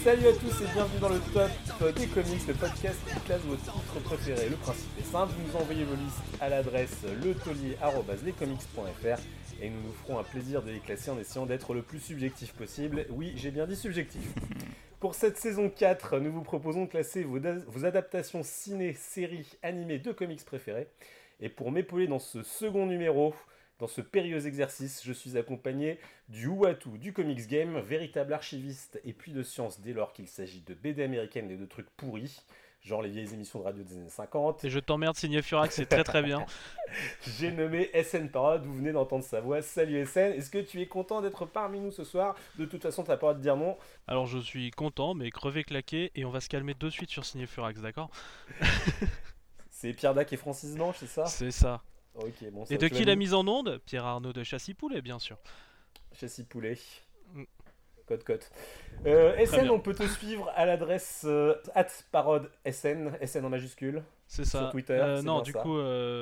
Salut à tous et bienvenue dans le top des comics, le podcast qui classe vos titres préférés. Le principe est simple, vous nous envoyez vos listes à l'adresse letaulier@lescomics.fr et nous nous ferons un plaisir de les classer en essayant d'être le plus subjectif possible. Oui, j'ai bien dit subjectif. Pour cette saison 4, nous vous proposons de classer vos adaptations ciné, séries, animées de comics préférés. Et pour m'épauler dans ce second numéro, dans ce périlleux exercice, je suis accompagné du Ouatou du Comics Game, véritable archiviste et puits de science dès lors qu'il s'agit de BD américaines et de trucs pourris, genre les vieilles émissions de radio des années 50. Et je t'emmerde, signé Furax, c'est très très bien. J'ai nommé SN Parade, vous venez d'entendre sa voix. Salut SN, est-ce que tu es content d'être parmi nous ce soir? De toute façon, t'as pas le droit de dire non. Alors je suis content, mais crevé claqué, et on va se calmer de suite sur signé Furax, d'accord? C'est Pierre Dac et Francis Blanche, c'est ça? C'est ça. Ok, bon, ça Et de tu qui l'as la mis. mise en onde? Pierre Arnaud de Châssis Poulet, bien sûr. Châssis Poulet. Mm. Cote. Très SN, bien. on peut te suivre à l'adresse @parodesn, SN en majuscule, C'est sur ça. Twitter, c'est Non, bien du ça. coup,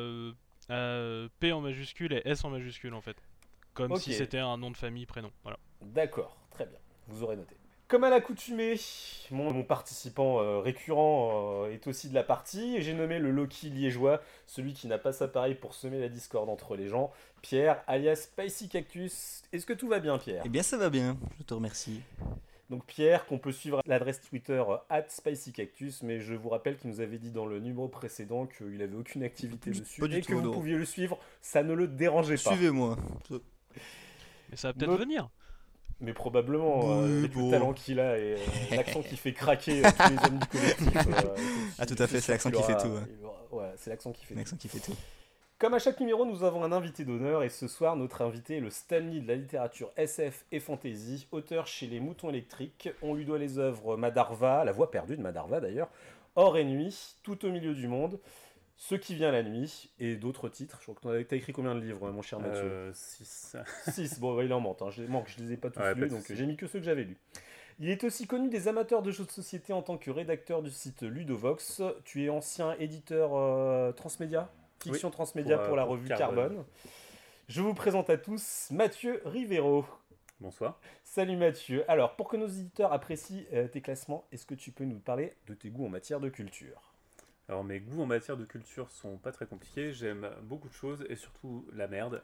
P en majuscule et S en majuscule en fait. Comme Ok, si c'était un nom de famille, prénom. Voilà. d'accord, très bien, vous aurez noté. Comme à l'accoutumée, mon participant récurrent est aussi de la partie, et j'ai nommé le Loki liégeois, celui qui n'a pas sa pareille pour semer la discorde entre les gens, Pierre, alias Spicy Cactus. Est-ce que tout va bien, Pierre? Eh bien, ça va bien, je te remercie. Donc Pierre, qu'on peut suivre à l'adresse Twitter @SpicyCactus, mais je vous rappelle qu'il nous avait dit dans le numéro précédent qu'il avait aucune activité dessus Pas du et tout, que vous non. pouviez le suivre, ça ne le dérangeait pas. Suivez-moi. Mais ça va peut-être Not- venir. Mais probablement, Oui, avec le bon. talent qu'il a et l'accent qui fait craquer tous les hommes du collectif. Ah, tout à fait, c'est l'accent qui fait tout, ouais. Ouais, c'est l'accent qui fait Un tout. accent qui fait tout. Comme à chaque numéro, nous avons un invité d'honneur et ce soir, notre invité est le Stanley de la littérature SF et fantasy, auteur chez les Moutons électriques. On lui doit les œuvres Madarva, la voix perdue de Madarva d'ailleurs, Or et Nuit, Tout au milieu du monde, Ce qui vient la nuit et d'autres titres. Je crois que t'as écrit combien de livres, mon cher Mathieu? 6. 6, bon, il en manque, hein. Je les ai pas tous Ouais, lus, pas de donc souci. j'ai mis que ceux que j'avais lus. Il est aussi connu des amateurs de jeux de société en tant que rédacteur du site Ludovox. Tu es ancien éditeur transmédia, fiction Oui, transmédia pour la pour revue Carbone. Carbone. Je vous présente à tous Mathieu Rivero. Bonsoir. Salut Mathieu. Alors, pour que nos éditeurs apprécient tes classements, est-ce que tu peux nous parler de tes goûts en matière de culture? Alors mes goûts en matière de culture sont pas très compliqués, j'aime beaucoup de choses et surtout la merde.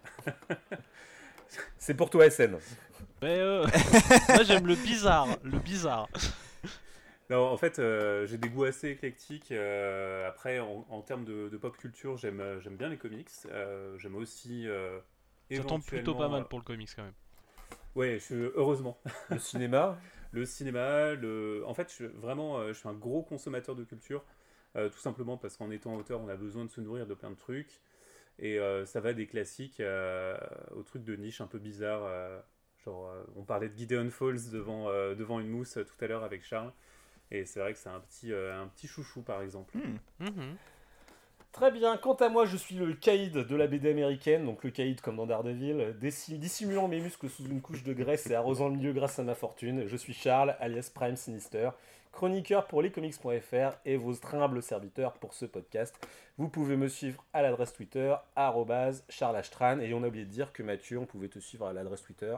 C'est pour toi, SN. Mais moi j'aime le bizarre. Le bizarre. Non, en fait, j'ai des goûts assez éclectiques. Après, en termes de pop culture, j'aime bien les comics. J'aime aussi Ça tombe plutôt pas éventuellement, mal pour le comics quand même. Ouais, heureusement. Le cinéma. Le cinéma, en fait, je suis un gros consommateur de culture. Tout simplement parce qu'en étant auteur, on a besoin de se nourrir de plein de trucs. Et ça va des classiques aux trucs de niche un peu bizarres. On parlait de Gideon Falls devant une mousse tout à l'heure avec Charles. Et c'est vrai que c'est un petit chouchou, par exemple. Mhm. Très bien, quant à moi, je suis le caïd de la BD américaine, donc le caïd comme dans Daredevil, dissimulant mes muscles sous une couche de graisse et arrosant le milieu grâce à ma fortune. Je suis Charles, alias Prime Sinister, chroniqueur pour lescomics.fr et vos humbles serviteurs pour ce podcast. Vous pouvez me suivre à l'adresse Twitter, @charlastran, et on a oublié de dire que Mathieu, on pouvait te suivre à l'adresse Twitter,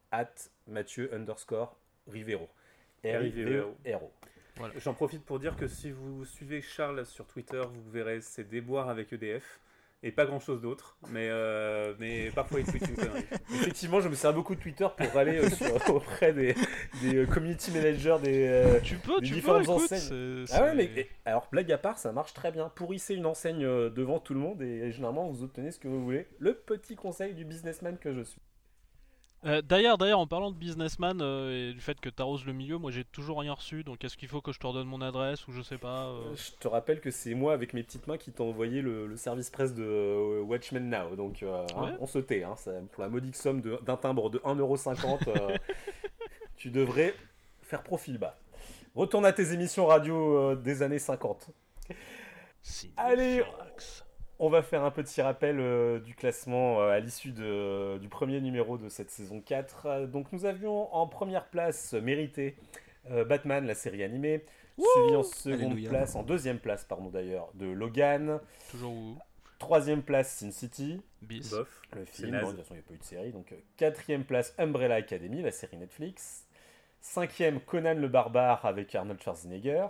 @Mathieu_Rivero. R-I-V-E-R-O. J'en profite pour dire que si vous suivez Charles sur Twitter, vous verrez ses déboires avec EDF. Et pas grand chose d'autre, mais parfois il tweet une connerie. Effectivement, je me sers beaucoup de Twitter pour aller auprès des community managers des Tu peux, différentes écoute. enseignes. Ah ouais, mais alors blague à part, ça marche très bien. Pourrissez une enseigne devant tout le monde et généralement vous obtenez ce que vous voulez. Le petit conseil du businessman que je suis. D'ailleurs, en parlant de businessman et du fait que t'arroses le milieu, moi j'ai toujours rien reçu, donc est-ce qu'il faut que je te redonne mon adresse ou je sais pas Je te rappelle que c'est moi avec mes petites mains qui t'ai envoyé le service presse de Watchmen Now. Donc Ouais. on se tait. Pour la modique somme d'un timbre de 1,50€, tu devrais faire profil bas. Retourne à tes émissions radio des années 50. Signé Allez, Furax. on va faire un petit rappel du classement à l'issue du premier numéro de cette saison 4. Donc nous avions en première place mérité Batman, la série animée, suivi en seconde Alléluia. place, en deuxième place pardon d'ailleurs, de Logan, Toujours où troisième place Sin City, Bis. Bof. le C'est film, naze. bon, de toute façon il n'y a pas eu de série, donc quatrième place Umbrella Academy, la série Netflix, 5e, Conan le Barbare avec Arnold Schwarzenegger.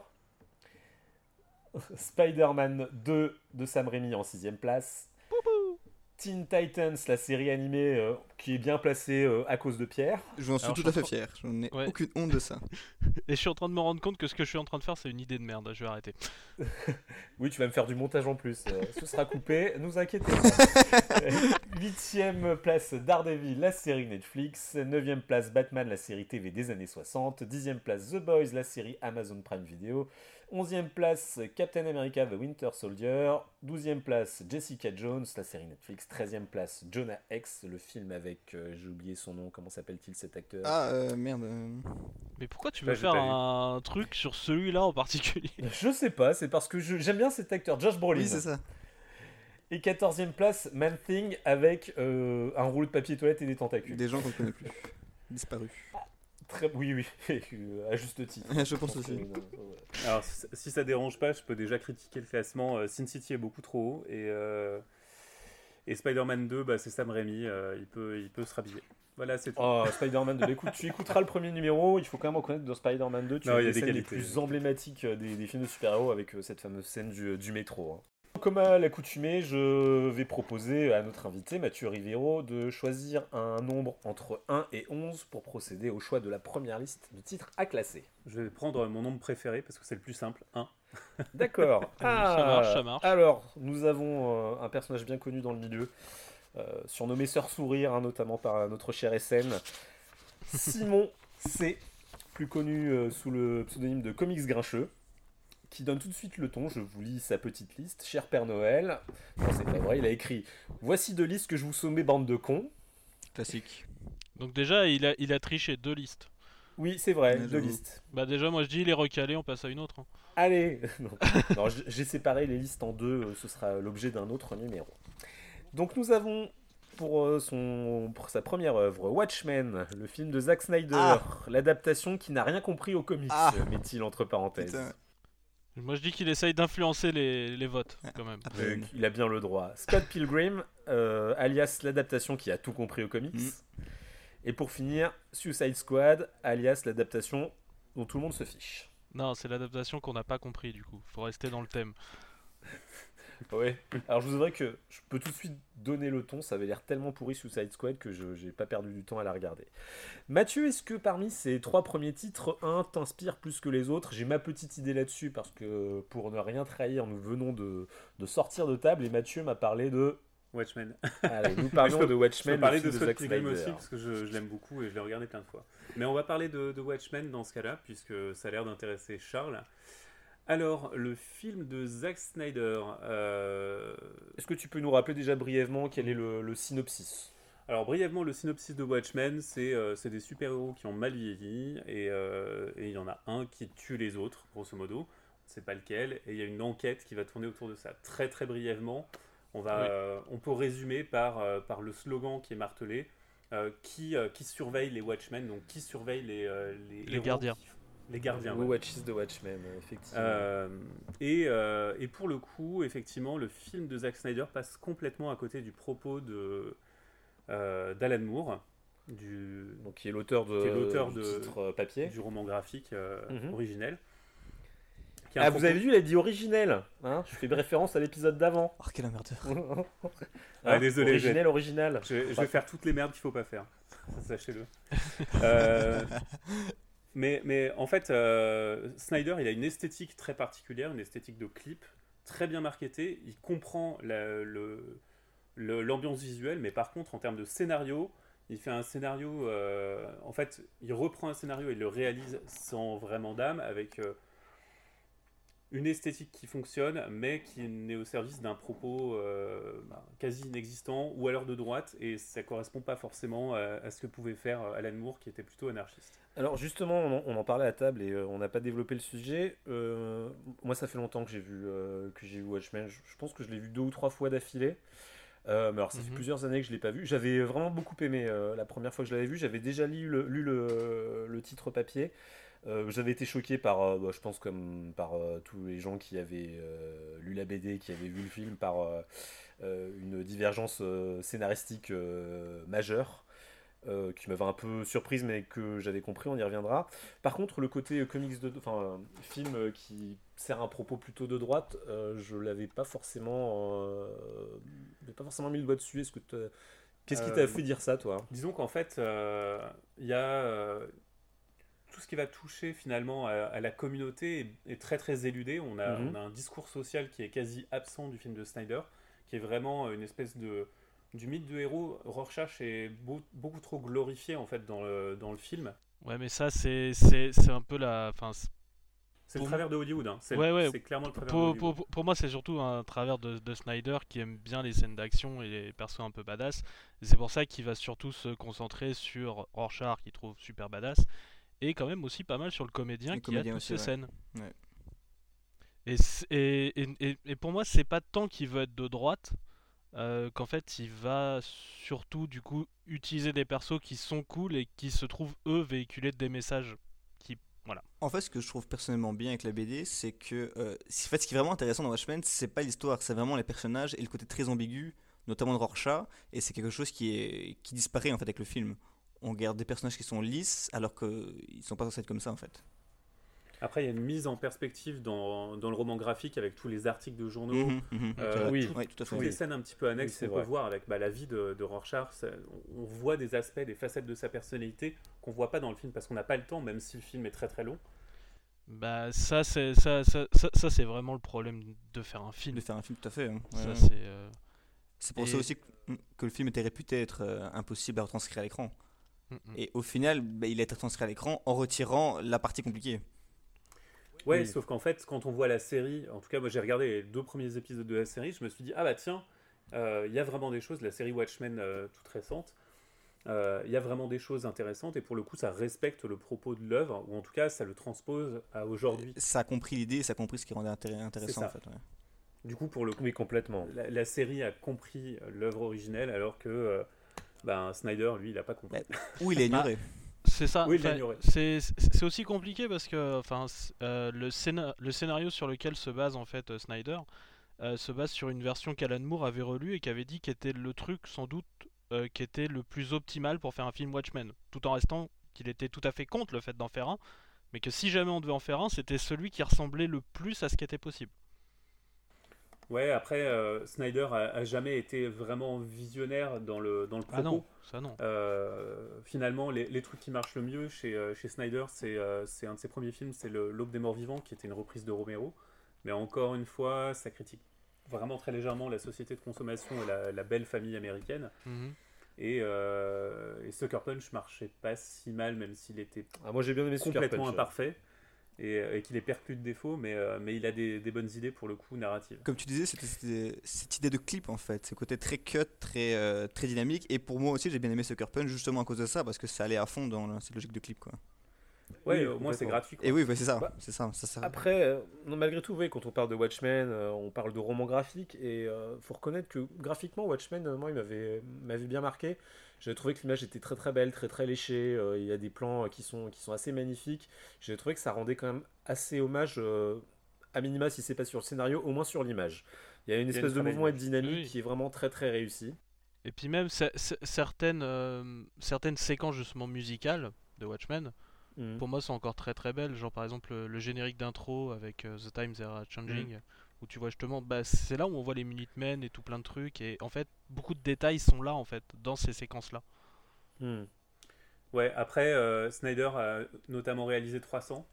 Spider-Man 2 de Sam Raimi en 6e place. Teen Titans, la série animée qui est bien placée à cause de Pierre. J'en suis tout à fait fier, je n'ai aucune honte de ça. Et je suis en train de me rendre compte que ce que je suis en train de faire, c'est une idée de merde, je vais arrêter. Oui, tu vas me faire du montage en plus. Ce sera coupé, nous inquiétez pas. 8e place, Daredevil, la série Netflix. 9e place, Batman, la série TV des années 60. 10e place, The Boys, la série Amazon Prime Video. 11e place, Captain America The Winter Soldier. 12e place, Jessica Jones, la série Netflix. 13e place, Jonah Hex, le film avec, j'ai oublié son nom, comment s'appelle-t-il cet acteur? Merde. Mais pourquoi tu veux faire un truc sur celui-là en particulier? Je sais pas, c'est parce que j'aime bien cet acteur, Josh Brolin. Oui, c'est ça. Et 14e place, Man Thing avec un rouleau de papier toilette et des tentacules. Des gens qu'on ne connaît plus. Disparus. Oui, à juste titre. Je pense aussi. Alors, si ça dérange pas, je peux déjà critiquer le classement. Sin City est beaucoup trop haut et Spider-Man 2, c'est Sam Raimi, il peut se rhabiller. Voilà, c'est tout. Spider-Man 2, écoute, tu écouteras le premier numéro, il faut quand même reconnaître que dans Spider-Man 2, tu as des scènes les plus emblématiques des films de super-héros avec cette fameuse scène du métro. Comme à l'accoutumée, je vais proposer à notre invité, Mathieu Rivero, de choisir un nombre entre 1 et 11 pour procéder au choix de la première liste de titres à classer. Je vais prendre mon nombre préféré parce que c'est le plus simple, 1. D'accord. Ça marche. Alors, nous avons un personnage bien connu dans le milieu, surnommé Sœur Sourire, notamment par notre cher SN. Simon C, plus connu sous le pseudonyme de Comics Grincheux, qui donne tout de suite le ton. Je vous lis sa petite liste. Cher Père Noël. Non, c'est pas vrai, il a écrit « Voici 2 listes que je vous soumets, bande de cons. » Classique. Donc déjà, il a triché 2 listes. Oui, c'est vrai, 2 listes. Déjà, moi je dis, il est recalé, on passe à une autre. Allez. Non, j'ai séparé les listes en 2, ce sera l'objet d'un autre numéro. Donc nous avons pour sa première œuvre, Watchmen, le film de Zack Snyder, l'adaptation qui n'a rien compris aux comics, met-il entre parenthèses. Putain. Moi je dis qu'il essaye d'influencer les votes, quand même. Il a bien le droit. Scott Pilgrim, alias l'adaptation qui a tout compris aux comics. Et pour finir, Suicide Squad, alias l'adaptation dont tout le monde se fiche. Non, c'est l'adaptation qu'on n'a pas compris du coup. Faut rester dans le thème. Ouais. Alors je vous avouerai que je peux tout de suite donner le ton, ça avait l'air tellement pourri Suicide Squad que je n'ai pas perdu du temps à la regarder. Mathieu, est-ce que parmi ces 3 premiers titres, un t'inspire plus que les autres? J'ai ma petite idée là-dessus parce que pour ne rien trahir, nous venons de sortir de table et Mathieu m'a parlé de... Watchmen. Allez, nous parlons de Watchmen. Je peux parler de Scott Pilgrim aussi parce que je l'aime beaucoup et je l'ai regardé plein de fois. Mais on va parler de Watchmen dans ce cas-là puisque ça a l'air d'intéresser Charles. Alors, le film de Zack Snyder... Est-ce que tu peux nous rappeler déjà brièvement quel est le synopsis? Alors, brièvement, le synopsis de Watchmen, c'est des super-héros qui ont mal vieilli, et il y en a un qui tue les autres, grosso modo. On ne sait pas lequel, et il y a une enquête qui va tourner autour de ça. Très, très brièvement, on peut résumer par le slogan qui est martelé, qui surveille les Watchmen, donc qui surveille les gardiens. Les gardiens. Who watches the Watchmen, effectivement. Et pour le coup, effectivement, le film de Zack Snyder passe complètement à côté du propos d'Alan Moore, donc, qui est l'auteur du titre papier, du roman graphique originel. Vous avez vu, il a dit originel. Hein, je fais référence à l'épisode d'avant. Oh, quel emmerdeur. Désolé. Original. Je vais faire toutes les merdes qu'il faut pas faire. Sachez-le. Mais en fait, Snyder, il a une esthétique très particulière, une esthétique de clip, très bien marketée. Il comprend l'ambiance visuelle, mais par contre, en termes de scénario, il fait un scénario... en fait, il reprend un scénario et il le réalise sans vraiment d'âme, avec une esthétique qui fonctionne, mais qui n'est au service d'un propos quasi inexistant, ou alors de droite, et ça correspond pas forcément à ce que pouvait faire Alan Moore, qui était plutôt anarchiste. Alors justement, on en parlait à table et on n'a pas développé le sujet. Moi, ça fait longtemps que j'ai vu Watchmen. Je pense que je l'ai vu 2 ou 3 fois d'affilée. Mais alors, ça fait plusieurs années que je l'ai pas vu. J'avais vraiment beaucoup aimé la première fois que je l'avais vu. J'avais déjà lu le titre papier. J'avais été choqué par, je pense comme par tous les gens qui avaient lu la BD, qui avaient vu le film, par une divergence scénaristique majeure. qui m'avait un peu surprise, mais que j'avais compris, on y reviendra. Par contre, le côté film qui sert un propos plutôt de droite, je l'avais pas forcément, j'avais pas forcément mis le doigt dessus. Qu'est-ce qui t'a fait dire ça, toi? Disons qu'en fait, il y a tout ce qui va toucher finalement à la communauté est très très éludé. On a un discours social qui est quasi absent du film de Snyder, qui est vraiment une espèce du mythe de héros. Rorschach est beaucoup trop glorifié en fait dans le film. Ouais, mais ça, c'est un peu la. Enfin, C'est le travers de Hollywood. Hein. C'est clairement le travers de Hollywood. Pour moi, c'est surtout un travers de Snyder qui aime bien les scènes d'action et les persos un peu badass. Et c'est pour ça qu'il va surtout se concentrer sur Rorschach, qu'il trouve super badass, et quand même aussi pas mal sur le comédien qui a toutes ces scènes. Ouais. Et pour moi, c'est pas tant qu'il veut être de droite, qu'en fait, il va surtout du coup utiliser des persos qui sont cool et qui se trouvent eux véhiculer des messages. Voilà. En fait, ce que je trouve personnellement bien avec la BD, c'est que en fait, ce qui est vraiment intéressant dans Watchmen, c'est pas l'histoire, c'est vraiment les personnages et le côté très ambigu, notamment de Rorschach, et c'est quelque chose qui disparaît en fait avec le film. On garde des personnages qui sont lisses alors qu'ils sont pas censés être comme ça en fait. Après, il y a une mise en perspective dans le roman graphique avec tous les articles de journaux, Oui, tout à fait. toutes les scènes un petit peu annexes Oui, qu'on peut voir avec la vie de Rorschach. On voit des aspects, des facettes de sa personnalité qu'on voit pas dans le film parce qu'on n'a pas le temps, même si le film est très très long. Bah ça c'est vraiment le problème de faire un film. De faire un film, tout à fait. Hein. Ça, Ouais. C'est pour ça aussi que le film était réputé être impossible à retranscrire à l'écran. Et au final, il a été retranscrit à l'écran en retirant la partie compliquée. Ouais, Oui. sauf qu'en fait, quand on voit la série, en tout cas, moi j'ai regardé les 2 premiers épisodes de la série, je me suis dit, ah bah tiens, il y a vraiment des choses, la série Watchmen toute récente, il y a vraiment des choses intéressantes, et pour le coup, ça respecte le propos de l'œuvre, ou en tout cas, ça le transpose à aujourd'hui. Ça a compris l'idée, ça a compris ce qui rendait intéressant ça. en fait. Ouais. Du coup, pour le coup, Oui, complètement. la série a compris l'œuvre originelle, alors que Snyder, lui, il a pas compris. Ou il est ignoré. C'est ça. Oui, il l'a enfin, ignoré. c'est aussi compliqué parce que le scénario sur lequel se base en fait Snyder se base sur une version qu'Alan Moore avait relue et qui avait dit qu'était le truc sans doute qui était le plus optimal pour faire un film Watchmen, tout en restant qu'il était tout à fait contre le fait d'en faire un, mais que si jamais on devait en faire un, c'était celui qui ressemblait le plus à ce qui était possible. Ouais, après, Snyder a jamais été vraiment visionnaire dans le propos. Ah non, ça non. Finalement, les trucs qui marchent le mieux chez Snyder, c'est un de ses premiers films, c'est L'Aube des Morts Vivants, qui était une reprise de Romero. Mais encore une fois, ça critique vraiment très légèrement la société de consommation et la belle famille américaine. Mhm. Et Sucker Punch marchait pas si mal, même s'il était Moi j'ai bien aimé Sucker complètement Punch. imparfait. Et qu'il est perclus de défauts, mais il a des bonnes idées pour le coup narratives. Comme tu disais, c'était cette idée de clip en fait, ce côté très cut, très dynamique. Et pour moi aussi, j'ai bien aimé Sucker Punch justement à cause de ça, parce que ça allait à fond dans cette logique de clip quoi. Ouais, Oui, au moins c'est complètement. gratuit. Quoi. Et oui, c'est ça, Bah, c'est ça. Ça Après, non, malgré tout, oui, quand on parle de Watchmen, on parle de roman graphique, et faut reconnaître que graphiquement, Watchmen, moi, il m'avait bien marqué. J'avais trouvé que l'image était très très belle, très très léchée. Il y a des plans qui sont assez magnifiques. J'ai trouvé que ça rendait quand même assez hommage, à minima, si c'est pas sur le scénario, au moins sur l'image. Il y a une espèce de très belle mouvement et de image. dynamique Oui. qui est vraiment très très réussi. Et puis même certaines séquences justement musicales de Watchmen, Mhm. pour moi sont encore très très belles, genre par exemple le générique d'intro avec The Times They Are Changing, où tu vois justement, c'est là où on voit les Minutemen et tout plein de trucs, et en fait beaucoup de détails sont là en fait dans ces séquences là. Mhm. Ouais, après, Snyder a notamment réalisé 300.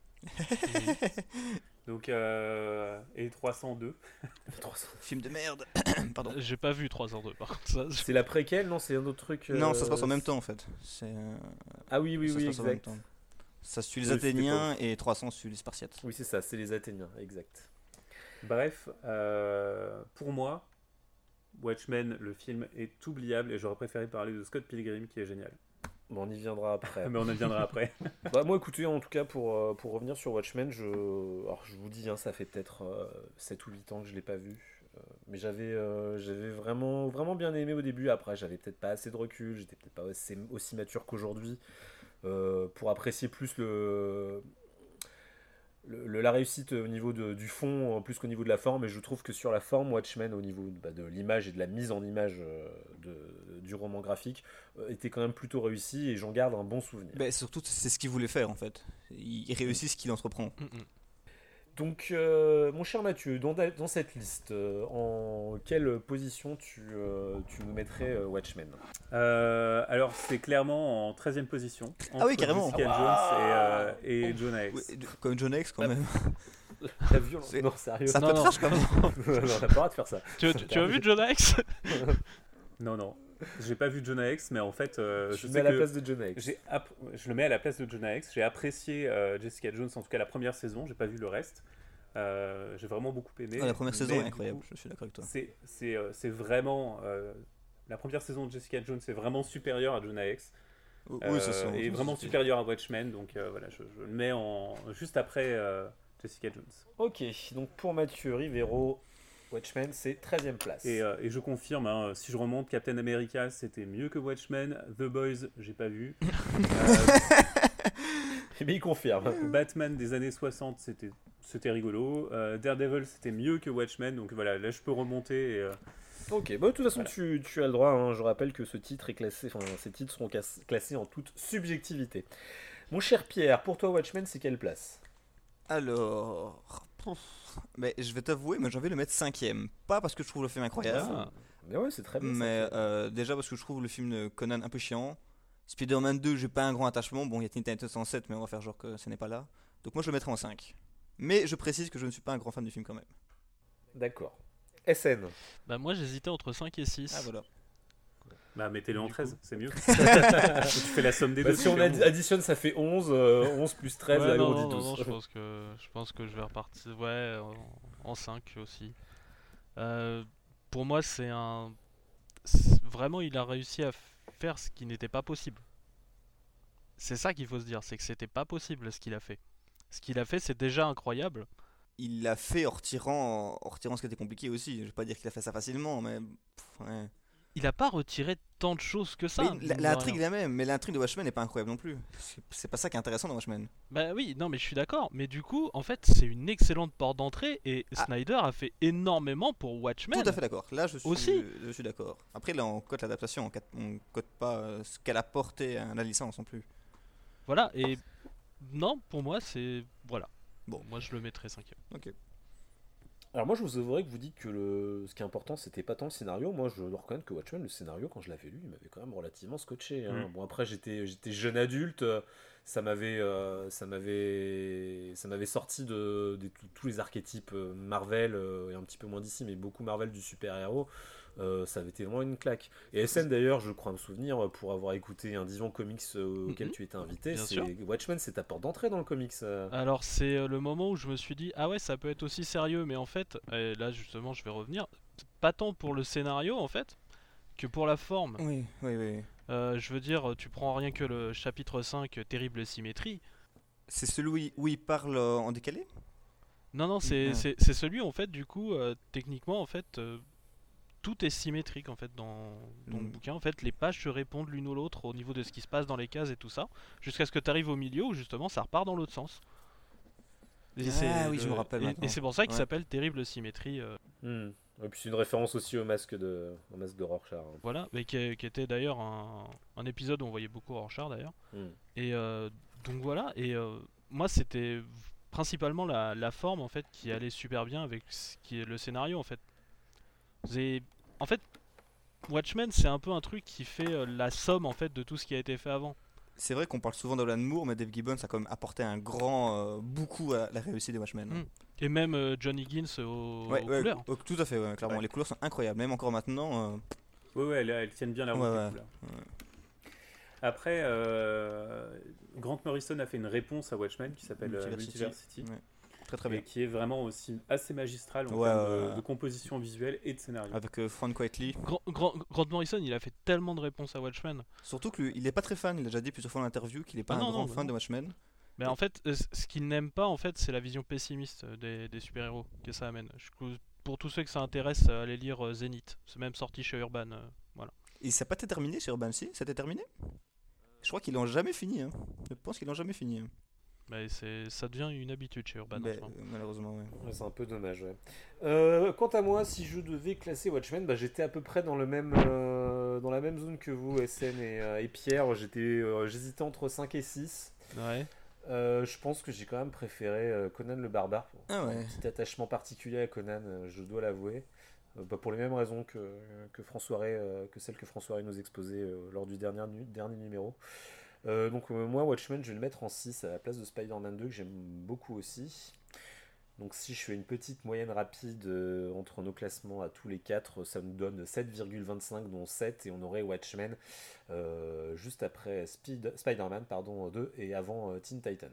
Donc, et 302. 300. Film de merde. Pardon. J'ai pas vu 302 par contre ça. C'est la préquelle, non? C'est un autre truc. Non, ça se passe en même temps en fait. Ah oui, oui, Ça se oui, passe en même exact. temps. Ça suit les Oui, c'était Athéniens et 300 suit les Spartiates. Oui, c'est ça, c'est les Athéniens, exact. Bref, pour moi, Watchmen, le film est oubliable et j'aurais préféré parler de Scott Pilgrim qui est génial. Bon, on y viendra après. Mais on y viendra après. Moi, écoutez, en tout cas, pour revenir sur Watchmen, alors, je vous dis, hein, ça fait peut-être 7 ou 8 ans que je ne l'ai pas vu. Mais j'avais vraiment, vraiment bien aimé au début. Après, j'avais peut-être pas assez de recul, j'étais peut-être pas aussi mature qu'aujourd'hui pour apprécier plus la réussite au niveau du fond plus qu'au niveau de la forme, et je trouve que sur la forme, Watchmen, au niveau de l'image et de la mise en image du roman graphique, était quand même plutôt réussi, et j'en garde un bon souvenir. Ben, surtout, c'est ce qu'il voulait faire en fait. Il réussit ce qu'il entreprend. Donc, mon cher Mathieu, dans cette liste, en quelle position tu nous mettrais Watchmen? Alors, c'est clairement en 13e position. Ah oui, carrément. Jessica Jones et Jonah Hex. Oui, comme Jonah Hex quand même. La violence. Non, sérieux. C'est un peu trash quand même. Non, t'as pas le droit de faire ça. Tu as vu Jonah Hex? Non. J'ai pas vu Jonah Hex, mais en fait, je mets à la place de Jonah Hex. Je le mets à la place de Jonah Hex. J'ai apprécié Jessica Jones, en tout cas la première saison. J'ai pas vu le reste. J'ai vraiment beaucoup aimé. La première saison est incroyable. Je suis d'accord avec toi. C'est vraiment la première saison de Jessica Jones est vraiment supérieure à Jonah Hex. Oui, c'est ça. Et vraiment supérieure à Watchmen. Donc voilà, je le mets juste après Jessica Jones. Ok, donc pour Mathieu Rivero, Watchmen, c'est 13e place. Et je confirme, hein, si je remonte, Captain America, c'était mieux que Watchmen. The Boys, j'ai pas vu. Mais il confirme. Batman des années 60, c'était rigolo. Daredevil, c'était mieux que Watchmen. Donc voilà, là je peux remonter. Ok, bah de toute façon, voilà. tu as le droit. Hein. Je rappelle que ce titre est classé, ces titres seront classés en toute subjectivité. Mon cher Pierre, pour toi, Watchmen, c'est quelle place? Alors. Mais je vais t'avouer, mais j'ai envie de le mettre 5ème. Pas parce que je trouve le film incroyable. Mais ouais, c'est très bien. Mais déjà parce que je trouve le film de Conan un peu chiant. Spider-Man 2, j'ai pas un grand attachement. Bon, il y a Teen Titans en 7, mais on va faire genre que ce n'est pas là. Donc moi je le mettrai en 5. Mais je précise que je ne suis pas un grand fan du film quand même. D'accord. SN. Bah moi j'hésitais entre 5 et 6. Ah voilà. Bah mettez-le en 13, c'est mieux. Tu fais la somme des deux. Si on additionne, ça fait 11. 11 plus 13, Ouais, allez, non, on dit 12. non, je pense que je vais repartir en 5 aussi. Pour moi vraiment il a réussi à faire ce qui n'était pas possible. C'est ça qu'il faut se dire, c'est que c'était pas possible ce qu'il a fait. Ce qu'il a fait c'est déjà incroyable. Il l'a fait en retirant ce qui était compliqué aussi. Je vais pas dire qu'il a fait ça facilement, mais ouais. Il a pas retiré tant de choses que ça. L'intrigue est la même, mais l'intrigue de Watchmen n'est pas incroyable non plus. C'est pas ça qui est intéressant dans Watchmen. Bah oui, non mais je suis d'accord, mais du coup, en fait, c'est une excellente porte d'entrée et Snyder a fait énormément pour Watchmen. Tout à fait d'accord. Là, je suis d'accord. Après, là, on cote l'adaptation, on cote pas ce qu'elle a porté à la licence non plus. Voilà, et non, pour moi, c'est... Voilà. Bon. Moi, je le mettrais 5ème. Ok. Alors moi, je vous avouerai que vous dites que ce qui est important, c'était pas tant le scénario. Moi, je dois reconnaître que Watchmen, le scénario, quand je l'avais lu, il m'avait quand même relativement scotché. Hein. Bon, après, j'étais jeune adulte, ça m'avait sorti de tous les archétypes Marvel, et un petit peu moins d'ici, mais beaucoup Marvel du super-héros. Ça avait été vraiment une claque. Et SN d'ailleurs, je crois me souvenir, pour avoir écouté un Divan Comics auquel tu étais invité, Watchmen, c'est ta porte d'entrée dans le comics. Alors c'est le moment où je me suis dit ah ouais, ça peut être aussi sérieux, mais en fait, et là justement je vais revenir, pas tant pour le scénario en fait que pour la forme. Oui. Je veux dire, tu prends rien que le chapitre 5, Terrible Symétrie. C'est celui où il parle en décalé? Non, c'est celui en fait du coup, techniquement en fait... tout est symétrique en fait dans le bouquin. En fait, les pages se répondent l'une ou l'autre au niveau de ce qui se passe dans les cases et tout ça, jusqu'à ce que tu arrives au milieu où justement ça repart dans l'autre sens. Et je me rappelle maintenant. Et c'est pour ça qu'il s'appelle Terrible Symétrie. Et puis c'est une référence aussi au masque de Rorschach. Hein. Voilà, mais qui était d'ailleurs un épisode où on voyait beaucoup Rorschach d'ailleurs. Et donc voilà, et moi c'était principalement la forme en fait qui allait super bien avec ce qui est le scénario en fait. En fait, Watchmen, c'est un peu un truc qui fait la somme en fait de tout ce qui a été fait avant. C'est vrai qu'on parle souvent d'Alan Moore, mais Dave Gibbons a quand même apporté un grand beaucoup à la réussite de Watchmen. Et même John Higgins aux couleurs. Tout à fait, clairement. Les couleurs sont incroyables, même encore maintenant. Ouais, elles tiennent bien la route. Les couleurs. Après, Grant Morrison a fait une réponse à Watchmen qui s'appelle Multiversity. Très bien. Et qui est vraiment aussi assez magistral en termes de composition visuelle et de scénario. Avec Frank Quitely. Grant Morrison, il a fait tellement de réponses à Watchmen. Surtout qu'il n'est pas très fan, il a déjà dit plusieurs fois dans l'interview qu'il n'est pas un grand fan de Watchmen. Mais en fait, ce qu'il n'aime pas, en fait, c'est la vision pessimiste des super-héros que ça amène. Pour tous ceux que ça intéresse, allez lire Zenith. C'est même sorti chez Urban. Voilà. Et ça n'a pas été terminé chez Urban, si? C'était terminé? Je crois qu'ils l'ont jamais fini. Je pense qu'ils l'ont jamais fini. Ça devient une habitude chez Urban. Ben, Enfin. malheureusement, ouais. Ouais, c'est un peu dommage, ouais. Quant à moi, si je devais classer Watchmen, j'étais à peu près dans dans la même zone que vous, SN et Pierre. J'hésitais entre 5 et 6. Ouais. Je pense que j'ai quand même préféré Conan le Barbare. Ah ouais. Un petit attachement particulier à Conan, je dois l'avouer. Pour les mêmes raisons que celles que François Ray nous exposait lors du dernier numéro. Moi, Watchmen, je vais le mettre en 6 à la place de Spider-Man 2, que j'aime beaucoup aussi. Donc si je fais une petite moyenne rapide entre nos classements à tous les 4, ça nous donne 7,25 dont 7 et on aurait Watchmen juste après Spider-Man 2 et avant Teen Titans.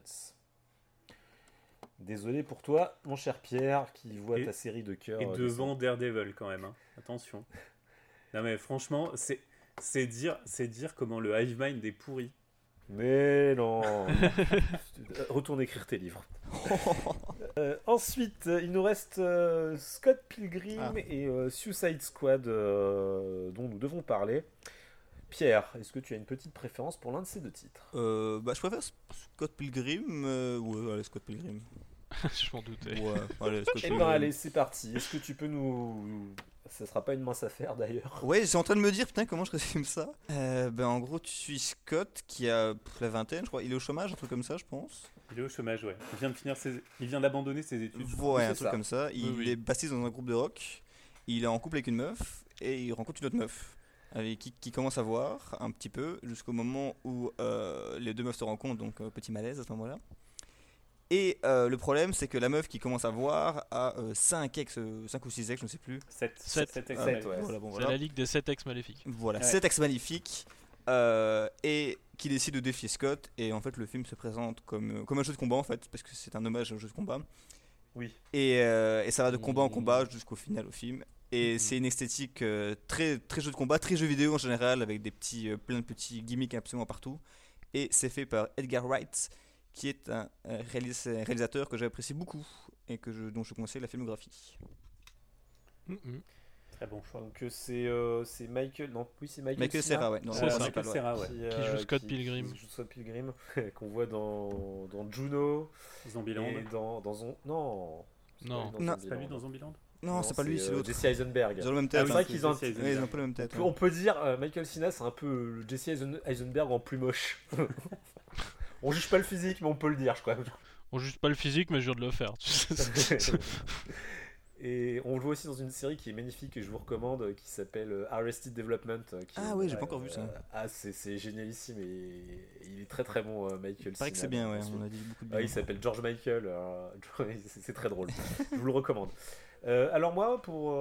Désolé pour toi, mon cher Pierre, qui voit ta série de cœur. Et devant Daredevil quand même, hein. Attention. Non mais franchement, c'est dire comment le Hive Mind est pourri. Mais non. Retourne écrire tes livres. Ensuite, il nous reste Scott Pilgrim et Suicide Squad dont nous devons parler. Pierre, est-ce que tu as une petite préférence pour l'un de ces deux titres? Je préfère Scott Pilgrim. Ouais, allez, Scott Pilgrim. Je m'en doutais. Ouais, allez, Scott Eh Pilgrim. ben allez, c'est parti. Est-ce que tu peux nous... Ça sera pas une mince affaire d'ailleurs. Ouais, j'étais en train de me dire, putain, comment je résume ça. En gros, tu suis Scott qui a la vingtaine, je crois. Il est au chômage, un truc comme ça, je pense. Il est au chômage, ouais. Il vient d'abandonner ses études. Ouais, un c'est truc ça. comme ça. Il est bassiste dans un groupe de rock. Il est en couple avec une meuf et il rencontre une autre meuf avec qui commence à voir un petit peu jusqu'au moment où les deux meufs se rencontrent, donc petit malaise à ce moment-là. Et le problème, c'est que la meuf qui commence à voir a 5 ou 6 ex, je ne sais plus. 7 Sept. Sept, ouais. ouais. Voilà, bon, C'est voilà. la ligue des 7 ex maléfiques. Voilà, Ouais. 7 ex maléfiques et qui décide de défier Scott. Et en fait, le film se présente comme un jeu de combat en fait, parce que c'est un hommage à un jeu de combat. Oui. Et ça va de combat en combat jusqu'au final au film. Et c'est une esthétique très, très jeu de combat, très jeu vidéo en général, avec plein de petits gimmicks absolument partout. Et c'est fait par Edgar Wright, qui est un réalisateur que j'apprécie beaucoup et dont je conseille la filmographie. Très bon choix. Donc c'est Michael... Non, oui, c'est Michael Cera, ouais. Non, C'est ça. Michael Cera, ouais. Qui joue Scott Pilgrim. Qui joue Scott Pilgrim, qu'on voit dans Juno. Zombieland. Et dans Non. C'est Non. pas lui Non. C'est pas lui dans Zombieland? Non, c'est pas lui, c'est l'autre. Jesse Eisenberg. Ils ont le même Ah tête. oui, C'est hein. vrai qu'ils ont... Jesse Eisenberg. Ouais, ils ont pas la même tête. On peut dire Michael Cera, c'est un peu le Jesse Eisenberg en plus moche. On juge pas le physique, mais on peut le dire, je crois. On juge pas le physique, mais je viens de le faire. Et on le voit aussi dans une série qui est magnifique et je vous recommande, qui s'appelle Arrested Development. Ah oui, j'ai pas encore vu ça. C'est génialissime et il est très très bon, Michael. Il paraît que Cera, c'est bien, ouais. bien sûr. On a dit beaucoup de Ah, bien. il s'appelle George Michael, c'est très drôle. Je vous le recommande. Alors moi, pour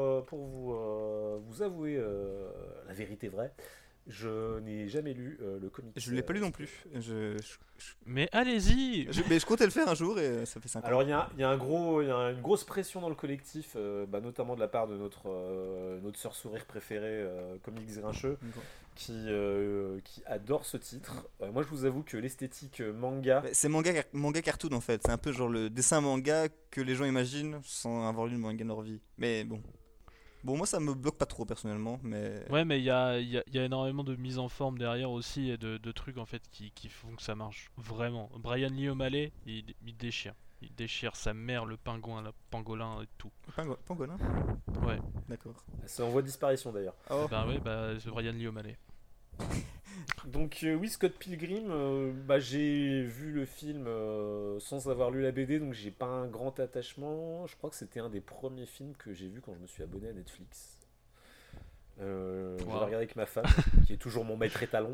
vous avouer la vérité vraie, je n'ai jamais lu le comics. Je l'ai pas lu non plus. Mais allez-y. Mais je comptais le faire un jour et ça fait 5 ans. Alors il y a une grosse pression dans le collectif, notamment de la part de notre sœur sourire préférée, Comics Grincheux, qui adore ce titre. Moi je vous avoue que l'esthétique manga... C'est manga cartoon en fait. C'est un peu genre le dessin manga que les gens imaginent sans avoir lu le manga de leur vie. Mais bon. Bon, moi ça me bloque pas trop personnellement. Mais... Ouais, mais il y a énormément de mise en forme derrière aussi et de trucs en fait qui font que ça marche vraiment. Brian Lee O'Malley, il déchire. Il déchire sa mère, le pangolin et tout. Pangolin. Ouais. D'accord. C'est en voie de disparition d'ailleurs. Oh. C'est Brian Lee O'Malley. Donc oui, Scott Pilgrim, j'ai vu le film sans avoir lu la BD, donc j'ai pas un grand attachement. Je crois que c'était un des premiers films que j'ai vu quand je me suis abonné à Netflix. Je l'ai regardé avec ma femme, qui est toujours mon maître étalon.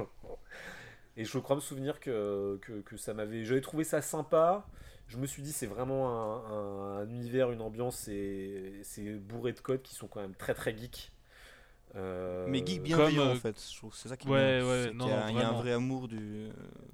Et je crois me souvenir que ça m'avait... J'avais trouvé ça sympa. Je me suis dit c'est vraiment un univers, une ambiance, et c'est bourré de codes qui sont quand même très très geeks. Mais geek bienveillant comme, en fait, je trouve c'est ça qui ouais, est bien. ouais, C'est non, qu'il y a, non, il y a un vraiment. vrai amour de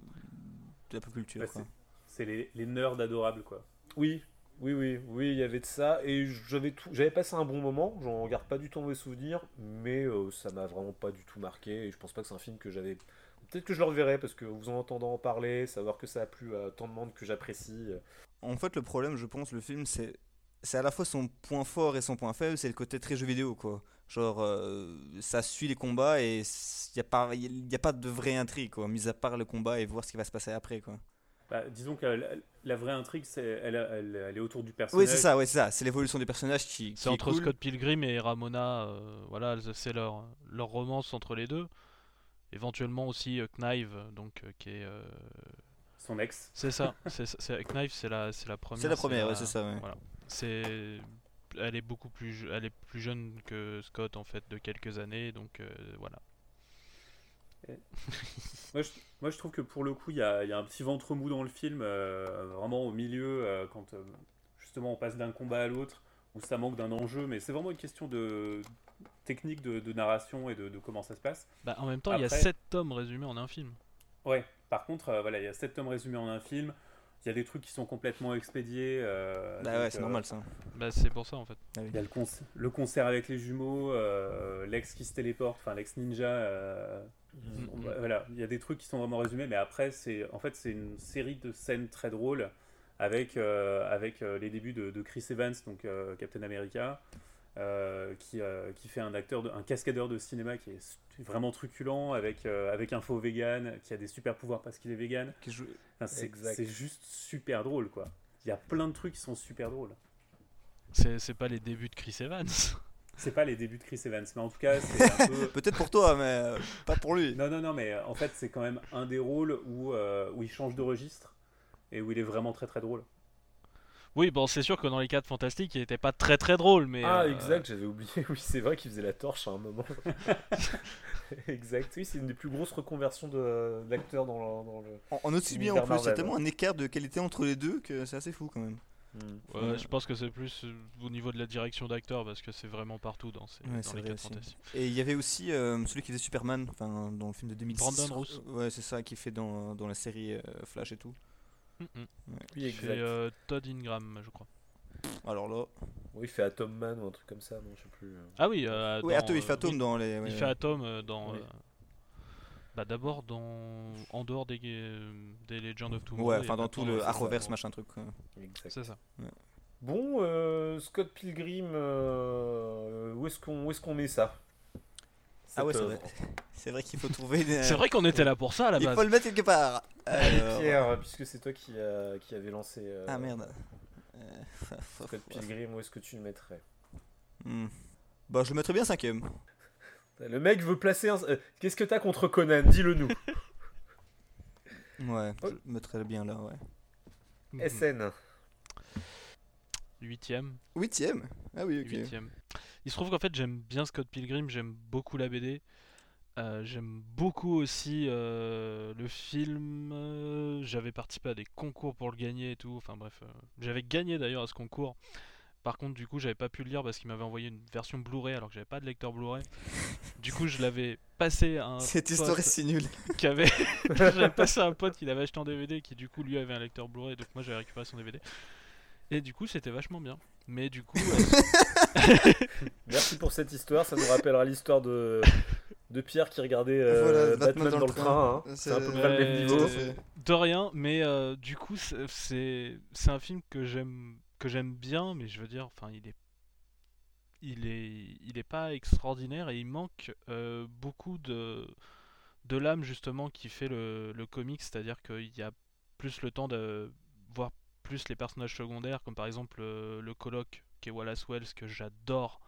la pop culture. Ouais, quoi. c'est les nerds adorables, quoi. Oui, il y avait de ça, et j'avais passé un bon moment, j'en garde pas du tout mauvais souvenir, mais ça m'a vraiment pas du tout marqué, et je pense pas que c'est un film que j'avais... Peut-être que je le reverrai, parce que vous en entendant en parler, savoir que ça a plu à tant de monde que j'apprécie... En fait, le problème, je pense, le film, c'est à la fois son point fort et son point faible, c'est le côté très jeu vidéo, quoi. Genre, ça suit les combats et il n'y a pas de vraie intrigue, quoi, mis à part le combat et voir ce qui va se passer après, quoi. disons que la vraie intrigue, elle est autour du Oui, personnage. c'est ça, c'est l'évolution du personnage qui C'est est entre cool. Scott Pilgrim et Ramona, voilà, c'est leur romance entre les deux. Éventuellement aussi Knive, donc qui est. Son ex. C'est ça, Knife, c'est la première. C'est la première, ouais, c'est ça, ouais. Voilà. Elle est beaucoup elle est plus jeune que Scott en fait de quelques années, donc voilà. Moi, je trouve que pour le coup, il y a un petit ventre mou dans le film, vraiment au milieu, quand justement on passe d'un combat à l'autre, où ça manque d'un enjeu, mais c'est vraiment une question de technique de narration et de comment ça se passe. Bah, en même temps, il y a Après- 7 tomes résumés en un film. Ouais, par contre, voilà, il y a 7 tomes résumés en un film, il y a des trucs qui sont complètement expédiés. Bah donc, ouais, c'est normal ça. Bah, c'est pour ça en fait. Ah oui. Il y a le concert avec les jumeaux, l'ex qui se téléporte, enfin l'ex ninja. Voilà, il y a des trucs qui sont vraiment résumés, mais après, c'est une série de scènes très drôles avec les débuts de Chris Evans, donc Captain America, qui fait un cascadeur de cinéma qui est vraiment truculent, avec un faux vegan qui a des super pouvoirs parce qu'il est vegan. Enfin, c'est juste super drôle, quoi. Il y a plein de trucs qui sont super drôles. C'est pas les débuts de Chris Evans. C'est pas les débuts de Chris Evans, mais en tout cas, c'est un peu. Peut-être pour toi, mais pas pour lui. Non, mais en fait, c'est quand même un des rôles où il change de registre et où il est vraiment très très drôle. Oui, bon, c'est sûr que dans les 4 fantastiques, il était pas très très drôle, mais. Exact, j'avais oublié. Oui, c'est vrai qu'il faisait la torche à un moment. Exact, oui, c'est une des plus grosses reconversions d'acteurs dans le. En aussi bien en plus, il y a tellement un écart de qualité entre les deux que c'est assez fou quand même. Ouais, je pense que c'est plus au niveau de la direction d'acteur parce que c'est vraiment partout dans les 4 fantastiques. Et il y avait aussi celui qui faisait Superman, enfin dans le film de 2006. Brandon Routh. Ouais, c'est ça, qui fait dans la série Flash et tout. Ouais. Oui, Il exact. fait Todd Ingram, je crois. Alors là. Oui, il fait Atom Man ou un truc comme ça, non, je sais plus. Ah oui, Oui, Atom, il fait Atom dans les. Il ouais, fait Atom dans. Oui. D'abord en dehors des Legends of Tomorrow. Ouais, et enfin dans tout maintenant, le c'est Arrowverse, ça. machin truc. Exact. C'est ça. Bon, Scott Pilgrim, où est-ce qu'on met ça? Ah ouais, Cette c'est vrai. œuvre. C'est vrai qu'il faut trouver des. C'est vrai qu'on était là pour ça à la Il base. faut le mettre quelque part. Pierre, puisque c'est toi qui avait lancé Ah merde. Scott Pilgrim, où est-ce que tu le mettrais? Bah, je le mettrais bien 5ème. Le mec veut placer un. Qu'est-ce que t'as contre Conan? Dis-le nous. Ouais, je le mettrais bien là, ouais. SN. 8ème. 8ème. Ah oui, ok. 8ème. Il se trouve qu'en fait j'aime bien Scott Pilgrim, j'aime beaucoup la BD. J'aime beaucoup aussi le film. J'avais participé à des concours pour le gagner et tout. Enfin bref, j'avais gagné d'ailleurs à ce concours. Par contre, du coup, j'avais pas pu le lire parce qu'il m'avait envoyé une version Blu-ray alors que j'avais pas de lecteur Blu-ray. Du coup, je l'avais passé à un Cette histoire pote est si nulle. qui avait. J'avais passé à un pote qui l'avait acheté en DVD qui, du coup, lui avait un lecteur Blu-ray. Donc, moi, j'avais récupéré son DVD. Et du coup, c'était vachement bien. Mais du coup. Merci pour cette histoire, ça nous rappellera l'histoire de Pierre qui regardait Voilà, Batman dans le train. Hein. C'est à peu près le même niveau. De rien, mais du coup, c'est un film que j'aime bien, mais je veux dire, enfin, il est pas extraordinaire et il manque beaucoup de l'âme justement qui fait le comics, c'est-à-dire qu'il y a plus le temps de voir plus les personnages secondaires, comme par exemple le coloc qui est Wallace Wells que j'adore.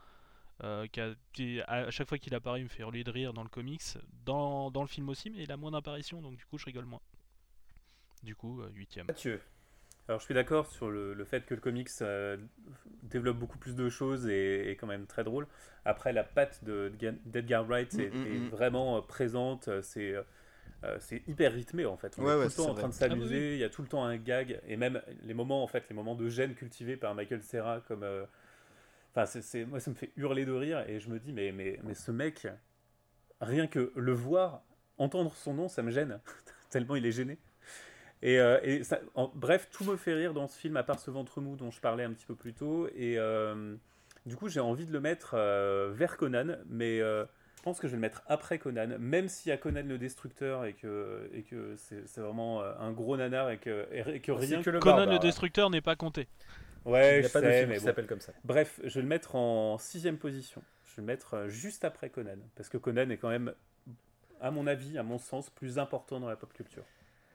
À chaque fois qu'il apparaît, il me fait hurler de rire dans le comics, dans le film aussi, mais il a moins d'apparitions, donc du coup je rigole moins. Du coup, 8ème. Mathieu. Alors je suis d'accord sur le fait que le comics développe beaucoup plus de choses et est quand même très drôle. Après, la patte d'Edgar Wright est vraiment présente. C'est hyper rythmé en fait. On est tout le temps en train de s'amuser. Ah oui. Il y a tout le temps un gag et même les moments de gêne cultivés par Michael Cera comme. Moi, ça me fait hurler de rire et je me dis mais ce mec, rien que le voir, entendre son nom, ça me gêne tellement il est gêné. Et ça, bref, tout me fait rire dans ce film, à part ce ventre mou dont je parlais un petit peu plus tôt. Et du coup, j'ai envie de le mettre vers Conan, mais je pense que je vais le mettre après Conan, même s'il y a Conan le Destructeur et que c'est vraiment un gros nanar et que rien. Que le Conan barbare, le Destructeur n'est pas compté. Ouais, il n'y a pas de film mais qui s'appelle comme ça. Bref, je vais le mettre en 6ème position. Je vais le mettre juste après Conan, parce que Conan est quand même, à mon avis, à mon sens, plus important dans la pop culture.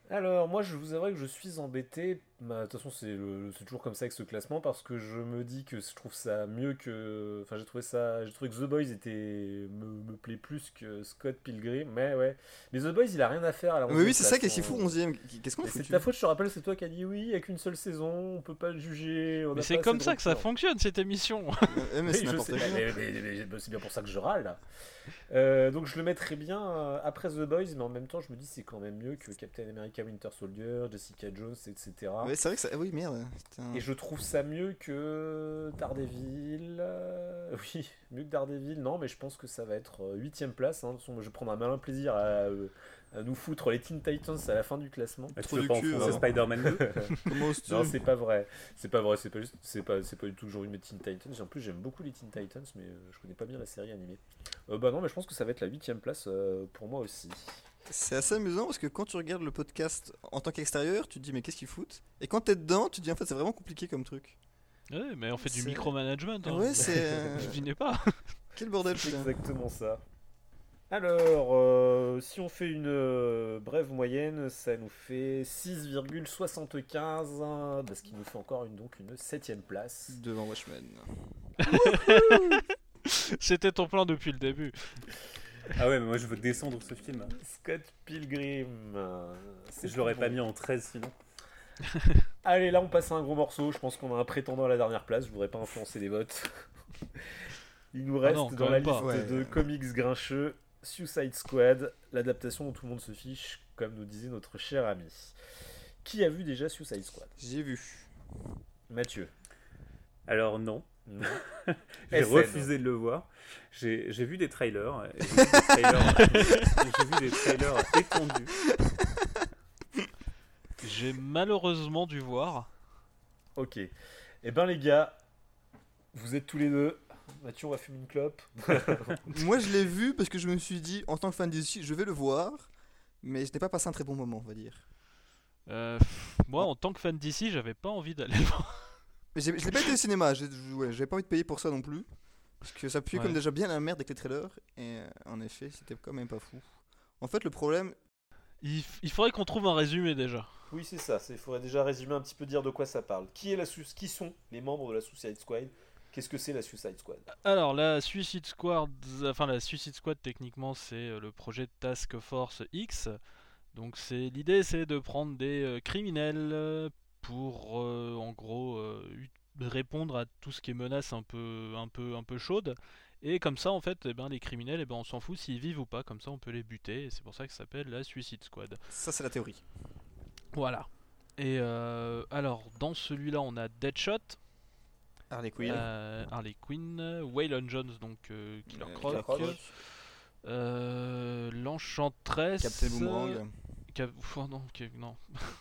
Alors, moi, je vous avouerai que je suis embêté. Bah, de toute façon, c'est toujours comme ça avec ce classement parce que je me dis que je trouve ça mieux que. Enfin, j'ai trouvé que The Boys me plaît plus que Scott Pilgrim. Mais ouais. Mais The Boys, il a rien à faire à la Mais 11e oui, c'est ça, place. qu'est-ce qu'il fout 11ème? Qu'est-ce qu'on a Mais c'est de foutu? ta faute, je te rappelle, c'est toi qui as dit oui, avec une seule saison, on peut pas le juger. On Mais a c'est pas comme assez de ça que ça retours. fonctionne cette émission. Mais Oui, c'est je n'importe sais, quoi. mais c'est bien pour ça que je râle là. Donc je le mettrais bien après The Boys, mais en même temps je me dis c'est quand même mieux que Captain America Winter Soldier, Jessica Jones, etc. Ouais, c'est vrai que ça. Ah oui, merde. Putain. Et je trouve ça mieux que Daredevil. Oui, mieux que Daredevil, non, mais je pense que ça va être 8ème place. Hein. De toute façon, je vais prendre un malin plaisir à nous foutre les Teen Titans à la fin du classement. Tu Trop veux du pas cul, enfoncer hein. Spider-Man 2? Comment oses-tu? Non, c'est pas vrai. C'est pas vrai, c'est pas du tout que j'aurais eu mes Teen Titans. En plus, j'aime beaucoup les Teen Titans, mais je connais pas bien la série animée. Bah non, mais je pense que ça va être la 8ème place pour moi aussi. C'est assez amusant parce que quand tu regardes le podcast en tant qu'extérieur, tu te dis mais qu'est-ce qu'ils foutent? Et quand t'es dedans, tu te dis en fait c'est vraiment compliqué comme truc. Ouais, mais on fait du C'est- micromanagement. Hein. Ouais, c'est. Je devinais pas. Quel bordel, C'est putain. exactement ça. Alors, si on fait une brève moyenne, ça nous fait 6,75, hein, ce qui nous fait encore donc une 7ème place. Devant Watchmen. C'était ton plan depuis le début. Ah ouais, mais moi je veux descendre ce film. Scott Pilgrim. Je l'aurais pas mis en 13 sinon. Allez, là on passe à un gros morceau. Je pense qu'on a un prétendant à la dernière place. Je voudrais pas influencer les votes. Il nous reste non, quand dans la même pas. liste Ouais. de comics grincheux Suicide Squad, l'adaptation dont tout le monde se fiche, comme nous disait notre cher ami. Qui a vu déjà Suicide Squad? J'ai vu. Mathieu. Alors non, Non. j'ai SN. refusé de le voir. J'ai vu des trailers. J'ai vu des trailers étendus. J'ai malheureusement dû voir. Ok. Eh ben les gars, vous êtes tous les deux. Mathieu, on va fumer une clope. Moi je l'ai vu parce que je me suis dit en tant que fan d'ici, je vais le voir, mais je n'ai pas passé un très bon moment, on va dire. Moi, en tant que fan d'ici, j'avais pas envie d'aller le voir. Mais je l'ai pas été au cinéma, j'avais pas envie de payer pour ça non plus. Parce que ça puait Ouais. comme déjà bien la merde avec les trailers, et en effet, c'était quand même pas fou. En fait, le problème, Il faudrait qu'on trouve un résumé déjà. Oui, c'est ça. Il faudrait déjà résumer un petit peu, dire de quoi ça parle. Qui sont les membres de la Suicide Squad? Qu'est-ce que c'est la Suicide Squad? Alors, la Suicide Squad, techniquement, c'est le projet Task Force X. Donc, l'idée, c'est de prendre des criminels pour, en gros, répondre à tout ce qui est menace un peu chaude. Et comme ça, en fait, eh ben, les criminels, eh ben, on s'en fout s'ils vivent ou pas. Comme ça, on peut les buter. Et c'est pour ça que ça s'appelle la Suicide Squad. ça c'est la théorie. Voilà. Et alors, dans celui-là, on a Deadshot, Harley Quinn. Harley Quinn, Waylon Jones, donc Killer Croc, Killer Croc. l'Enchantress, Captain Boomerang. Oh non, non.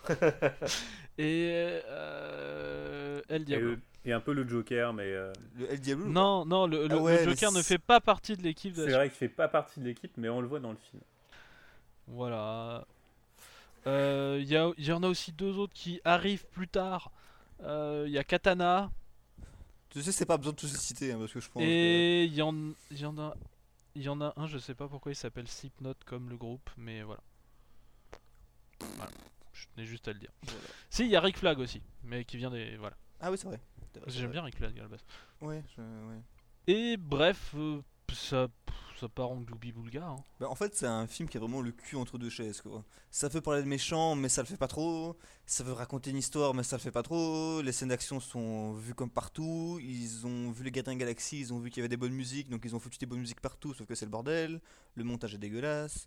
Et El Diablo. Et un peu le Joker, mais Le El Diablo. Non, non, Ah ouais, le Joker mais ne fait pas partie de l'équipe de c'est la vrai qu'il fait pas partie de l'équipe, mais on le voit dans le film. Voilà. Il y en a aussi deux autres qui arrivent plus tard. Il y a Katana Tu sais, c'est pas besoin de tous les citer, hein, parce que je pense. et il y en a un, je sais pas pourquoi il s'appelle Slipknot comme le groupe, mais voilà. Voilà. Je tenais juste à le dire. Voilà. Si, il y a Rick Flag aussi, mais qui vient des. Voilà. Ah oui, c'est vrai. J'aime bien Rick Flag à la base. Ouais. Et bref, ça part en gloubi-boulga. Hein. Bah, en fait, c'est un film qui a vraiment le cul entre deux chaises, quoi. Ça veut parler de méchants, mais ça le fait pas trop. Ça veut raconter une histoire, mais ça le fait pas trop. Les scènes d'action sont vues comme partout. Ils ont vu les Gardiens de la Galaxie, ils ont vu qu'il y avait des bonnes musiques, donc ils ont foutu des bonnes musiques partout, sauf que c'est le bordel. Le montage est dégueulasse.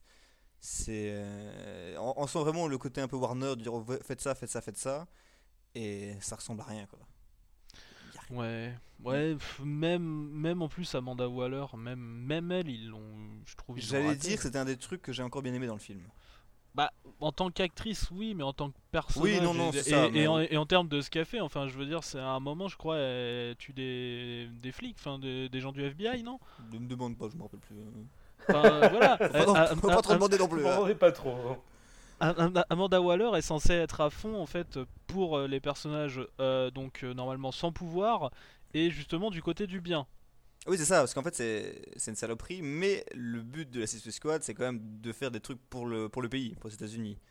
On sent vraiment le côté un peu Warner de dire oh, faites ça. Et ça ressemble à rien, quoi. Y a rien. Ouais, même en plus Amanda Waller, même elle, ils l'ont, je trouve. Ils l'ont J'allais raté. dire que c'était un des trucs que j'ai encore bien aimé dans le film. Bah, en tant qu'actrice, oui, mais en tant que personnage. Oui, non, et, c'est ça, mais- et en termes de ce qu'elle fait, enfin, je veux dire, c'est à un moment, je crois, elle tue des flics, enfin, des gens du FBI, non? Ne me demande pas, je me rappelle plus. Enfin, voilà. Faut pas trop demander non plus. Vous hein. m'en pas trop. Amanda Waller est censée être à fond en fait pour les personnages normalement sans pouvoir et justement du côté du bien. Oui, c'est ça, parce qu'en fait, c'est une saloperie, mais le but de la Suicide Squad, c'est quand même de faire des trucs pour le pays, pour les États-Unis.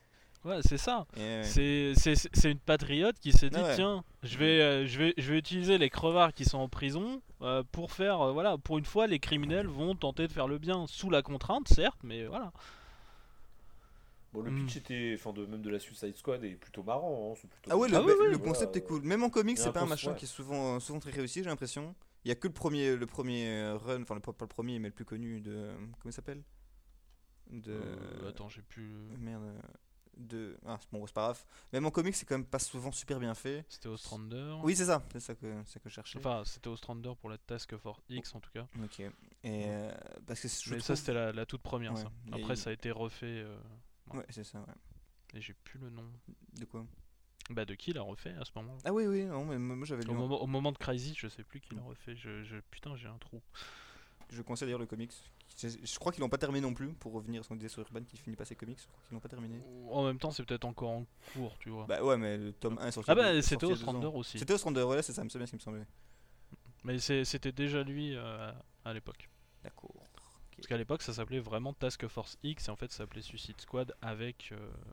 Ouais, c'est ça. Et, C'est une patriote qui s'est dit Ah ouais. tiens, je vais utiliser les crevards qui sont en prison pour faire voilà, pour une fois les criminels vont tenter de faire le bien sous la contrainte certes, mais voilà. Bon, le pitch était, enfin, même de la Suicide Squad est plutôt marrant. Hein, c'est plutôt Ah ouais, Ah oui, oui. le concept est cool. Même en comics, Il y a c'est un pas un peu- machin ouais. qui est souvent très réussi, j'ai l'impression. Il y a que le premier run, enfin pas le premier, mais le plus connu de comment il s'appelle de Attends, j'ai plus. merde c'est bon, c'est pas grave. Même en comics, c'est quand même pas souvent super bien fait. C'était Ostrander. Oui, c'est ça que je cherchais. Enfin, c'était Ostrander pour la Task Force X en tout cas. Ok. Et parce que je Mais ça, trouve- c'était la toute première. Ouais, Ça. et Après, il- ça a été refait. Ouais, c'est ça. Ouais. Et j'ai plus le nom. De quoi? Bah, de qui l'a refait à ce moment-là? Ah oui, oui. Non, mais moi j'avais lu. Au moment de Crisis, je sais plus qui l'a refait. Putain, j'ai un trou. Je conseille d'ailleurs le comics. Je crois qu'ils l'ont pas terminé non plus. Pour revenir à ce qu'on disait sur Urban, qui finit pas ses comics. Je crois qu'ils l'ont pas terminé. En même temps, c'est peut-être encore en cours, tu vois. Bah ouais, mais le tome 1 est sorti. Ah bah, est c'était sorti il y a 2 Ostrander ans. aussi. C'était Ostrander, ouais, c'est ça, c'est bien ce qui me semblait. Mais c'était déjà lui à l'époque. D'accord. Parce qu'à l'époque, ça s'appelait vraiment Task Force X et en fait, ça s'appelait Suicide Squad avec.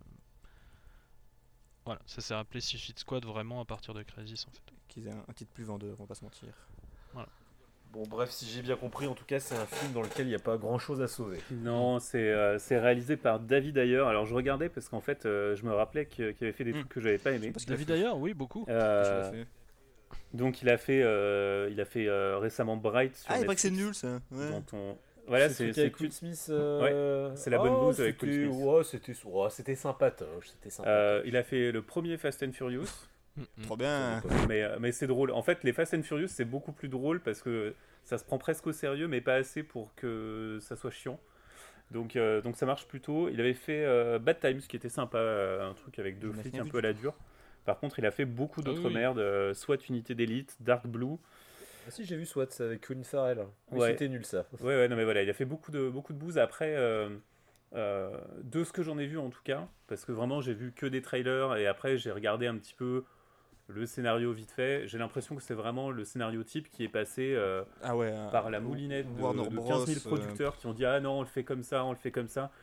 Voilà, ça s'est appelé Suicide Squad vraiment à partir de Crisis en fait. Qu'ils aient un titre plus vendeur, on va pas se mentir. Bon, bref, si j'ai bien compris, en tout cas, c'est un film dans lequel il n'y a pas grand chose à sauver. Non, c'est réalisé par David Ayer. Alors je regardais parce qu'en fait, je me rappelais qu'il avait fait des trucs que j'avais pas aimés. Parce qu'il a David fait- d'ailleurs, oui, beaucoup. Qu'est-ce qu'il a fait Donc il a fait récemment Bright sur Ah, il paraît que c'est Netflix, nul ça. Ouais. dont voilà, c'est le truc c'est avec cool. Will Smith. c'est la bonne bouse avec c'était- Will Smith. Ouais, c'était sympatoche. C'était sympatoche. Il a fait le premier Fast and Furious, Trop bien. mais c'est drôle. En fait, les Fast and Furious, c'est beaucoup plus drôle parce que ça se prend presque au sérieux, mais pas assez pour que ça soit chiant. Donc ça marche plutôt. Il avait fait Bad Times, qui était sympa, un truc avec deux J'en ai flics rien un vu peu à du la dure. Par contre, il a fait beaucoup d'autres oui. merdes, soit Unité d'élite, Dark Blue. Ah si, j'ai vu SWAT ça, avec Colin Farrell. Oui, Ouais. c'était nul ça. Ouais, non mais voilà, il a fait beaucoup de bouse. Après, de ce que j'en ai vu en tout cas, parce que vraiment j'ai vu que des trailers et après j'ai regardé un petit peu le scénario vite fait. J'ai l'impression que c'est vraiment le scénario type qui est passé Ah ouais. par la moulinette Warner de Bros, 15 000 producteurs qui ont dit ah non, on le fait comme ça, on le fait comme ça.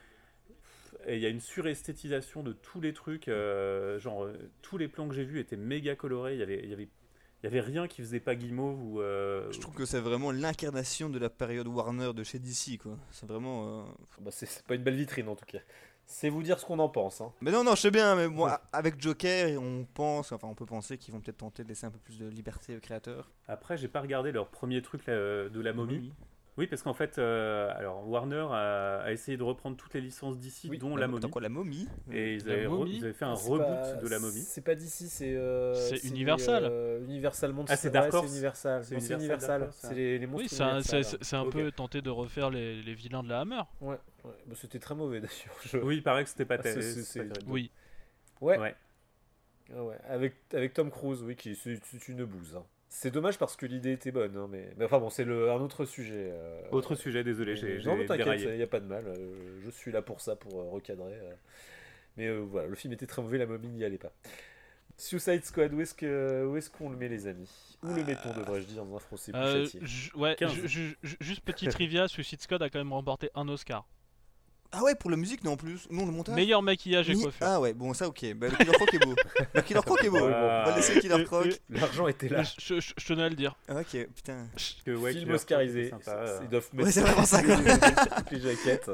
Et il y a une suresthétisation de tous les trucs, tous les plans que j'ai vus étaient méga colorés. Il y avait rien qui faisait pas guimauve ou. Je trouve que c'est vraiment l'incarnation de la période Warner de chez DC quoi. C'est vraiment. Bah, c'est pas une belle vitrine en tout cas. C'est vous dire ce qu'on en pense. Hein. Mais non, je sais bien, mais moi, avec Joker, on peut penser qu'ils vont peut-être tenter de laisser un peu plus de liberté aux créateurs. Après, j'ai pas regardé leur premier truc là, de la momie. Oui, parce qu'en fait, alors Warner a essayé de reprendre toutes les licences d'ici, dont la momie. Attends quoi, la momie Et ils La avaient, momie ils avaient fait un C'est reboot pas- de la momie. C'est pas d'ici, c'est. C'est Universal. Universal Monsters. Ah, c'est Dark Horse. C'est Universal. C'est Non, c'est Universal, Universal. Dark Horse, ça. C'est les monstres. Oui, Universal. c'est un Ok. peu tenté de refaire les vilains de la Hammer. Ouais. Bah, c'était très mauvais d'ailleurs. Oui, il paraît que c'était pas Ah, terrible. c'est- pas terrible. Oui. Ouais. Ouais. Ah ouais. Avec Tom Cruise, oui, qui c'est une bouse. Hein. C'est dommage parce que l'idée était bonne, hein, mais enfin bon, c'est un autre sujet. Autre sujet, désolé, j'ai Non, mais t'inquiète, déraillé. il n'y a pas de mal. Je suis là pour ça, pour recadrer. Mais voilà, le film était très mauvais, la momie n'y allait pas. Suicide Squad, où est-ce qu'on le met, les amis? Où le mettons, devrais-je dire, dans un français plus châtié? Ouais, 15. juste petit trivia, Suicide Squad a quand même remporté un Oscar. Ah ouais, pour la musique, non en plus. Non, le montage. Meilleur maquillage et coiffure. Ah ouais, bon, ça ok. Bah, le Killer Croc est beau. Le Killer Croc est beau. Ouais, On va laisser le Killer Croc. L'argent était là. Je tenais à le dire. Ah, ok, putain. Que, ouais, Film Killer Croc, oscarisé. c'était sympa, Ils doivent Ouais, mettre c'est vraiment ça, quoi. toutes les jaquettes.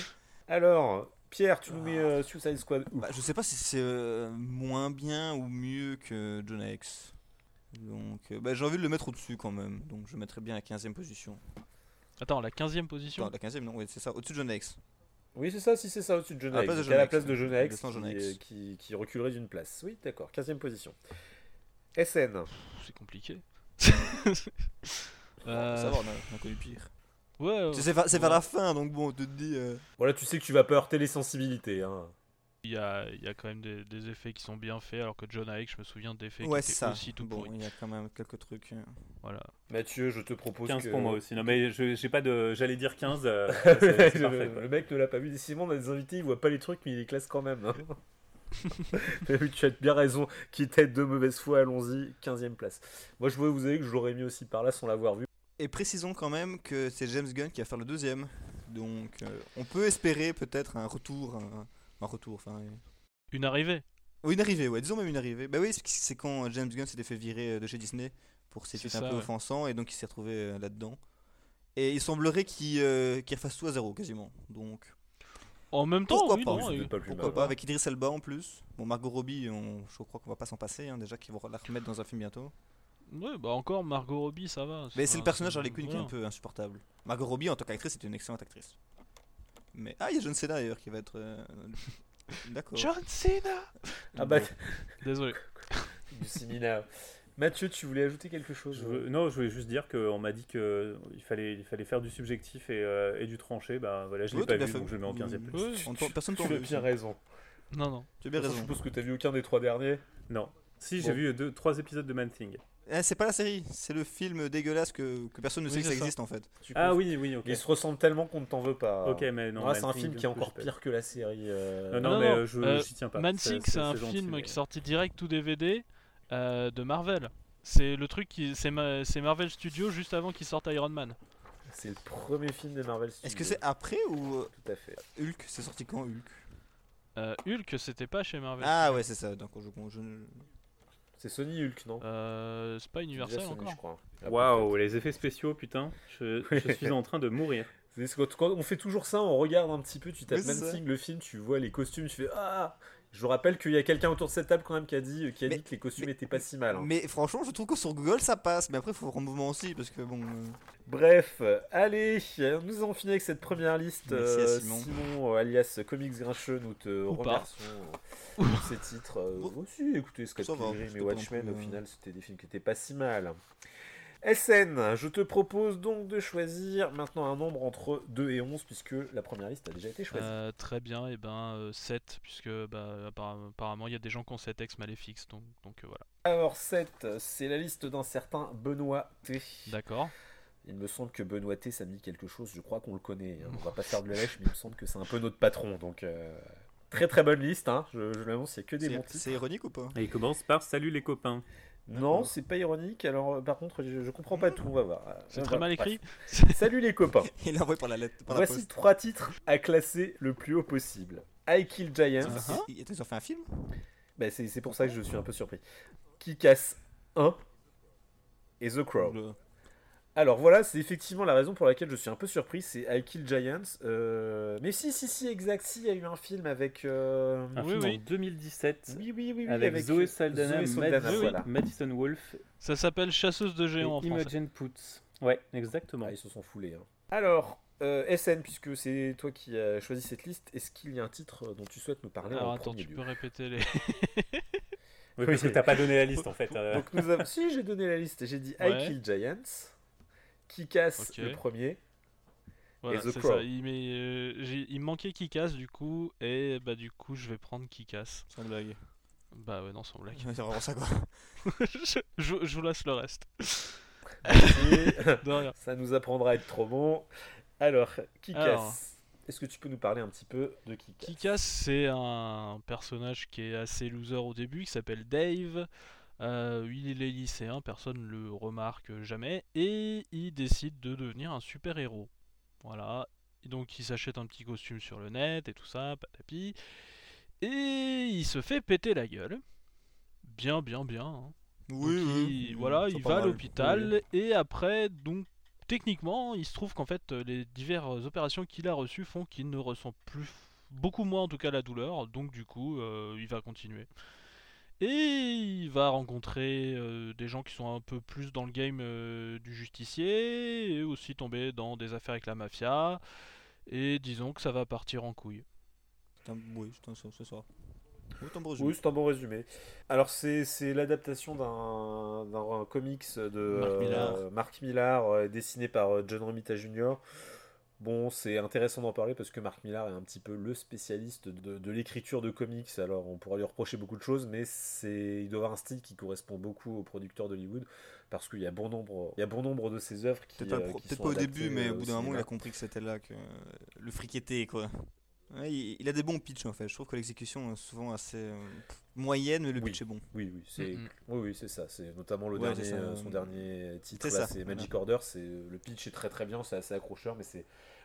Alors, Pierre, tu nous mets Suicide Squad où? Bah, je sais pas si c'est moins bien ou mieux que John X. Donc, bah, j'ai envie de le mettre au-dessus quand même. Donc, je mettrais bien à 15ème position. Attends, la 15ème position. Attends, la 15ème, non, oui, c'est ça, au-dessus de John X. Oui, c'est ça, si c'est ça, au-dessus de Jonah À la Hex. place de Donc, à la Jonah place Hex. de Jonah Hex, Descend Jonah Hex. qui reculerait d'une place. Oui, d'accord, 15ème position. SN. C'est compliqué. Ça va, on a connu pire. Ouais, C'est vers la fin, donc bon, tu te dis. Voilà, tu sais que tu vas pas heurter les sensibilités. Hein. il y a quand même des effets qui sont bien faits, alors que John Hake, je me souvien d'effets Ouais, qui c'est étaient ça. aussi tout Bon, pourris. il y a quand même quelques trucs. Voilà. Mathieu, je te propose 15 que... pour moi aussi. Non, mais j'ai pas de. J'allais dire 15. C'est parfait, quoi. Le mec ne l'a pas vu. Décidément, on a des invités, il voit pas les trucs, mais il les classe quand même. Hein. Mais oui, tu as bien raison. Quitte à être de mauvaise foi, allons-y. 15ème place. Moi, je vois, vous savez que je l'aurais mis aussi par là sans l'avoir vu. Et précisons quand même que c'est James Gunn qui va faire le deuxième. Donc, on peut espérer peut-être un retour. Un retour, enfin. Une arrivée. Ou une arrivée, ouais, disons même une arrivée. Bah oui, c'est quand James Gunn s'était fait virer de chez Disney pour ses C'est tweets un ça, peu ouais. offensants, et donc il s'est retrouvé là-dedans. Et il semblerait qu'il refasse tout à zéro quasiment. Donc En même temps, pourquoi oui, pas, non, c'est et- peut-être pas le plus pourquoi mal. pas, avec Idris Elba en plus. Bon, Margot Robbie, je crois qu'on va pas s'en passer, hein, déjà qu'ils vont la remettre dans un film bientôt. Ouais, bah encore Margot Robbie, ça va. Mais c'est le personnage ça- Harley Quinn qui est un voilà. peu insupportable. Margot Robbie en tant qu'actrice est une excellente actrice. Mais il y a John Cena d'ailleurs qui va être d'accord. John Cena. Ah bah, Bon. Désolé. du séminaire. Mathieu, tu voulais ajouter quelque chose? Non, je voulais juste dire qu'on m'a dit qu'il fallait faire du subjectif et du tranché. Bah voilà, je l'ai Ouais, pas t'as bien vu, fait. donc je le mets en 15e place. Ouais. Personne t'en Tu as veut. bien raison. Non, non. Tu as bien Je raison. suppose que t'as vu aucun des 3 derniers. Non. Si, Bon. j'ai vu 3 épisodes de Man Thing. C'est pas la série, c'est le film dégueulasse que personne ne Oui, sait que ça c'est ça. existe en fait. Ah oui, ok. Ils se ressemblent tellement qu'on ne t'en veut pas. Ok, mais non. Ouais, c'est un Man Thing, film qui est encore je sais pire que la série. pas. Non, Non, mais non, j'y tiens pas. Mansing, c'est un gentil, film mais- qui est sorti direct ou DVD de Marvel. C'est le truc c'est Marvel Studios juste avant qu'ils sortent Iron Man. C'est le premier film de Marvel Studios. Est-ce que c'est après ou Tout à fait. Hulk? C'est sorti quand Hulk? Hulk, c'était pas chez Marvel. Ah ouais, c'est ça. Donc je... C'est Sony Hulk, non? C'est pas C'est Universal déjà Sony, encore. je crois. Ah, Waouh, les effets spéciaux, putain. Je suis en train de mourir. peut-être. C'est quand on fait toujours ça, on regarde un petit peu, tu tapes Oui, c'est ça. Mansing, le film, tu vois les costumes, tu fais ah. Je vous rappelle qu'il y a quelqu'un autour de cette table quand même qui a dit que les costumes étaient pas si mal. Hein. Mais franchement, je trouve que sur Google ça passe. Mais après, il faut rendre mouvement aussi parce que bon. Bref, allez, nous avons fini avec cette première liste. Merci à Simon. Simon, alias Comics Grincheux, nous te Ou pas. remercions pour ces titres. Aussi, écoutez, Scott Ça va, Pilgrim c'était et pas Watchmen, non au plus, final, c'était des films qui étaient pas si mal. SN, je te propose donc de choisir maintenant un nombre entre 2 et 11, puisque la première liste a déjà été choisie. Très bien, et ben 7, puisque apparemment il y a des gens qui ont 7 ex maléfiques, donc voilà. Alors 7, c'est la liste d'un certain Benoît T. D'accord. Il me semble que Benoît T, ça me dit quelque chose, je crois qu'on le connaît. Hein. On va pas faire de la lèche, mais il me semble que c'est un peu notre patron. Donc, très très bonne liste, hein. Je l'annonce, il n'y a que des bons titres. C'est ironique ou pas? Et il commence par Salut les copains. Non, c'est pas ironique. Alors, par contre, je comprends pas tout, on va voir. C'est très mal écrit. Bref. Salut les copains. Il l'a envoyé par la lettre. Par la Voici poste. 3 titres à classer le plus haut possible. I Kill Giants. Ils ont fait un film? Bah, c'est pour ça que je suis un peu surpris. Kick-Ass 1 et The Crow. Le- Alors voilà, c'est effectivement la raison pour laquelle je suis un peu surpris, c'est I Kill Giants. Mais si, exact, si, il y a eu un film avec... Un Oui, film oui. en 2017 Oui, avec Zoé Saldana, Zoé Saldana, oui, voilà. Madison Wolfe Ça s'appelle Chasseuse de et géants en français. Imogen Poots. Ouais, exactement. Ah, ils se sont foulés. Hein. Alors, SN, puisque c'est toi qui as choisi cette liste, est-ce qu'il y a un titre dont tu souhaites nous parler Alors en attends, premier tu lieu? peux répéter les. Oui, parce que t'as pas donné la liste en fait. Donc nous avons... Si, j'ai donné la liste, j'ai dit I Ouais. Kill Giants, Kick-Ass Ok. le premier, Voilà, The c'est Crow. ça. Il me manquait Kick-Ass du coup, et bah du coup je vais prendre Kick-Ass. Sans blague. Bah ouais, non, sans blague. C'est vraiment ça quoi. je vous laisse le reste. Merci. De rien. Ça nous apprendra à être trop bon. Alors, Kick-Ass, Alors. est-ce que tu peux nous parler un petit peu de Kick-Ass? Kick-Ass, c'est un personnage qui est assez loser au début, qui s'appelle Dave. Il est lycéen, personne ne le remarque jamais, et il décide de devenir un super-héros. Voilà. Et donc il s'achète un petit costume sur le net et tout ça, patapi. Et il se fait péter la gueule. Bien. Hein. Oui, Donc, oui. voilà, c'est il pas va à mal. l'hôpital et après, donc techniquement, il se trouve qu'en fait, les diverses opérations qu'il a reçues font qu'il ne ressent plus, beaucoup moins en tout cas, la douleur. Donc du coup, il va continuer. Et il va rencontrer des gens qui sont un peu plus dans le game du justicier et aussi tomber dans des affaires avec la mafia. Et disons que ça va partir en couille. Oui, c'est ça. Oui, t'en résumé. Oui, c'est un bon résumé. Alors, c'est l'adaptation d'un comics de Mark Millar. Mark Millar, dessiné par John Romita Jr. Bon, c'est intéressant d'en parler parce que Mark Millar est un petit peu le spécialiste de l'écriture de comics. Alors, on pourra lui reprocher beaucoup de choses, mais il doit avoir un style qui correspond beaucoup aux producteurs d'Hollywood parce qu'il y a bon nombre de ses œuvres qui, qui Peut-être sont pas au adaptées, début, mais au bout d'un moment, il cinéma. a compris que c'était là que le fric était, quoi. Ouais, il a des bons pitchs en fait. Je trouve que l'exécution est souvent assez moyenne, mais le Oui. pitch est bon. Oui, c'est ça. C'est notamment C'est ça. son dernier titre. C'est Là, ça. c'est Magic Order. Le pitch est très très bien, c'est assez accrocheur, mais c'est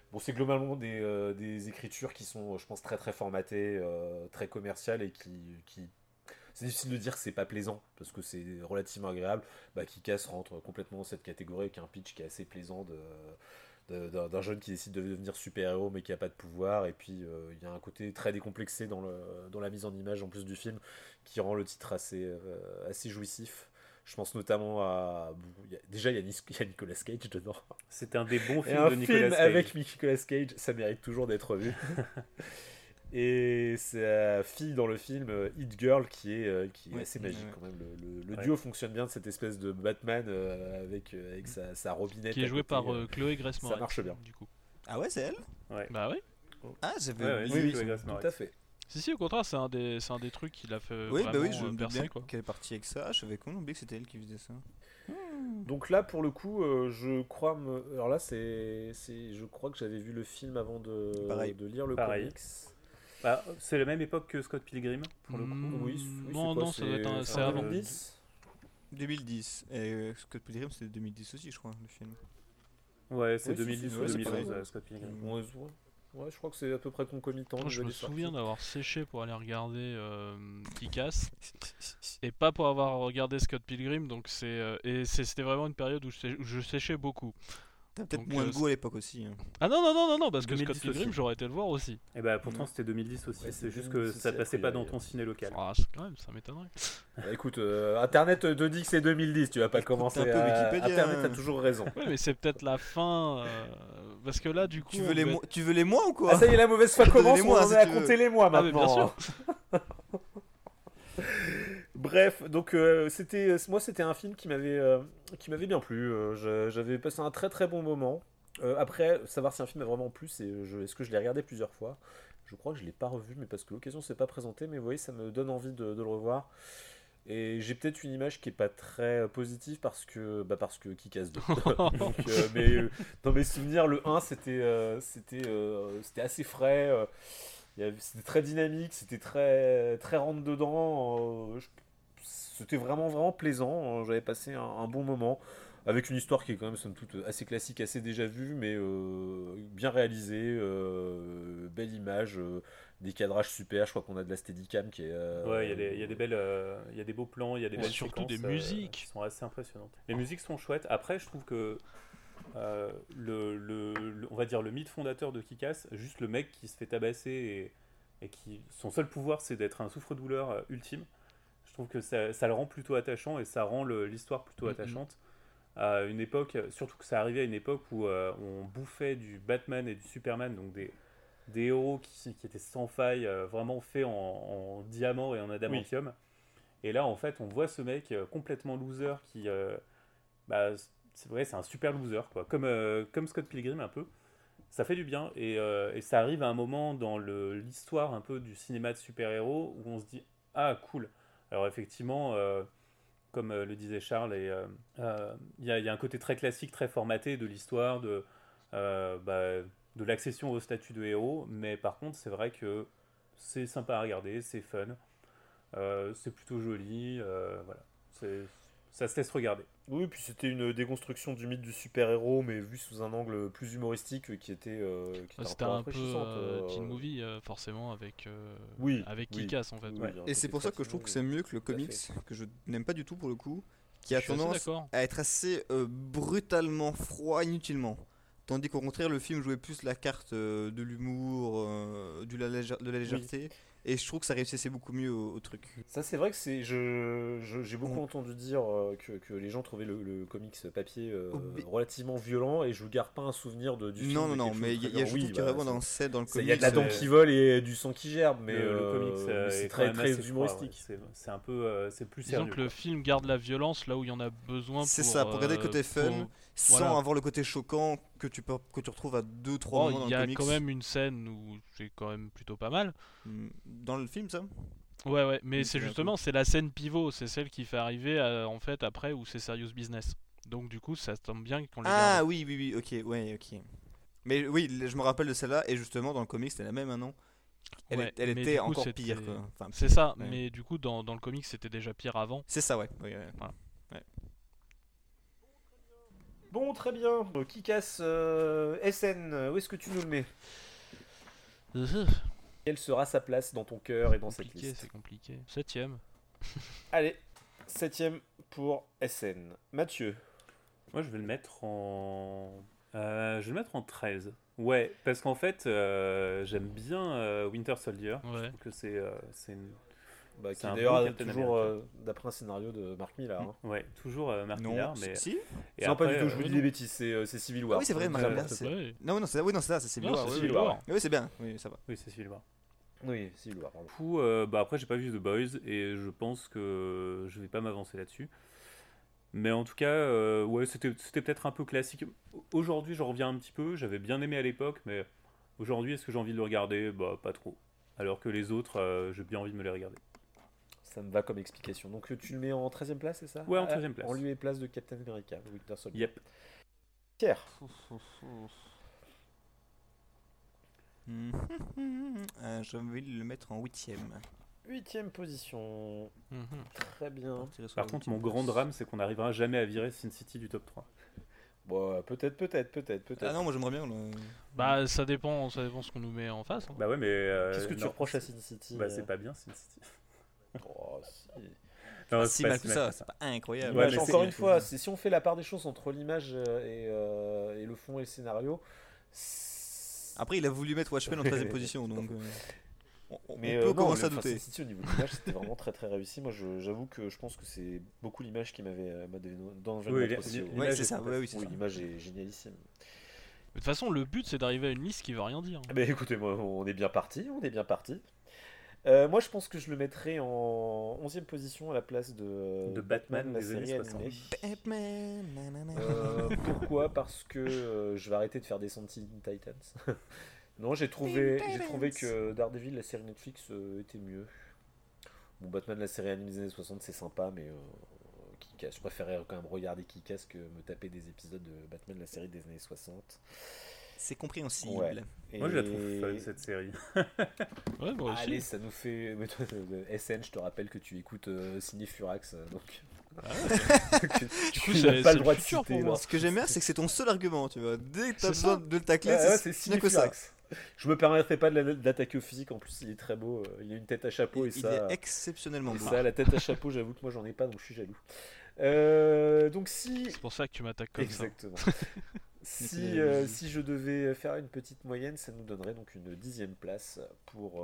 Bon, c'est globalement des écritures qui sont, je pense, très très formatées, très commerciales et qui... C'est difficile de dire que c'est pas plaisant, parce que c'est relativement agréable. Kick-Ass rentre complètement dans cette catégorie avec un pitch qui est assez plaisant d'un jeune qui décide de devenir super-héros mais qui a pas de pouvoir. Et puis il y a un côté très décomplexé dans la mise en image en plus du film qui rend le titre assez jouissif. Je pense notamment à... Déjà, il y a Nicolas Cage dedans. C'est un des bons Et films un de Nicolas film Cage. avec Nicolas Cage, ça mérite toujours d'être vu. Et c'est la fille dans le film, Hit Girl, qui est assez magique quand même. Le duo fonctionne bien de cette espèce de Batman avec sa robinette. Qui est joué par Chloé Grace Moretz. Ça marche bien. Du coup. Ah ouais, c'est elle? Ouais. Bah oui. Ah, j'avais Ouais, oublié. Chloé Grace Tout Moretz. à fait. Si, au contraire, c'est un des trucs qu'il a fait Oui, vraiment je me doute percer, bien quoi. qu'elle est partie avec ça. Je savais complètement oublié que c'était elle qui faisait ça. Donc là, pour le coup, je crois Alors là, je crois que j'avais vu le film avant de lire le Pareil. comics. Bah, c'est la même époque que Scott Pilgrim, pour le coup. Oui, Non, ça doit être c'est avant. 2010. 2010. Et Scott Pilgrim, c'était 2010 aussi, je crois, le film. Ouais, c'est Oui, 2010 si, ou ouais, c'est 2011, pareil. Scott Pilgrim. Ouais, je crois que c'est à peu près concomitant. Moi, je me nouvelle sortie. souviens d'avoir séché pour aller regarder Kick-Ass et pas pour avoir regardé Scott Pilgrim, donc c'était vraiment une période où je séchais beaucoup. T'as peut-être Donc, moins de goût à l'époque aussi. Hein. Ah non, parce que 2010 Scott Pilgrim, aussi. j'aurais été le voir aussi. Et bah pourtant c'était 2010 aussi, Ouais, c'est juste 2010 que ça aussi, passait a pas priori. dans ton ciné local. Ah, quand même, ça m'étonnerait. Écoute, Internet te dit que c'est 2010, tu vas pas Écoute commencer un peu à... Wikipédia, Internet a hein. toujours raison. Ouais, mais c'est peut-être la fin. Parce que là, du coup. Tu veux les mois ou quoi? Ah ça y est, la mauvaise foi commence, les mois, on en si est à tu veux. compter les mois Ah, mais maintenant. bien sûr. Bref, donc c'était un film qui m'avait bien plu. J'avais passé un très très bon moment. Après, savoir si un film m'a vraiment plu, est-ce que je l'ai regardé plusieurs fois? Je crois que je l'ai pas revu, mais parce que l'occasion s'est pas présentée. Mais vous voyez, ça me donne envie de le revoir. Et j'ai peut-être une image qui est pas très positive parce que Kick-Ass 2. Donc, dans mes souvenirs, le 1 c'était assez frais. C'était très dynamique, c'était très très rentre dedans. C'était vraiment vraiment plaisant. J'avais passé un bon moment avec une histoire qui est quand même somme toute assez classique, assez déjà vue, mais bien réalisée, belle image, des cadrages super. Je crois qu'on a de la Steadicam qui est. Ouais, il y a des belles, il y a des beaux plans, il y a des belles surtout séquences, des musiques. qui sont assez impressionnantes. Les musiques sont chouettes. Après, je trouve que on va dire le mythe fondateur de Kick-Ass, juste le mec qui se fait tabasser et qui son seul pouvoir c'est d'être un souffre-douleur ultime. Je trouve que ça le rend plutôt attachant et ça rend l'histoire plutôt attachante. À une époque, surtout que ça arrivait à une époque où on bouffait du Batman et du Superman, donc des héros qui étaient sans faille, vraiment faits en diamant et en adamantium. Et là, en fait, on voit ce mec complètement loser qui, c'est vrai, c'est un super loser, quoi. Comme Scott Pilgrim un peu. Ça fait du bien et ça arrive à un moment dans l'histoire un peu du cinéma de super-héros où on se dit ah cool. Alors effectivement, comme le disait Charles, il y a un côté très classique, très formaté de l'histoire de l'accession au statut de héros, mais par contre c'est vrai que c'est sympa à regarder, c'est fun, c'est plutôt joli, voilà, ça se laisse regarder. Oui, puis c'était une déconstruction du mythe du super-héros, mais vu sous un angle plus humoristique qui était C'était un peu teen movie, forcément, avec Kick-Ass en fait. Oui, Et c'est pour ça que je trouve que c'est mieux que le comics, que je n'aime pas du tout pour le coup, qui a Je suis assez tendance d'accord. à être assez brutalement froid inutilement. Tandis qu'au contraire, le film jouait plus la carte de l'humour, de la légèreté. Et je trouve que ça réussissait beaucoup mieux au truc. Ça, c'est vrai que j'ai beaucoup entendu dire que les gens trouvaient le comics papier relativement violent, et je vous garde pas un souvenir du film. Non, mais il y a juste vraiment dans le comics. Il y a de la dent qui vole et du sang qui gerbe, mais le comics mais c'est est très quand même assez très humoristique. froid, ouais. C'est un peu, c'est plus Disons sérieux. que le film garde la violence là où il y en a besoin. C'est ça, pour garder le côté fun, sans voilà. avoir le côté choquant que tu retrouves à 2-3 moments dans Il y le a comics. quand même une scène où c'est quand même plutôt pas mal. Dans le film, ça? Ouais, mais Oui, c'est c'est justement c'est la scène pivot, c'est celle qui fait arriver en fait après où c'est Serious Business. Donc du coup ça tombe bien qu'on les Ah garde. oui, ok. Mais oui, je me rappelle de celle-là, et justement dans le comics c'était la même, hein, non? Elle Ouais, mais était du coup, encore c'était- pire, quoi. Enfin, C'est ça, ouais. mais du coup dans le comics c'était déjà pire avant. C'est ça, ouais. Voilà. Bon, très bien. Qui casse SN, où est-ce que tu nous le mets? Quelle sera sa place dans ton cœur et dans cette Compliqué, liste? c'est compliqué. 7ème. Allez, 7ème pour SN. Mathieu. Moi, je vais le mettre en. Je vais le mettre en 13. Ouais, parce qu'en fait, j'aime bien Winter Soldier. Je Ouais. trouve que c'est une. Bah, C'est qui un d'ailleurs bon Captain toujours America. d'après un scénario de Mark Millar. Hein. Ouais, toujours Mark Non, Millar, mais. si. Et Non, pas du après, tout, je vous dis non. des bêtises, c'est Civil War. Ah oui, c'est vrai, Mark Ouais, Millar, ouais, c'est- Ouais. Non, non, c'est ça, c'est Civil Non, War. c'est oui, Civil oui. War. Oui, c'est bien, oui, ça va. Oui, c'est Civil War. Oui, Civil War. Pardon. Du coup, bah après, j'ai pas vu The Boys et je pense que je vais pas m'avancer là-dessus. Mais en tout cas, ouais, c'était peut-être un peu classique. Aujourd'hui, j'en reviens un petit peu. J'avais bien aimé à l'époque, mais aujourd'hui, est-ce que j'ai envie de le regarder? Bah, pas trop. Alors que les autres, j'ai bien envie de me les regarder. Ça me va comme explication. Donc tu le mets en 13ème place, c'est ça? Ouais, en 13e place. En lieu et place de Captain America, de Winter Soldier. Yep. Pierre. J'ai envie de le mettre en 8ème. 8ème position. Mhm. Très bien. Par contre, mon grand drame, c'est qu'on n'arrivera jamais à virer Sin City du top 3. Bon, peut-être. Ah non, moi j'aimerais bien. Bah, ça dépend ce qu'on nous met en face. Hein. Bah ouais, mais. Qu'est-ce que tu non, reproches à Sin City? Bah, c'est pas bien, Sin City. Oh, si. Non, Si mal que ça, c'est pas incroyable. Ouais, L'image, mais encore c'est- une fois, si on fait la part des choses entre l'image et le fond et le scénario. Après, il a voulu mettre Watchmen en 13ème position, donc on Mais peut non, commencer à Sin douter. City au niveau de l'image, c'était vraiment très très réussi. Moi, j'avoue que je pense que c'est beaucoup l'image qui m'avait dans Oui, aussi. l'image Ouais, c'est est ça, fantastique. oui, c'est Oui, ça. l'image est génialissime. De toute façon, le but c'est d'arriver à une liste qui veut rien dire. Mais écoutez, moi, on est bien parti. Moi, je pense que je le mettrais en 11e position à la place de Batman la des années série 60. animée. Batman, nanana. Pourquoi? Parce que je vais arrêter de faire des Teen Titans. Non, j'ai trouvé que Daredevil, la série Netflix, était mieux. Bon, Batman, la série animée des années 60, c'est sympa, mais Kick-Ass. Je préférais quand même regarder Kick-Ass que me taper des épisodes de Batman, la série des années 60. C'est compréhensible. Ouais. Et- Moi, je la trouve fun, cette série. Ouais, moi aussi. Allez, ça nous fait. Mais toi, SN, je te rappelle que tu écoutes Ciné Furax, donc. Ah que Du coup, tu c'est n'as pas le le droit de futur citer. pour moi. là. Ce que j'aime bien, c'est que c'est ton seul argument, tu vois. Dès que t'as C'est besoin ça. de le tacler, Ouais, c'est Ciné bien que ça. Furax. Je me permettrai pas de l'attaquer au physique, en plus il est très beau, il a une tête à chapeau et Il ça. est exceptionnellement Et beau. ça, la tête à chapeau, j'avoue que moi j'en ai pas, donc je suis jaloux. Donc si. C'est pour ça que tu m'attaques comme Exactement. C'est si, la jalousie. si je devais faire une petite moyenne, ça nous donnerait donc une 10e place pour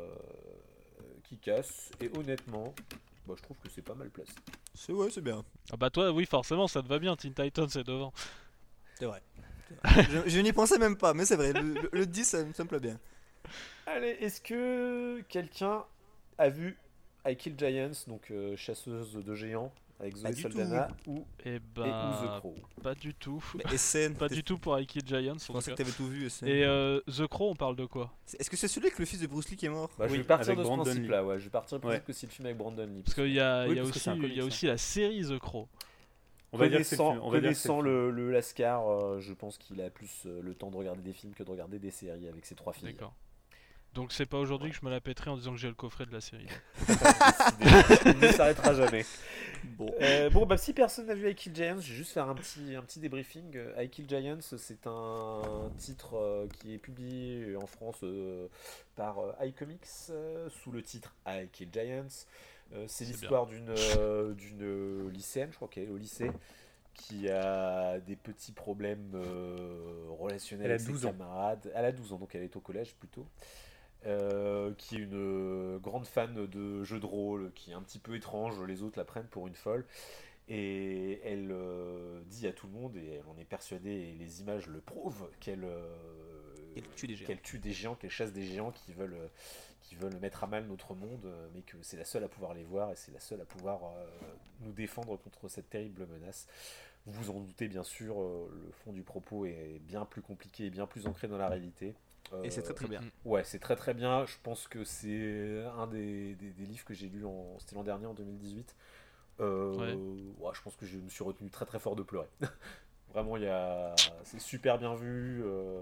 Kick-Ass. Et honnêtement, bah, je trouve que c'est pas mal placé. C'est bien. ça. Ah bah toi, oui, forcément, ça te va bien. Teen Titans, c'est devant. C'est vrai. Je n'y pensais même pas, mais c'est vrai. Le 10, ça me plaît bien. Allez, est-ce que quelqu'un a vu I Kill Giants, donc chasseuse de géants, avec Pas Zoé du Saldana Et et ou bah, The Crow? pas du tout. Mais SN, Pas du tout pour I Kill Giants. Je en pensais tout que cas. t'avais tout vu, SN. Et The Crow, on parle de quoi? Est-ce que c'est celui avec le fils de Bruce Lee qui est mort? Bah, je Oui, vais partir avec de ce Brandon principe-là, ouais. Je vais partir du Ouais. principe que c'est le film avec Brandon Lee. Parce qu'il y a, Oui, il y a parce que aussi, c'est un il comics, y a hein. aussi la série The Crow. On va dire que c'est le film. On va dire que c'est Connaissant le film. le Lascar, je pense qu'il a plus le temps de regarder des films que de regarder des séries avec ses 3 filles. D'accord. Donc c'est pas aujourd'hui que je me la pèterai en disant que j'ai le coffret de la série. Décidé. Il ne s'arrêtera jamais. Bon. Bon, bah, si personne n'a vu I Kill Giants, je vais juste faire un petit débriefing. I Kill Giants, c'est un titre qui est publié en France par iComics sous le titre I Kill Giants. C'est l'histoire d'une lycéenne, je crois qu'elle est au lycée, qui a des petits problèmes relationnels Elle a avec ses 12 ans. camarades. Elle a 12 ans, donc elle est au collège plutôt. Qui est une grande fan de jeux de rôle, qui est un petit peu étrange, les autres la prennent pour une folle. Et elle dit à tout le monde, et elle en est persuadée, et les images le prouvent, qu'elle tue des géants. qu'elle tue des géants, qu'elle chasse des géants qui veulent mettre à mal notre monde, mais que c'est la seule à pouvoir les voir, et c'est la seule à pouvoir nous défendre contre cette terrible menace. Vous vous en doutez bien sûr, le fond du propos est bien plus compliqué et bien plus ancré dans la réalité. Et c'est très très bien. Ouais, c'est très très bien. Je pense que c'est un des livres que j'ai lu c'était l'an dernier, en 2018. Ouais, je pense que je me suis retenu très très fort de pleurer. Vraiment, c'est super bien vu,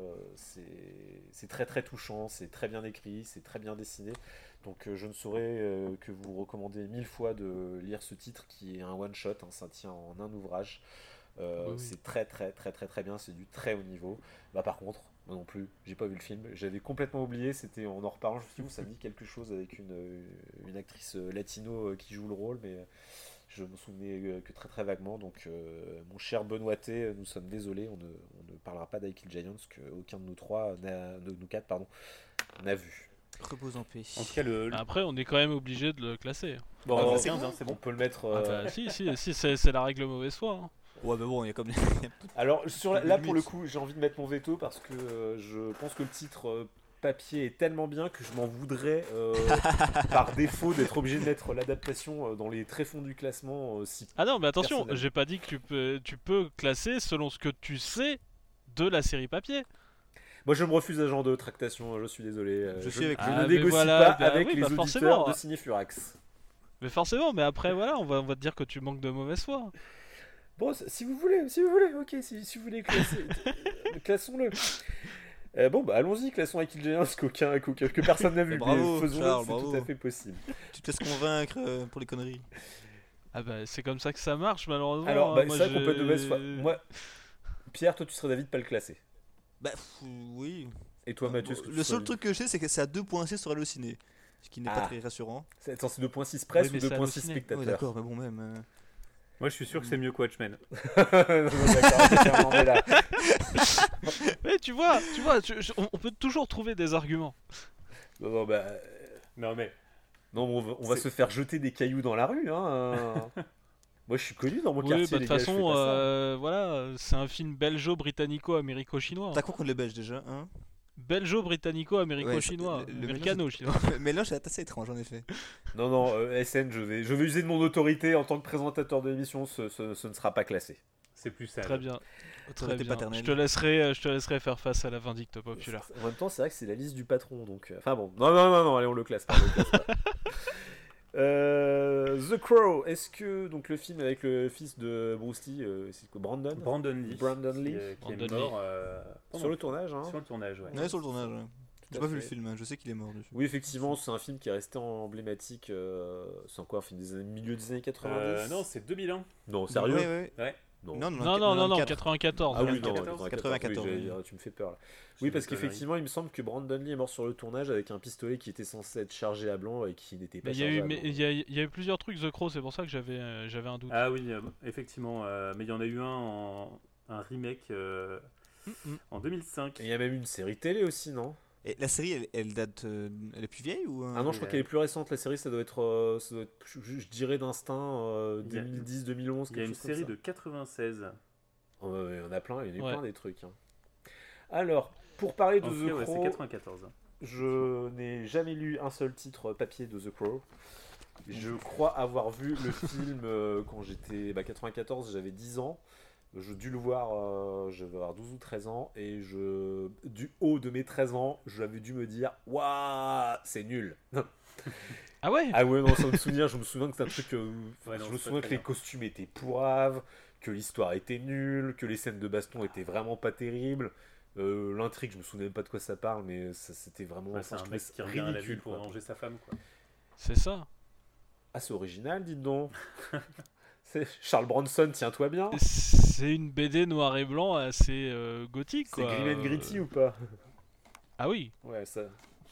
c'est très très touchant, c'est très bien écrit, c'est très bien dessiné. Donc je ne saurais que vous recommander 1000 fois de lire ce titre qui est un one-shot, hein, ça tient en un ouvrage. Oui. C'est très très très très très bien, c'est du très haut niveau. Bah par contre, moi non plus, j'ai pas vu le film, j'avais complètement oublié, c'était en reparlant, je me suis dit, ça me dit quelque chose avec une actrice latino qui joue le rôle, mais je me souvenais que très très vaguement, donc mon cher Benoît T, nous sommes désolés, on ne parlera pas d'I Kill Giants, qu'aucun de nous trois, de nous quatre, pardon, n'a vu. Repose en paix. En tout cas, Après, on est quand même obligé de le classer. Bon, Ah, bah, c'est 15, c'est on bon. peut le mettre... Ah bah, si, c'est la règle mauvaise foi. Hein. Ouais, mais bon, il y a comme. Alors, Des là pour le limites. coup, j'ai envie de mettre mon veto parce que je pense que le titre papier est tellement bien que je m'en voudrais par défaut d'être obligé de mettre l'adaptation dans les tréfonds du classement. Si... Ah non, mais attention, Personnel. j'ai pas dit que tu peux classer selon ce que tu sais de la série papier. Moi, je me refuse à ce genre de tractation, je suis désolé. Je suis avec je lui. ne Ah, mais négocie voilà, pas bah avec oui, les bah auditeurs forcément. de Cinéfurax. Mais forcément, mais après, voilà, on va te dire que tu manques de mauvaise foi. Bon, si vous voulez, ok, si vous voulez classer, classons-le. Bon, bah allons-y, classons I Kill Giants que personne n'a vu. Bravo, mais faisons-le, Charles, c'est bravo. tout à fait possible. Tu te laisses convaincre pour les conneries. Ah bah, c'est comme ça que ça marche, malheureusement. Alors, hein. bah, Moi, c'est vrai qu'on peut être de mauvaise foi. j'ai- Moi, Pierre, toi, tu serais d'avis de pas le classer. Bah, oui. Et toi, Mathieu, est-ce que tu Le serais seul truc que je sais, c'est que c'est à 2.6 sur Allociné. Ce qui n'est pas Ah. très rassurant. Attends, c'est 2.6 presse Oui, mais ou c'est 2.6 halluciné. Ouais, spectateurs? d'accord, mais bon, même. Moi, je suis sûr que c'est mieux que Watchmen. Non, d'accord, c'est Fernand Bella. Mais tu vois, on peut toujours trouver des arguments. Non, bah, Non, mais non, on va C'est- se faire jeter des cailloux dans la rue. Hein. Moi, je suis connu dans mon Oui, quartier. bah, de les toute gars, je fais façon, pas ça. voilà, c'est un film belgeo-britannico-américo-chinois. T'as quoi contre les Belges déjà, hein Belgeo-britannico-américo-chinois. Ouais, le Americano-chinois. Le mélange est assez étrange en effet. Non, non, SN, je vais user de mon autorité en tant que présentateur de l'émission. Ce ne sera pas classé. c'est plus sage. Très bien. Très Autorité bien. paternelle. Je te laisserai faire face à la vindicte populaire. En même temps, c'est vrai que c'est la liste du patron. Donc, enfin bon, non, allez, on le classe pas. On le classe pas. The Crow, est-ce que donc le film avec le fils de Bruce Lee, c'est quoi, Brandon Brandon Lee. Brandon Lee. Qui est Brandon mort Sur le tournage, hein. sur le tournage, ouais. Ouais, sur le tournage. Ouais. Tout J'ai à pas vu le fait. film, hein, je sais qu'il est mort dessus. Oui, effectivement, c'est un film qui est resté emblématique. C'est encore un film des milieu des années 90. Non, c'est 2001. Non, sérieux Ouais, ouais. Ouais. Non. Non, Non, 94. Ah oui, non, 94, 94, oui, oui. tu me fais peur là. Je Oui, dis parce des conneries. qu'effectivement, il me semble que Brandon Lee est mort sur le tournage avec un pistolet qui était censé être chargé à blanc et qui n'était pas Mais il y a chargé eu, à mais blanc. il y a eu plusieurs trucs The Crow, c'est pour ça que j'avais un doute. Ah oui, effectivement. Mais il y en a eu un remake en 2005. Et il y a même une série télé aussi, non? Et la série, elle date. Elle est plus vieille ou Ah non, je crois qu'elle est plus récente. La série, ça doit être je dirais d'instinct, Il y a- 2010-2011. Il y a une série de 96. Oh, ouais, il y en a plein, il y en a eu Ouais. plein des trucs. Hein. Alors, pour parler de En tout The cas, ouais, c'est Crow, 94. je n'ai jamais lu un seul titre papier de The Crow. Je crois avoir vu le film quand j'étais 94, j'avais 10 ans. Je dû le voir, je vais avoir 12 ou 13 ans. Et du haut de mes 13 ans, j'avais dû me dire waouh, c'est nul. Ah ouais. Ah ouais, non, sans me souvenir, je me souviens que c'est un truc. Ouais, non, je me c'est souviens pas que très les costumes étaient pourraves, que l'histoire était nulle, que les scènes de baston étaient vraiment pas terribles. L'intrigue, je me souviens même pas de quoi ça parle, mais c'était vraiment. Ouais, c'est enfin, un je mec trouvais qui ça revient à la vie ridicule, pour quoi. venger sa femme, quoi. C'est ça. Ah, c'est original, dites donc. C'est Charles Bronson, tiens-toi bien. C'est une BD noir et blanc assez gothique, C'est quoi. Grim and Gritty ou pas? Ah oui. Ouais, ça.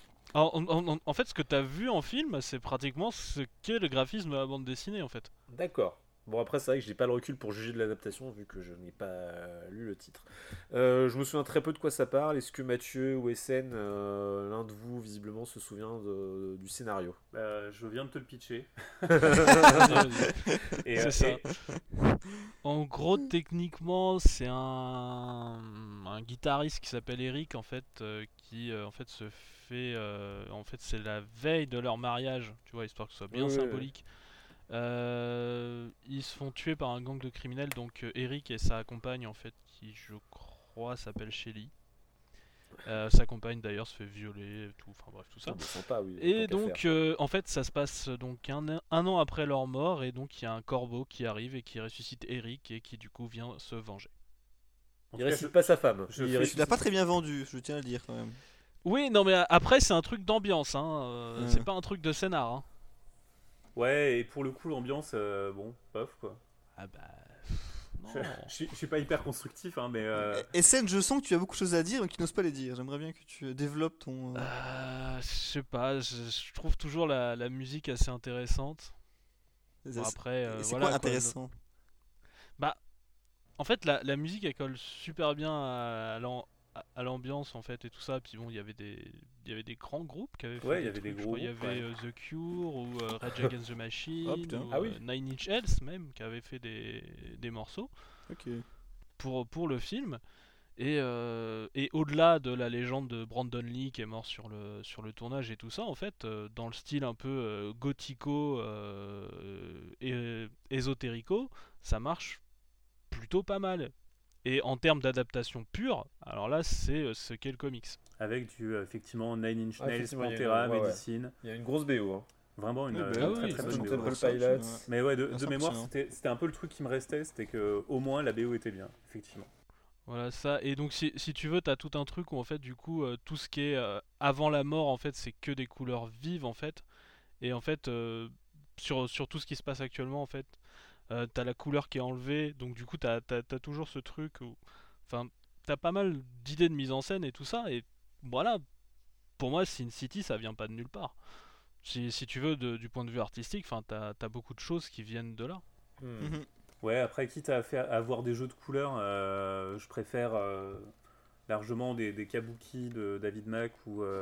En fait, ce que t'as vu en film, c'est pratiquement ce qu'est le graphisme de la bande dessinée, en fait. D'accord. Bon, après, c'est vrai que j'ai pas le recul pour juger de l'adaptation vu que je n'ai pas lu le titre. Je me souviens très peu de quoi ça parle. Est-ce que Mathieu ou SN, l'un de vous, visiblement, se souvient du scénario? Je viens de te le pitcher. Et, C'est ça. En gros, techniquement, c'est un guitariste qui s'appelle Eric, en fait, qui en fait se fait, en fait, c'est la veille de leur mariage, tu vois, histoire que ce soit bien Oui, oui, oui. symbolique. Ils se font tuer par un gang de criminels, donc Eric et sa compagne, en fait, qui je crois s'appelle Shelly. Sa compagne d'ailleurs se fait violer, et tout, enfin bref, tout ça. Ah, mais sympa, oui. Et tant qu'à donc, faire. en fait, ça se passe donc un an après leur mort, et donc il y a un corbeau qui arrive et qui ressuscite Eric et qui du coup vient se venger. En Il tout cas, récite pas sa femme. je Il fais- Tu ressuscite- l'as pas très bien vendu, je tiens à le dire quand même. Oui, non mais après c'est un truc d'ambiance, hein. Ouais. C'est pas un truc de scénar. Hein. Ouais, et pour le coup, l'ambiance, bon, bof, quoi. Ah bah, Non. Je suis pas hyper constructif, hein, mais SN, je sens que tu as beaucoup de choses à dire, mais que tu n'oses pas les dire. J'aimerais bien que tu développes ton. Je sais pas, je trouve toujours la musique assez intéressante. Bon, après, Et c'est voilà, quoi quoi, intéressant? Bah, en fait, la musique elle colle super bien à l'ambiance en fait et tout ça. Puis bon, il y avait des grands groupes qui avaient fait Ouais, il y des avait des trucs. Je gros crois il y groupes, avait ouais. The Cure ou Rage Against the Oh, Machine putain. ou Ah oui. Nine Inch Nails même qui avait fait des morceaux Ok. pour le film. Et au-delà de la légende de Brandon Lee qui est mort sur le tournage et tout ça, en fait, dans le style un peu gothico et ésotérico, ça marche plutôt pas mal. Et en termes d'adaptation pure, alors là, c'est ce qu'est le comics. avec effectivement Nine Inch Ah, Nails, effectivement, il y a Pantera, ouais, ouais. Medicine. Il y a une grosse BO. Hein. Vraiment une Ouais, très ah oui, très oui, bonne Stone BO. Temple Pilots. Mais ouais, de Ah, mémoire, 100%. c'était un peu le truc qui me restait, c'était que au moins la BO était bien, effectivement. Voilà ça. Et donc, si tu veux, t'as tout un truc où en fait, du coup, tout ce qui est avant la mort, en fait, c'est que des couleurs vives, en fait. Et en fait, sur tout ce qui se passe actuellement, en fait, t'as la couleur qui est enlevée, donc du coup t'as toujours ce truc où, enfin, t'as pas mal d'idées de mise en scène et tout ça, et voilà, pour moi Sin City ça vient pas de nulle part. Si tu veux du point de vue artistique, enfin t'as beaucoup de choses qui viennent de là. Mhm. Ouais, après, quitte à avoir des jeux de couleurs, je préfère largement des Kabuki de David Mack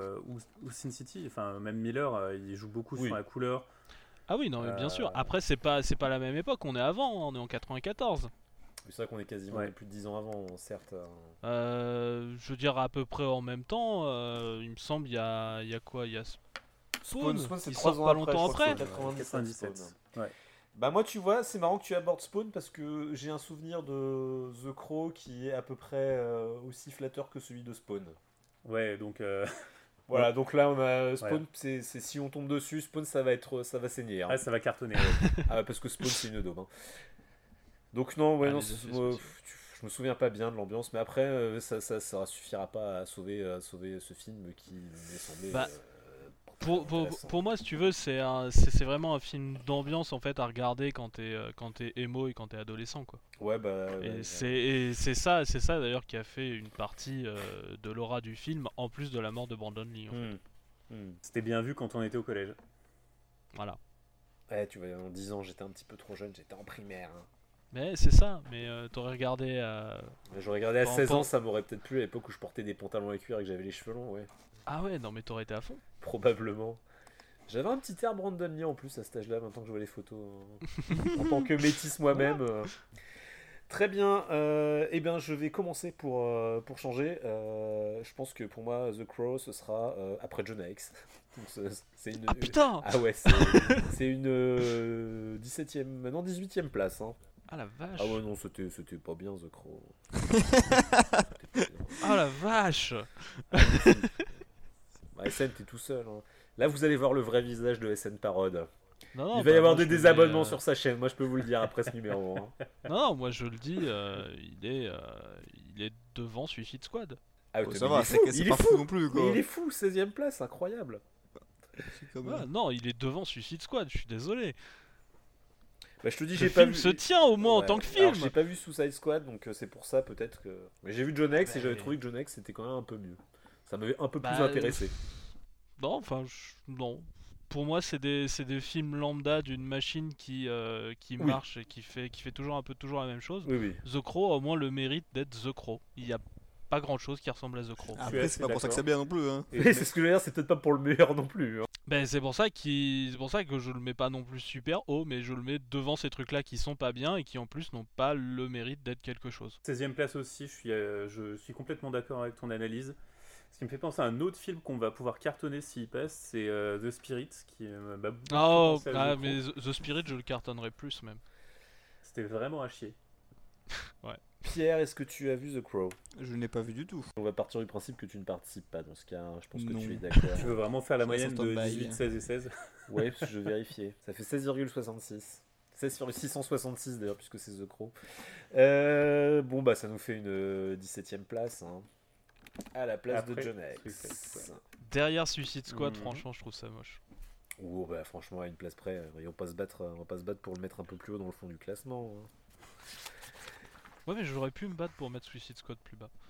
ou Sin City. Enfin, même Miller, il joue beaucoup Oui. sur la couleur. Ah oui, non mais bien sûr. Euh, Après c'est pas la même époque, on est avant, hein, on est en 94. C'est vrai qu'on est quasiment Ouais. plus de 10 ans avant, certes. Je veux dire à peu près en même temps, il me semble il y a quoi, il y a Spawn, c'est il 3 sort ans pas après, longtemps je crois que après. c'est 97. 97. Spawn. Ouais. Bah moi tu vois, c'est marrant que tu abordes Spawn parce que j'ai un souvenir de The Crow qui est à peu près aussi flatteur que celui de Spawn. Ouais, donc Voilà, donc là on a Spawn, c'est si on tombe dessus, Spawn ça va saigner. Hein. ça va cartonner. Ouais. Ah, parce que Spawn c'est une daube. Hein. Donc non, ouais, Ah, non, les effets moi, spéciaux. je me souviens pas bien de l'ambiance, mais après ça suffira pas à sauver ce film qui m'est semblé Bah, pas très intéressant. pour moi, si tu veux, c'est vraiment un film d'ambiance en fait à regarder quand t'es émo et quand t'es adolescent quoi. Ouais bah Et ouais, c'est ça d'ailleurs qui a fait une partie de l'aura du film en plus de la mort de Brandon Lee. En fait. C'était bien vu quand on était au collège. Voilà. Ouais, tu vois, en 10 ans j'étais un petit peu trop jeune, j'étais en primaire. Hein. Mais c'est ça. Mais t'aurais regardé. J'aurais regardé à Pen- 16 ans, pen- ça m'aurait peut-être plu à l'époque où je portais des pantalons à cuir et que j'avais les cheveux longs, ouais. Ah ouais, non mais t'aurais été à fond. Probablement. J'avais un petit air Brandon Lee en plus à cet âge-là, maintenant que je vois les photos. En tant que métis moi-même. Très bien, eh bien je vais commencer pour changer. Je pense que pour moi, The Crow, ce sera après John X. Donc, c'est une... Ah putain. Ah ouais, c'est une 17e, non 18e place. Hein. Ah la vache. Ah ouais, non, c'était pas bien The Crow. Ah la vache. Bah, SN, t'es tout seul. Hein. Là, vous allez voir le vrai visage de SN Parode. Non, Il va y bah, avoir moi, des je le désabonnements mets, sur sa chaîne, moi je peux vous le dire après ce numéro. Hein. Non, moi je le dis, il est devant Suicide Squad. Ah, Oh, mais ça il va, est fou, c'est il est pas fou. fou non plus quoi. Mais il est fou, 16ème place, incroyable. C'est comme- Ouais, non, il est devant Suicide Squad, je suis désolé. Bah, je te dis, Le j'ai pas film vu. se tient au moins en Ouais. tant que Alors, film. j'ai pas vu Suicide Squad, donc c'est pour ça peut-être que. Mais j'ai vu John X et j'avais Mais- trouvé que John X c'était quand même un peu mieux. Ça m'avait un peu plus Bah, intéressé. Non, enfin, non. Pour moi, c'est des films lambda d'une machine qui Oui. marche et qui fait toujours toujours la même chose. Oui, oui. The Crow a au moins le mérite d'être The Crow. Il n'y a pas grand chose qui ressemble à The Crow. Après, assez c'est pas pour ça que d'accord. c'est bien non plus. Hein. Et- C'est ce que je veux dire, c'est peut-être pas pour le meilleur non plus. Hein. Ben, c'est pour ça que je le mets pas non plus super haut, mais je le mets devant ces trucs-là qui sont pas bien et qui en plus n'ont pas le mérite d'être quelque chose. 16e place aussi, je suis complètement d'accord avec ton analyse. Ce qui me fait penser à un autre film qu'on va pouvoir cartonner s'il passe, c'est The Spirit, qui m'a beaucoup Oh, fait penser à The Crow. mais The Spirit, je le cartonnerais plus même. C'était vraiment à chier. Pierre, est-ce que tu as vu The Crow? Je n'ai pas vu du tout. On va partir du principe que tu ne participes pas dans ce cas. Hein. Je pense que Non. tu es d'accord. Tu veux vraiment faire la Je reste moyenne en de stand-by. 18, 16 et 16? Ouais, parce que je vérifiais. Ça fait 16,66. 16,666 d'ailleurs, puisque c'est The Crow. Bon, bah, ça nous fait une 17ème place. Hein, à la place de Après, John Suicide X. Squad. Derrière Suicide Squad, Mhm. franchement, je trouve ça moche. Oh, bah, franchement, à une place près, on va pas se battre pour le mettre un peu plus haut dans le fond du classement. Hein. Ouais, mais j'aurais pu me battre pour mettre Suicide Squad plus bas.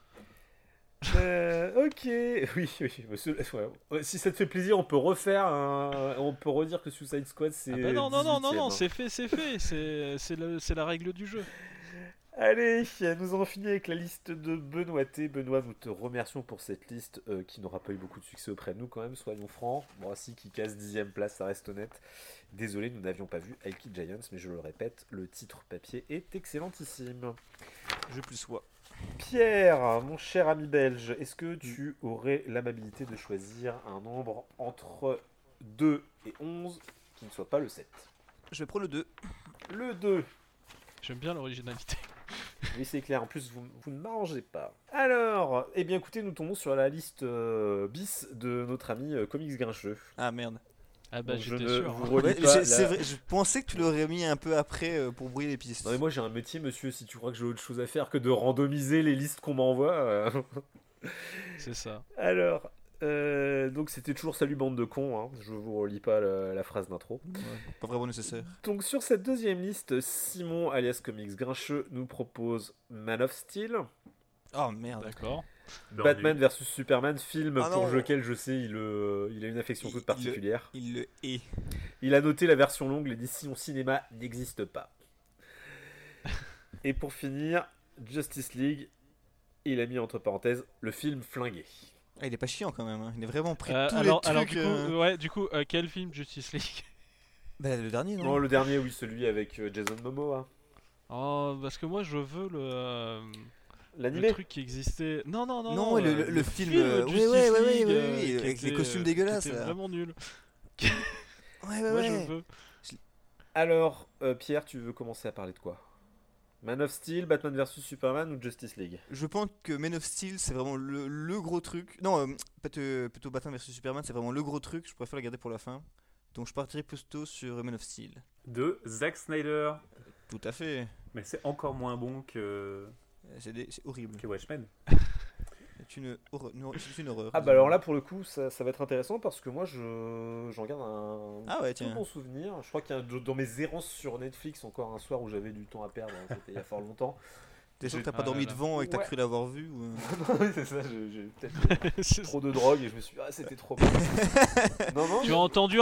Ok, oui, monsieur. Ouais. Si ça te fait plaisir, on peut on peut redire que Suicide Squad c'est. Ah bah non, 18e, hein. c'est fait, c'est la règle du jeu. Allez, nous en finissons avec la liste de Benoît T. Benoît, nous te remercions pour cette liste qui n'aura pas eu beaucoup de succès auprès de nous quand même, soyons francs. Bon, si qui casse 10ème place, ça reste honnête. Désolé, nous n'avions pas vu Ike Giants, mais je le répète, le titre papier est excellentissime. Je plus sois. Pierre, mon cher ami belge, est-ce que tu aurais l'amabilité de choisir un nombre entre 2 et 11 qui ne soit pas le 7? Je vais prendre le 2. Le 2. J'aime bien l'originalité. Oui, c'est clair. En plus, vous ne m'arrangez pas. Alors, eh bien, écoutez, nous tombons sur la liste bis de notre ami Comics Grincheux. Ah merde. Ah bah Donc, je j'étais ne sûr. vous Hein. relis Ouais, pas c'est la- vrai, je pensais que tu l'aurais mis un peu après pour brouiller les pistes. Non, mais moi, j'ai un métier, monsieur. Si tu crois que j'ai autre chose à faire que de randomiser les listes qu'on m'envoie. C'est ça. Alors, donc, c'était toujours salut, bande de cons. Hein. Je vous relis pas la phrase d'intro. Ouais, pas vraiment nécessaire. Donc, sur cette deuxième liste, Simon, alias Comics Grincheux, nous propose Man of Steel. Oh merde. D'accord. Batman vs Superman, film Ah pour non. lequel je sais il a une affection toute particulière. Il le hait. Il a noté la version longue, l'édition cinéma n'existe pas. Et pour finir, Justice League, il a mis entre parenthèses le film flingué. Ah, il est pas chiant quand même. Hein. Il est vraiment pris tous Alors les trucs. du coup, quel film Justice League? Bah, le dernier, non, Non, le dernier, oui, celui avec Jason Momoa. Oh, parce que moi je veux le L'animé. truc qui existait. Non, Non, le film. Justice Oui, League, qui avec les était, costumes qui dégueulasses. était Là. vraiment nul. Ouais, Moi je veux. Alors, Pierre, tu veux commencer à parler de quoi? Man of Steel, Batman vs Superman ou Justice League? Je pense que Man of Steel, c'est vraiment le gros truc. Non, plutôt Batman vs Superman, c'est vraiment le gros truc. Je préfère le garder pour la fin. Donc je partirai plutôt sur Man of Steel. De Zack Snyder. Tout à fait. Mais c'est encore moins bon que C'est horrible. Watchmen. C'est une horreur. Ah bah alors là pour le coup ça va être intéressant parce que moi j'en garde un Ah ouais, tout tiens. bon souvenir. Je crois qu'il y a dans mes errances sur Netflix encore un soir où j'avais du temps à perdre, hein, c'était il y a fort longtemps. T'es sûr que t'as Ah pas dormi là là. devant et que t'as Ouais. cru l'avoir vu ou... Oui, c'est ça, j'ai peut-être trop de drogue et je me suis dit ah c'était trop bon. Non, Tu as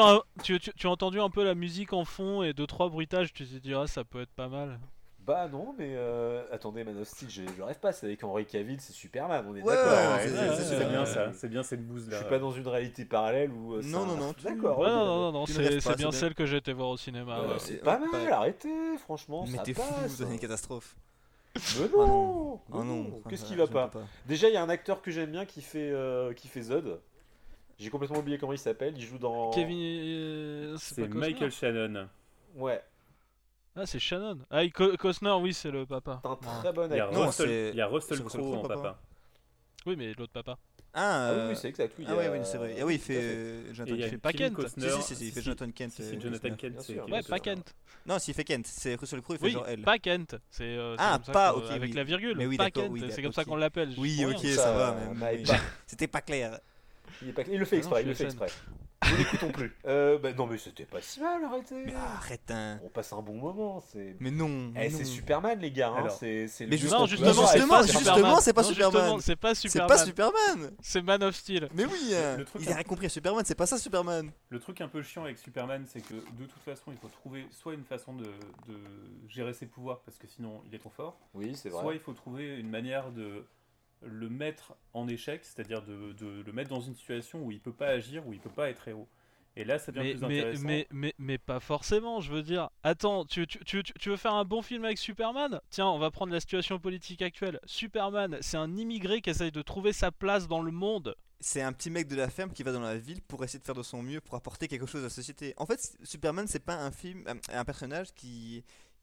entendu un peu la musique en fond et 2-3 bruitages, tu te dis ah ça peut être pas mal. Bah non mais attendez Man of Steel je rêve pas, c'est avec Henry Cavill, c'est Superman, on est Ouais, d'accord. ouais, hein, C'est bien ça, c'est bien cette bouse Je là. suis pas dans une réalité parallèle où Non, d'accord. Ouais, ok, non, Tu ne rêves c'est pas, bien c'est celle que j'ai été voir au cinéma. d'accord. ouais. C'est pas mal, arrêtez, franchement, Mais ça t'es fou, passe. c'est une catastrophe. Mais Oh non, Oh non. Qu'est-ce Ah, qui je va ne pas? peux Déjà, il y a un acteur que j'aime bien qui fait Zod. J'ai complètement oublié comment il s'appelle. Il joue dans. Kevin. C'est pas Costner Michael Shannon. Ouais, Ah, c'est Shannon. Ah, Costner, oui, c'est le papa. c'est un Ouais. très bon Il y a acteur. Non, c'est- Russell c'est Russell Crowe Crowe, en papa. papa. Oui, mais l'autre papa. Ah, Ah oui, oui, c'est exact. Oui, ah il y a- oui, c'est vrai. Ah oui, il tout à fait. fait Jonathan Et il y a fait Kent. pas Kevin Kent. Costner. Si, il fait Jonathan Kent. Si, Jonathan Costner. Kent, Bien c'est sûr. Kevin Ouais, Costner. pas Kent. Non, s'il fait Kent, c'est Russell Crowe, il fait Oui, genre elle. pas Kent. C'est Ah, comme ça pas, qu'on- ok, avec oui. la virgule. Mais oui, pas d'accord, Kent, oui, c'est d'accord, comme ça ok. qu'on l'appelle. Oui, pour ok, rien. ça va. Ça Mais m'aille oui. pas. C'était pas clair. Il le fait Ah exprès, non, il le je fait le exprès. Nous n'écoutons plus. Bah, non, mais c'était pas si mal, arrêtez. Mais arrête, hein. On passe un bon moment. Mais non. Eh, c'est Superman, les gars. Hein. Alors. C'est le Mais dieu Non, qu'on justement, peut avoir. c'est pas justement, Superman. c'est pas Non, Superman. justement, c'est pas C'est Superman. pas Superman. C'est Man of Steel. Mais oui, hein. Le truc, Il a rien compris à Superman, c'est pas ça Superman. Le truc un peu chiant avec Superman, c'est que de toute façon, il faut trouver soit une façon de gérer ses pouvoirs, parce que sinon il est trop fort, Oui, c'est soit vrai. il faut trouver une manière de le mettre en échec, c'est-à-dire de le mettre dans une situation où il peut pas agir, où il peut pas être héros. Et là, ça devient plus intéressant. Mais pas forcément, je veux dire. Attends, tu veux faire un bon film avec Superman? Tiens, on va prendre la situation politique actuelle. Superman, c'est un immigré qui essaye de trouver sa place dans le monde. C'est un petit mec de la ferme qui va dans la ville pour essayer de faire de son mieux pour apporter quelque chose à la société. En fait, Superman, c'est pas un personnage qui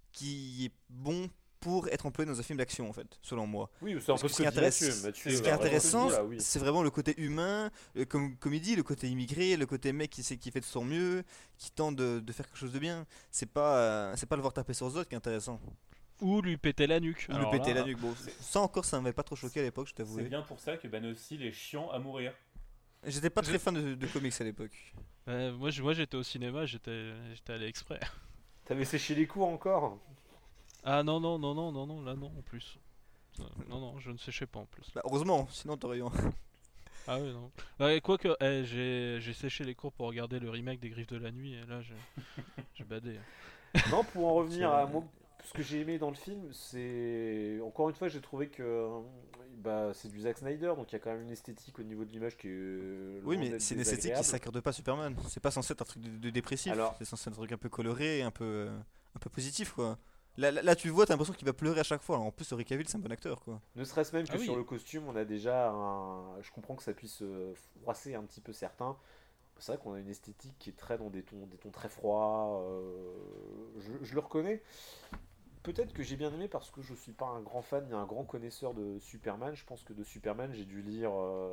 est bon pour être employé dans un film d'action, en fait, selon moi. Oui, c'est un peu Ce ce qui que est dit Mathieu. Mathieu, Ce qui est vraiment, intéressant, ce que dit, là, oui. c'est vraiment le côté humain, comme il dit, le côté immigré, le côté mec qui fait de son mieux, qui tente de faire quelque chose de bien. C'est pas le voir taper sur les autres qui est intéressant. Ou lui péter la nuque. Ou le Alors péter là, la nuque. Bon, ça encore, ça m'avait pas trop choqué à l'époque, je C'est t'avoue. bien pour ça que Man of Steel est chiant à mourir. J'étais pas très fan de comics à l'époque. moi j'étais au cinéma, j'étais allé exprès. T'avais séché les cours encore? Ah non, non, non, non, non, non, là non en plus. Non, non, je ne séchais pas en plus. Bah, heureusement, sinon t'aurais eu. Ah oui, non. Quoique, j'ai séché les cours pour regarder le remake des Griffes de la Nuit et là j'ai badé. Non, pour en revenir à moi, ce que j'ai aimé dans le film, c'est encore une fois, j'ai trouvé que bah, c'est du Zack Snyder, donc il y a quand même une esthétique au niveau de l'image qui est Oui, loin mais d'être c'est une esthétique qui désagréable. s'accorde pas à Superman. C'est pas censé être un truc de dépressif. Alors- C'est censé être un truc un peu coloré, un peu positif, quoi. Là, tu le vois, t'as l'impression qu'il va pleurer à chaque fois. Alors, en plus, Henry Cavill, c'est un bon acteur, quoi. Ne serait-ce même que Ah oui. sur le costume, on a déjà un. Je comprends que ça puisse froisser un petit peu certains. C'est vrai qu'on a une esthétique qui est très dans des tons très froids. Je le reconnais. Peut-être que j'ai bien aimé parce que je suis pas un grand fan ni un grand connaisseur de Superman. Je pense que de Superman, j'ai dû lire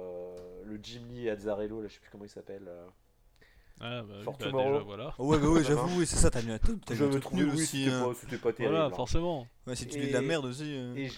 le Jim Lee et Azzarello, là, je sais plus comment il s'appelle. Ah bah, oui, For bah, Tomorrow. déjà voilà. Oh, ouais, bah ouais, Ça va. j'avoue, oui, c'est ça, t'as mis un truc Je nul trouvais oui, aussi. c'était pas terrible. Voilà, hein. forcément. Ouais, si tu Et- lis de la merde aussi.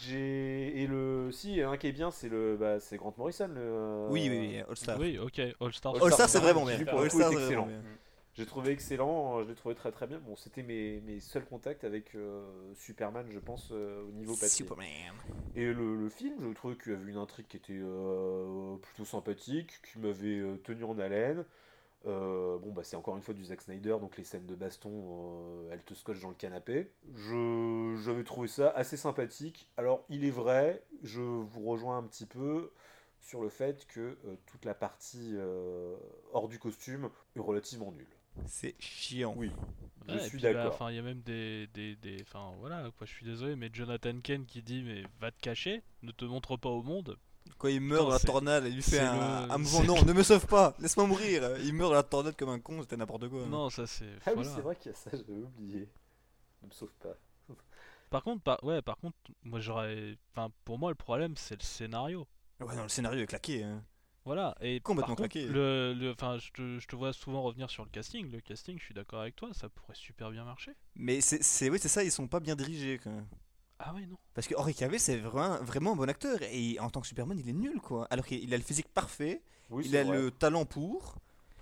Et le si, il y en a un qui est bien, c'est Grant Morrison. Oui, oui, oui, All Star. Oui, ok, All Star. All All Star, c'est Superman, vraiment j'ai bien. vu pour le All coup, Star, est c'est excellent. vraiment bien. J'ai trouvé excellent, je l'ai trouvé très très bien. Bon, c'était mes seuls contacts avec Superman, je pense, au niveau papier. Superman. Et le film, je trouvais qu'il y avait une intrigue qui était plutôt sympathique, qui m'avait tenu en haleine. Bon, bah, c'est encore une fois du Zack Snyder, donc les scènes de baston, elles te scotchent dans le canapé. J'avais trouvé ça assez sympathique. Alors, il est vrai, je vous rejoins un petit peu sur le fait que toute la partie hors du costume est relativement nulle. C'est chiant. Oui, je Ouais, et suis puis, bah, d'accord. enfin, il y a même enfin voilà, quoi. Je suis désolé, mais Jonathan Kent qui dit mais va te cacher, ne te montre pas au monde. Quand il meurt Putain, dans la c'est- tornade, il lui fait c'est un mouvement. c'est Non, ne me sauve pas, laisse-moi mourir. Il meurt dans la tornade comme un con, c'était n'importe quoi. Non, ça c'est. Ah oui, voilà. c'est vrai qu'il y a ça, j'avais oublié. Ne me sauve pas. Par contre, par contre, moi j'aurais. Enfin, pour moi, le problème c'est le scénario. Ouais, non, le scénario est claqué. Hein. Voilà. Et Complètement par contre, claqué. enfin, je te vois souvent revenir sur le casting. Le casting, je suis d'accord avec toi, ça pourrait super bien marcher. Mais oui, c'est ça, ils sont pas bien dirigés. Quoi. Ah ouais, non. Parce que Henry Cavill, c'est vraiment un bon acteur. Et en tant que Superman, il est nul, quoi. Alors qu'il a le physique parfait, Oui, il c'est a vrai. le talent pour.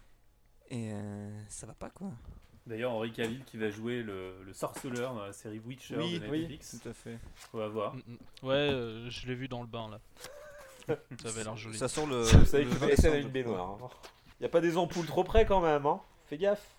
Et ça va pas, quoi. D'ailleurs, Henry Cavill qui va jouer le sorceleur dans la série Witcher Oui, de oui. Netflix. Tout à fait. On va voir. Ouais, je l'ai vu dans le bain là. Ça avait l'air joli. Ça sort le. Vous savez le qu'il 20 fait la scène à décembre, une je crois. baignoire. Hein. Y a pas des ampoules trop près quand même, hein. Fais gaffe.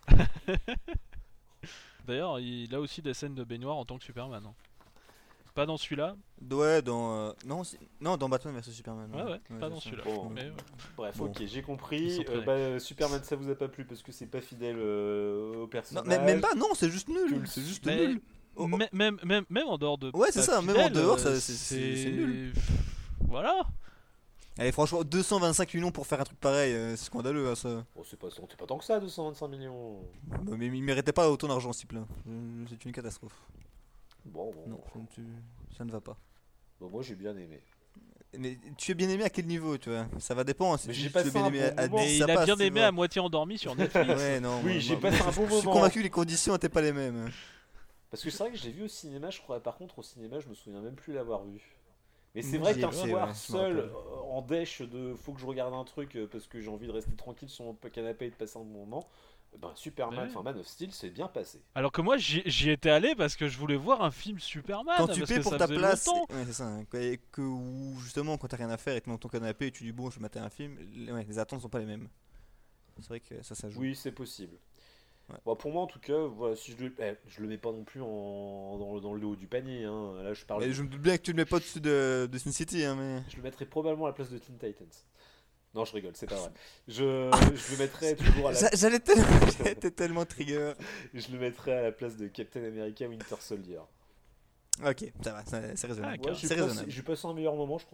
D'ailleurs, il a aussi des scènes de baignoire en tant que Superman. Hein. Pas dans celui-là. Ouais, dans. Non, dans Batman vs Superman. Ouais, pas c'est dans ça. celui-là. Bon. Mais ouais. Bref, Bon. ok, j'ai Ils compris. sont très Superman, ça vous a pas plu parce que c'est pas fidèle au Non, personnage. mais même pas, non, c'est juste Que nul. le- C'est juste Mais- nul. Oh, oh. Même en dehors de. Ouais, c'est pas ça, même en fidèle, dehors, c'est nul. Voilà. Allez, franchement, 225 millions pour faire un truc pareil, c'est scandaleux, hein, ça. Bon, c'est pas tant que ça, 225 millions. Bah, mais il méritait pas autant d'argent, ce type-là. C'est une catastrophe. Bon. Non, ça ne va pas. Bon, moi j'ai bien aimé. Mais tu es bien aimé à quel niveau, tu vois? Ça va dépendre. Si Mais tu j'ai dis que tu passé es bien un aimé bon à moment. 10, Mais ça il a passe, bien tu aimé vois. à moitié endormi sur Netflix. Ouais, non. Oui, moi- j'ai moi- passé un bon Je suis moment. convaincu que les conditions n'étaient pas les mêmes. Parce que c'est vrai que je l'ai vu au cinéma, je crois. Par contre, au cinéma, je me souviens même plus l'avoir vu. Mais c'est Moi, vrai j'y ai qu'un été, soir ouais, je me seul, rappelle. en dèche de faut que je regarde un truc parce que j'ai envie de rester tranquille sur mon canapé et de passer un bon moment, ben Superman, Ouais. enfin Man of Steel, c'est bien passé. Alors que moi, j'y étais allé parce que je voulais voir un film Superman. Quand tu parce payes que pour ça ta faisait place, longtemps. ouais, c'est ça. Hein, ou justement, quand t'as rien à faire et que tu es dans ton canapé et tu dis bon, je vais mater un film, ouais, les attentes sont pas les mêmes. C'est vrai que ça joue. Oui, c'est possible. Ouais. Bon, pour moi, en tout cas, voilà, si je le mets pas non plus dans le haut du panier. Hein. Là, je parle. Mais je me doute bien que tu le mets pas au-dessus de Sin City, hein, mais. Je le mettrais probablement à la place de Teen Titans. Non, je rigole, c'est pas vrai. Je le mettrais toujours à la. J'étais tellement trigger. Je le mettrais à la place de Captain America Winter Soldier. Ok, ça va, c'est raisonnable. Ah, Ouais, c'est raisonnable. j'ai passé un meilleur moment, je crois,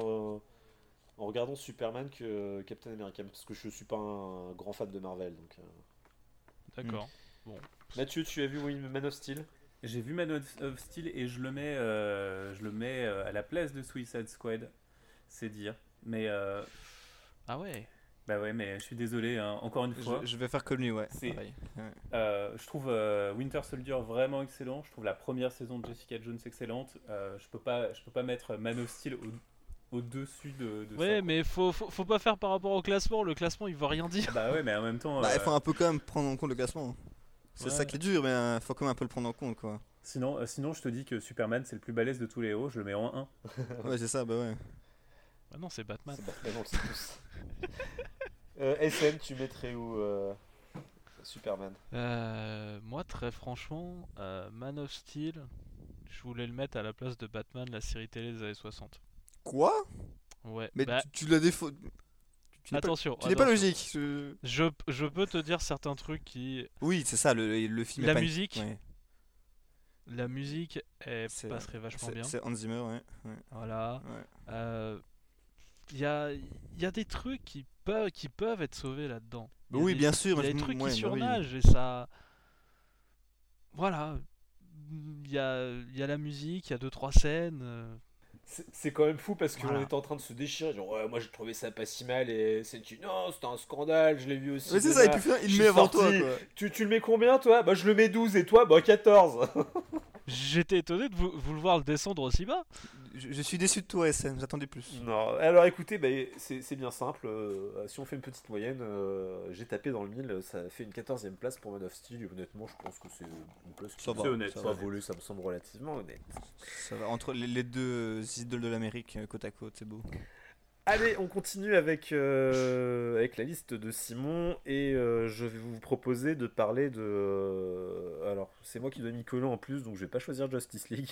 en regardant Superman que Captain America, parce que je suis pas un grand fan de Marvel. Donc, D'accord. Mathieu, tu as vu Man of Steel? J'ai vu Man of Steel et je le mets à la place de Suicide Squad, c'est dire. Mais Ah ouais. bah ouais, mais je suis désolé, hein, encore une fois. Je vais faire comme lui, ouais. C'est- pareil. Ouais. Je trouve Winter Soldier vraiment excellent. Je trouve la première saison de Jessica Jones excellente. Je peux pas mettre Man of Steel au-dessus de ça. Ouais, mais faut pas faire par rapport au classement. Le classement, il veut rien dire. Bah ouais, mais en même temps. Bah, il faut un peu quand même prendre en compte le classement. C'est ça qui est dur, mais faut quand même un peu le prendre en compte, quoi. Sinon, je te dis que Superman, c'est le plus balèze de tous les héros, je le mets en 1. Ouais, c'est ça, bah ouais. Bah non, c'est Batman. C'est Batman, on le sait tous. SM, tu mettrais où Superman? Moi, très franchement, Man of Steel, je voulais le mettre à la place de Batman, la série télé des années 60. Quoi? Ouais, Mais bah, tu l'as défaut. Tu n'es pas, attention. tu n'es pas attention. logique. Je peux te dire certains trucs qui. Oui, c'est ça, le film La est pas... musique. Ouais. La musique, elle C'est- passerait vachement bien. C'est Hans Zimmer, ouais. Voilà. Ouais. Il y a des trucs qui peuvent être sauvés là-dedans. Bah oui, bien sûr. Il y a mais des trucs ouais, qui bah oui. surnagent et ça. Voilà. Il y a la musique, il y a 2-3 scènes. C'est quand même fou parce qu'on Voilà. était en train de se déchirer. Genre, ouais, moi j'ai trouvé ça pas si mal et c'est tu. Non, c'était un scandale, je l'ai vu aussi. Ouais, c'est ça, et déjà. puis il Je le met suis avant toi, sorti. quoi. Tu le mets combien toi? Bah je le mets 12 et toi? Bah 14. J'étais étonné de vous le voir le descendre aussi bas. Je suis déçu de toi, SM, j'attendais plus. Non, alors écoutez, bah, c'est bien simple. Si on fait une petite moyenne, j'ai tapé dans le 1000, ça fait une 14e place pour Man of Steel. Et honnêtement, je pense que c'est une place qui Ça va, C'est honnête, ça ça va va. voler, ça me semble relativement honnête. Ça va, entre les deux idoles de l'Amérique, côte à côte, c'est beau. Allez, on continue avec la liste de Simon et je vais vous proposer de parler de... alors, c'est moi qui dois m'y coller en plus, donc je vais pas choisir Justice League.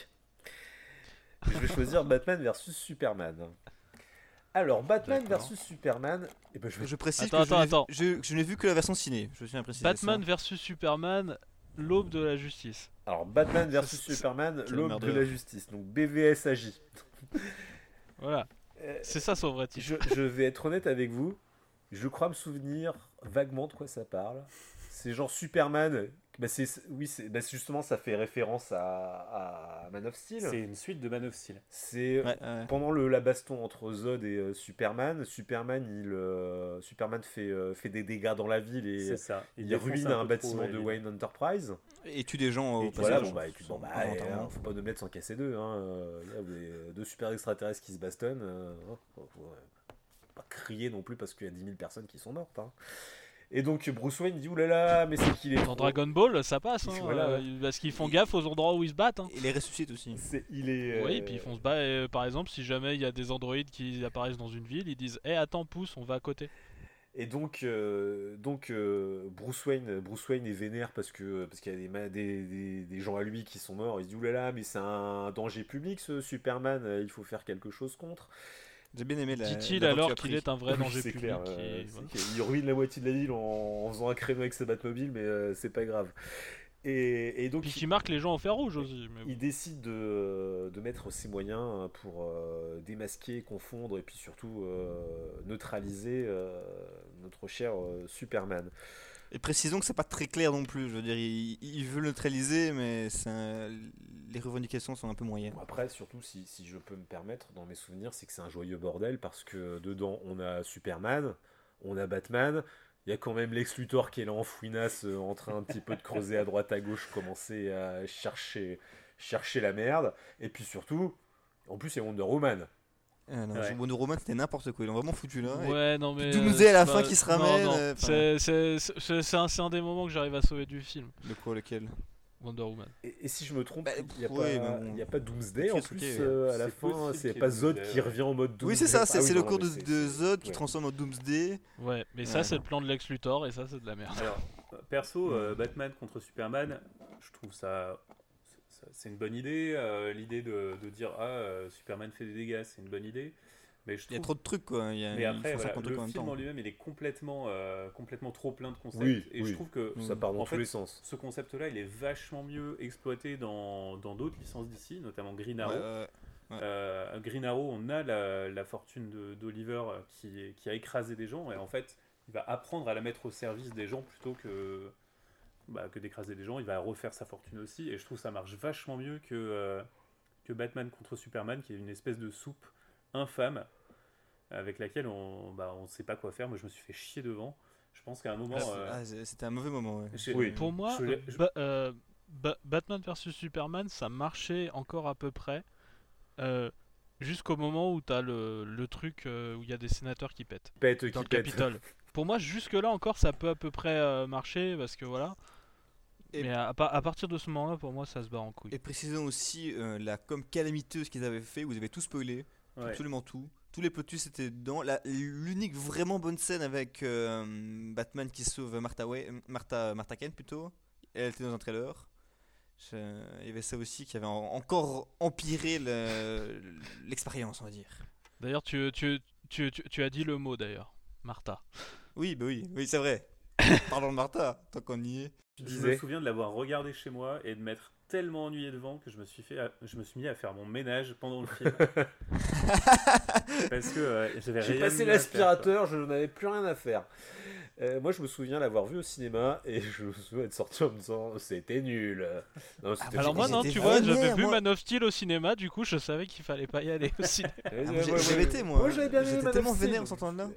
Je vais choisir Batman versus Superman. Alors, Batman D'accord. versus Superman, et ben, je vais... Je précise Attends. je n'ai vu que la version ciné, je tiens à préciser Batman ça. versus Superman, l'aube de la justice. Alors, Batman versus C'est- Superman, quel l'aube de merdeur. la justice. Donc, BVSAJ. Voilà. Euh, C'est ça son vrai titre. je vais être honnête avec vous. Je crois me souvenir vaguement de quoi ça parle. C'est genre Superman. Bah bah justement, ça fait référence à Man of Steel. C'est une suite de Man of Steel. C'est Ouais, ouais. pendant la baston entre Zod et Superman. Superman fait des dégâts dans la ville et C'est ça. il défonce ruine un un peu batiment trop, de ouais, Wayne Enterprise. Et tue des gens Et au voilà, passage. bon, bah, et puis, bon, bah, Involontairement. faut pas de mettre sans casser deux. Hein. Là, vous avez deux super extraterrestres qui se bastonnent. Faut pas crier non plus parce qu'il y a 10 000 personnes qui sont mortes. Hein. Et donc Bruce Wayne dit oulala, mais c'est qu'il est Dans trop... Dragon Ball, ça passe. Hein, Voilà, ouais. Parce qu'ils font gaffe aux endroits où ils se battent. Hein. Et les ressuscite aussi. Il est. Oui, puis ils font se battre. Par exemple, si jamais il y a des androïdes qui apparaissent dans une ville, ils disent attends, pousse, on va à côté. Et donc, Bruce Wayne est vénère parce qu'il y a des gens à lui qui sont morts. Il se dit oulala, mais c'est un danger public ce Superman, il faut faire quelque chose contre. J'ai bien aimé la. Dit-il la voie que alors tu as qu'il pris. est un vrai danger C'est public. clair, Voilà. il ruine la moitié de la ville en faisant un créneau avec sa Batmobile, mais c'est pas grave. Et donc Puis qui marque les gens au fer rouge aussi. Mais bon. il décide de mettre ses moyens pour démasquer, confondre et puis surtout neutraliser notre cher Superman. Et précisons que c'est pas très clair non plus. Je veux dire, il veut le neutraliser, mais les revendications sont un peu moyennes. Bon, après, surtout si je peux me permettre, dans mes souvenirs, c'est que c'est un joyeux bordel parce que dedans on a Superman, on a Batman. Il y a quand même Lex Luthor qui est là en fouinasse, en train un petit peu de creuser à droite à gauche, commencer à chercher la merde. Et puis surtout, en plus, il y a Wonder Woman. Non, Ouais. Wonder Woman, c'était n'importe quoi. Ils l'ont vraiment foutu là. Et Ouais, non mais. Doomsday à la c'est fin pas- qui se non, ramène, non, enfin. c'est un des moments que j'arrive à sauver du film. De quoi, lequel? Wonder Woman. Et si je me trompe, Bah, il n'y a, ouais, pas- mais bon. il y a pas Doomsday en Ok, plus ok. à la C'est fin. possible C'est qu'il y ait pas Zod Doomsday, qui ouais. revient en mode Doomsday. Oui, c'est ça, Ah c'est oui, le non, cours mais de Zod qui ouais. transforme en Doomsday. Ouais, mais Ouais, ça c'est non. le plan de Lex Luthor et ça c'est de la merde. Alors, perso, Batman contre Superman, je trouve c'est une bonne idée. L'idée de dire Superman fait des dégâts, c'est une bonne idée. Mais je Il y a trouve trop de trucs quoi. mais Il après, faut voilà, 50 le trucs en même film temps. en lui-même, il est complètement trop plein de concepts. Oui, et oui. je trouve que Ça part dans en tous fait, les sens. ce concept-là, il est vachement mieux exploité dans d'autres licences d'ici, notamment Green Ouais, Arrow. Green Arrow, on a la fortune d'Oliver qui a écrasé des gens, et en fait, il va apprendre à la mettre au service des gens plutôt que d'écraser des gens. Il va refaire sa fortune aussi, et je trouve que ça marche vachement mieux que Batman contre Superman, qui est une espèce de soupe infâme avec laquelle on sait pas quoi faire. Moi, je me suis fait chier devant. Je pense qu'à un moment, C'était un mauvais moment. Ouais. Oui. Pour moi, je- Batman vs Superman, ça marchait encore à peu près jusqu'au moment où t'as le truc où il y a des sénateurs qui pètent dans le Capitole. Pour moi, jusque là encore, ça peut à peu près marcher parce que voilà, Et- Mais à partir de ce moment-là, pour moi, ça se barre en couille. Et précisons aussi la com calamiteuse qu'ils avaient fait, vous avez tout spoilé, Ouais. absolument tout. Tous les plot twists étaient dedans. L'unique vraiment bonne scène avec Batman qui sauve Martha Kent plutôt, elle était dans un trailer. Il y avait ça aussi qui avait encore empiré l'expérience, on va dire. D'ailleurs, tu as dit le mot d'ailleurs, Martha. Oui, bah oui, c'est vrai. Parlons de Martha, tant qu'on y est. Tu Je me disais. souviens de l'avoir regardé chez moi et de m'être tellement ennuyé devant que je me suis mis à faire mon ménage pendant le film. Parce que j'avais J'ai rien passé mieux à faire, quoi. l'aspirateur, je n'avais plus rien à faire. Moi, je me souviens l'avoir vu au cinéma et je me souviens être sorti en me disant c'était nul. Non, c'était Alors moi j'ai- non, j'étais tu vois, j'avais vénère, vu moi. Man of Steel au cinéma, du coup je savais qu'il fallait pas y aller au cinéma. J'avais été, moi. j'avais bien aimé J'étais Man of tellement Steel, vénère en donc s'entendant là.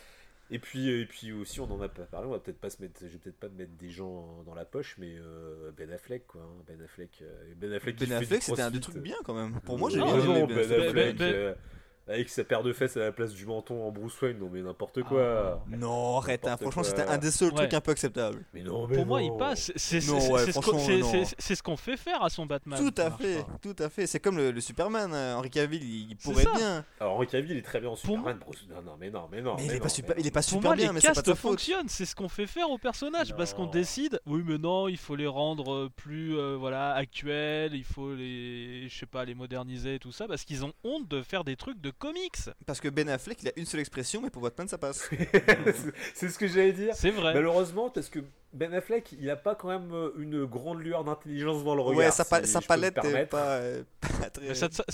Et puis aussi, on en a pas parlé. On va peut-être pas se mettre, je vais peut-être pas me mettre des gens dans la poche, mais Ben Affleck, quoi. Hein. Ben Affleck, qui Ben fait du Affleck, c'était un des crossfit. trucs bien quand même. Pour moi, j'ai Non, bien non, aimé Ben Affleck. Affleck, Ben- avec sa paire de fesses à la place du menton en Bruce Wayne, non mais n'importe quoi. Non, arrête, hein, N'importe franchement, quoi. c'était un des seuls Ouais. trucs un peu acceptables. Mais non, mais Pour moi, non. il passe. C'est Non, ouais, c'est ce franchement, non. c'est ce qu'on fait faire à son Batman. Tout ça à marche fait, pas. tout à fait. C'est comme le Superman, Henry Cavill, il C'est pourrait ça. bien. Alors Henry Cavill il est très bien en Pour Superman. Bruce... Non, mais non. Mais il est non, pas super, il est pas Pour super moi, bien, les mais c'est pas de castes sa faute. fonctionnent, c'est ce qu'on fait faire aux personnages, parce qu'on Non. décide, oui mais non, il faut les rendre plus voilà, actuels, il faut les, je sais pas, les moderniser et tout ça, parce qu'ils ont honte de faire des trucs de comics. Parce que Ben Affleck, il a une seule expression, mais pour Batman, ça passe. C'est ce que j'allais dire. C'est vrai. Malheureusement, parce que Ben Affleck, il a pas quand même une grande lueur d'intelligence dans le regard. Ouais, sa si je peux me palette est permettre. pas très. Mais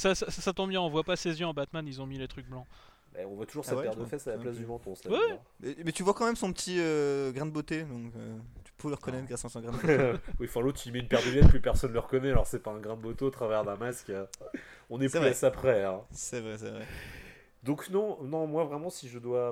ça tombe bien, on voit pas ses yeux en Batman, ils ont mis les trucs blancs. Ben, on voit toujours Ah sa ouais, paire je de vois. fesses à la place Ok. du menton. Ça Ouais. veut dire. Mais tu vois quand même son petit grain de beauté, donc tu peux le reconnaître grâce à son grain de beauté. Oui, enfin l'autre il met une paire de lunettes, plus personne ne le reconnaît, alors c'est pas un grain de beauté au travers d'un masque. On est C'est plus vrai. à ça près. Hein. C'est vrai, c'est vrai. Donc non, moi vraiment si je dois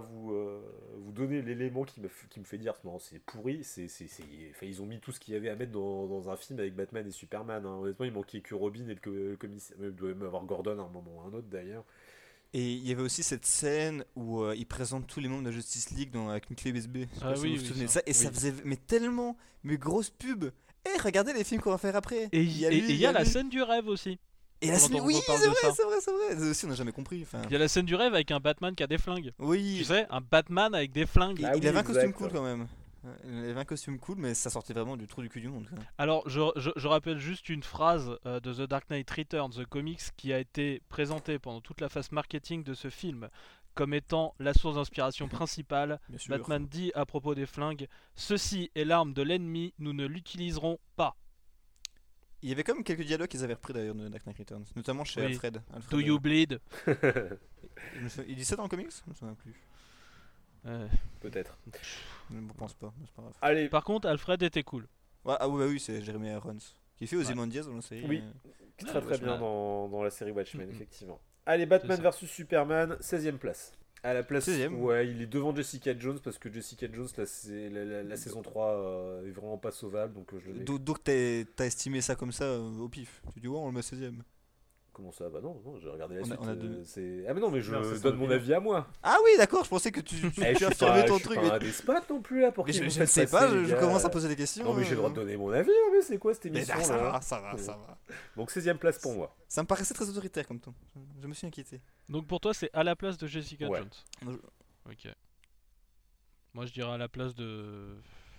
vous donner l'élément qui me fait dire non c'est pourri, enfin, ils ont mis tout ce qu'il y avait à mettre dans un film avec Batman et Superman. Hein. Honnêtement il manquait que Robin et le commissaire, il doit même avoir Gordon à un moment ou à un autre d'ailleurs. Et il y avait aussi cette scène où il présente tous les membres de la Justice League avec une clé USB. Je sais Ah pas si oui, vous vous oui, souvenez de ça. ça. Et ça Oui. faisait tellement grosse pub. Et regardez les films qu'on va faire après. Et Il y a lui, il y a la lui. scène du rêve aussi. Et la quand scène, on oui, reparle c'est de vrai, ça. c'est vrai, c'est vrai. Ça aussi, on n'a jamais compris. Enfin, Il y a la scène du rêve avec un Batman qui a des flingues. Tu oui, sais, un Batman avec des flingues. Ah il oui, avait un costume exact. cool quand même. Ouais, il avait un costume cool, mais ça sortait vraiment du trou du cul du monde. Quoi. Alors, je rappelle juste une phrase de The Dark Knight Returns, The Comics, qui a été présentée pendant toute la phase marketing de ce film comme étant la source d'inspiration principale. Bien sûr. Batman dit à propos des flingues, ceci est l'arme de l'ennemi, nous ne l'utiliserons pas. Il y avait quand même quelques dialogues qu'ils avaient repris d'ailleurs de Dark Knight Returns, notamment chez Oui. Alfred. Do you bleed? Il dit ça dans le comics? Je me souviens plus. Peut-être. Je ne pense pas, mais c'est pas grave. Allez, Par contre, Alfred était cool. Ouais, ah oui, bah oui, c'est Jeremy Irons. Qui fait Ouais. Ozymandias dans la série. Oui. très très bien Watchmen. dans la série Watchmen Mhm. effectivement. Allez, Batman C'est ça. vs Superman, 16ème place. À la place, 16e. ouais, il est devant Jessica Jones parce que Jessica Jones, la saison 3 est vraiment pas sauvable, donc je le mets. Donc t'as estimé ça comme ça au pif. Tu dis ouais, on le met 16ème. Comment ça? Bah non, j'ai regardé la On a- suite. on a deux. Ah mais non, mais je Non, c'est donne ça, mon le avis à moi. Ah oui, d'accord, je pensais que tu Eh, je tu suis affirmais pas, ton je suis truc. pas Mais, un despote non plus là pour mais qu'ils je vous ne faites sais passer, pas, les je gars. commence à poser des questions. Non mais j'ai le droit de donner mon avis, hein, mais c'est quoi cette Mais émission ça là? va, ça va, ça va. Donc 16ème place pour moi. Ça me paraissait très autoritaire comme ton. Je me suis inquiété. Donc pour toi, c'est à la place de Jessica Ouais. Jones. Ok. Moi, je dirais à la place de.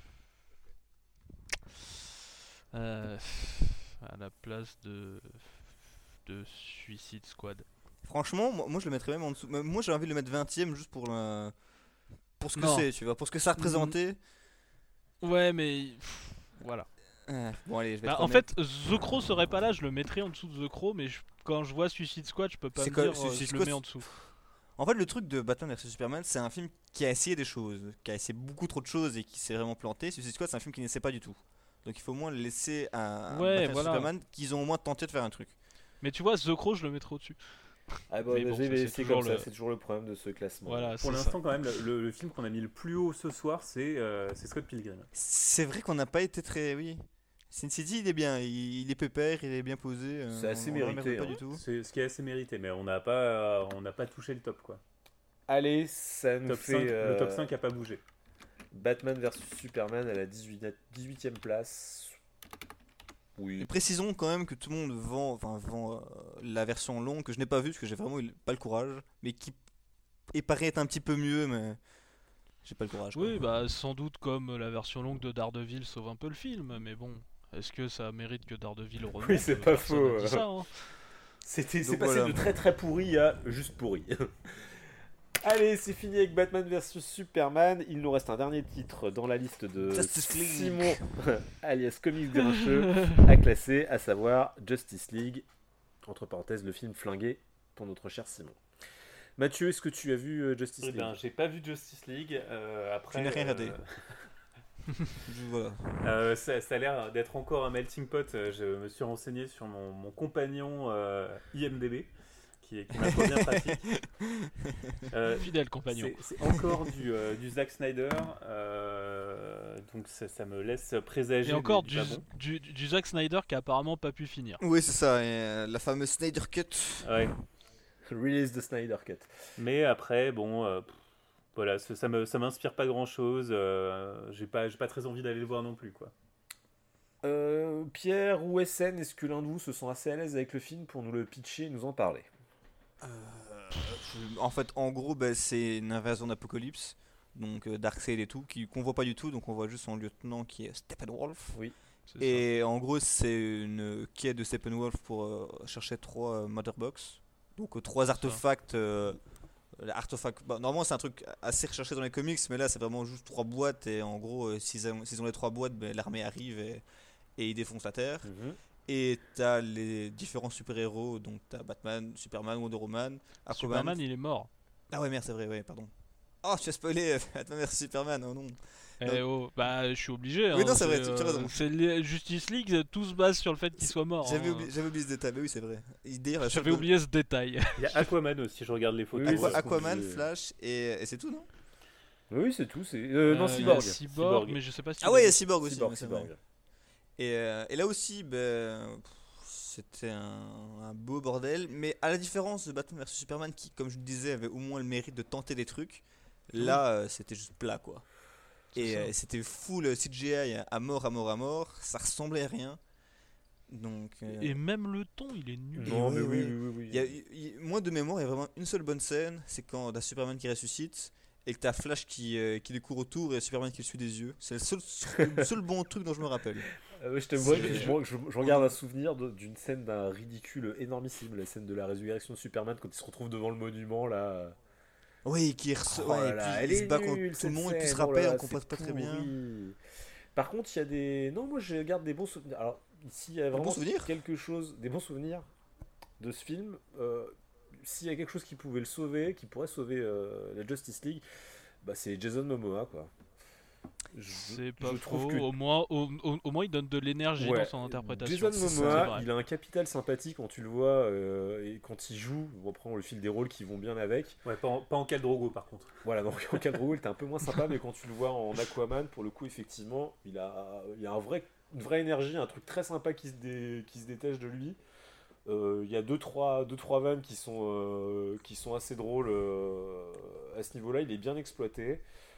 À la place de Suicide Squad. Franchement, moi je le mettrais même en dessous. Mais moi j'ai envie de le mettre 20ème juste pour ce que Non. c'est, tu vois, pour ce que ça représentait. Ouais, mais voilà. Bon, allez, je vais Bah, te en remettre. fait, The Crow serait pas là, je le mettrais en dessous de The Crow, mais quand je vois Suicide Squad, je peux pas C'est me quoi, dire Suicide je le Squad, mets en dessous. En fait, le truc de Batman vs Superman, c'est un film qui a essayé des choses, qui a essayé beaucoup trop de choses et qui s'est vraiment planté. Suicide Squad, c'est un film qui n'essaie pas du tout. Donc il faut au moins laisser à Ouais, Batman vs voilà. Superman qu'ils ont au moins tenté de faire un truc. Mais tu vois, The Crow, je le mettrais au-dessus. Ah bah, Mais bon, ça, c'est c'est toujours comme ça, le- c'est toujours le problème de ce classement. Voilà, Pour c'est ça. l'instant, quand même, le film qu'on a mis le plus haut ce soir, c'est Scott Pilgrim. C'est vrai qu'on n'a pas été très. Oui. Sin City, il est bien, il est pépère, il est bien posé. C'est assez on mérité, l'emmerde pas hein. du tout. C'est ce qui est assez mérité, mais on n'a pas touché le top, quoi. Allez, ça nous Top fait 5, le top 5 a pas bougé. Batman vs Superman à la 18ème place. Oui. Et précisons quand même que tout le monde vend la version longue que je n'ai pas vue parce que j'ai vraiment pas le courage, mais qui paraît être un petit peu mieux, mais j'ai pas le courage. Oui, bah sans doute comme la version longue de Daredevil sauve un peu le film, mais bon, est-ce que ça mérite que Daredevil remonte? Oui, c'est pas Personne faux. n'a dit ça, hein. C'est Donc passé voilà. de très très pourri à juste pourri. Allez, c'est fini avec Batman vs Superman. Il nous reste un dernier titre dans la liste de Justice League. Simon, alias Comics Grincheux, à classer, à savoir Justice League, entre parenthèses, le film flingué pour notre cher Simon. Mathieu, est-ce que tu as vu Justice League? J'ai pas vu Justice League. Après, Tu n'as rien raté. Voilà. ça a l'air d'être encore un melting pot. Je me suis renseigné sur mon compagnon IMDb, qui m'a trop bien pratique. Fidèle compagnon. C'est encore du Zack Snyder, donc ça me laisse présager. Et encore du pas bon. du Zack Snyder qui a apparemment pas pu finir. Oui, c'est ça, la fameuse Snyder Cut. Ouais. Release the Snyder Cut. Mais après, bon, voilà, ça m'inspire pas grand chose. J'ai pas très envie d'aller le voir non plus, quoi. Pierre ou SN, est-ce que l'un de vous se sent assez à l'aise avec le film pour nous le pitcher et nous en parler? En fait, en gros, c'est une invasion d'Apocalypse, donc Darkseid et tout, qu'on voit pas du tout, donc on voit juste son lieutenant qui est Steppenwolf. Oui. Et en gros, c'est une quête de Steppenwolf pour chercher 3 Mother Box, donc 3 artefacts. Normalement, c'est un truc assez recherché dans les comics, mais là, c'est vraiment juste 3 boîtes, et en gros, s'ils ont les 3 boîtes, l'armée arrive et ils défoncent la Terre. Mhm. Et t'as les différents super-héros, donc t'as Batman, Superman, Wonder Woman, Aquaman. Superman, il est mort. Ah ouais, merde, c'est vrai, ouais, pardon. Oh, tu as spoilé Batman vs Superman, oh non. Bah, je suis obligé. Oui, hein, non, c'est vrai, tu as raison. C'est Justice League, tout se base sur le fait qu'il soit mort. J'avais hein. oublié ce détail, mais oui, c'est vrai. D'ailleurs, J'avais oublié ce détail. Il y a Aquaman aussi, je regarde les photos. Oui, c'est Aquaman, ce qu'on Flash, et c'est tout, non? Oui, c'est tout. Non, Il y a Cyborg. Cyborg, mais je sais pas si. Ah ouais, il y a Cyborg aussi. Cyborg, ouais, c'est vrai. Cyborg. Et là aussi, c'était un beau bordel, mais à la différence de Batman vs Superman, qui, comme je le disais, avait au moins le mérite de tenter des trucs, là, c'était juste plat, quoi. Et c'était full CGI à mort, ça ressemblait à rien. Donc, Et même le ton, il est nul. Non, mais oui, oui. moi, de mémoire, il y a vraiment une seule bonne scène, c'est quand t'as Superman qui ressuscite, et que t'as Flash qui les court autour, et Superman qui le suit des yeux. C'est le seul bon truc dont je me rappelle. Je t'avoue que je regarde un souvenir d'une scène d'un ridicule énormissime, la scène de la résurrection de Superman quand il se retrouve devant le monument là. Oui, qui Oh là là, et puis il se bat contre tout le monde, et puis il se rappelle, on comprend pas très bien. Par contre, il y a des. Non, moi je garde des bons souvenirs. Alors, ici, il y a vraiment bons souvenirs quelque chose. Des bons souvenirs de ce film. S'il y a quelque chose qui pouvait le sauver, qui pourrait sauver la Justice League, c'est Jason Momoa, quoi. C'est pas je trouve faux. que- Au moins, il donne de l'énergie Ouais. dans son interprétation. Jason C'est Momoa, vrai. il a un capital sympathie quand tu le vois et quand il joue. On prend le fil des rôles qui vont bien avec. Ouais, pas en Khal Drogo par contre. Voilà, donc en Khal Drogo, il était un peu moins sympa, mais quand tu le vois en Aquaman, pour le coup, effectivement, il a une vraie énergie, un truc très sympa qui se détache de lui. Il y a deux trois vannes qui sont assez drôles à ce niveau-là. Il est bien exploité.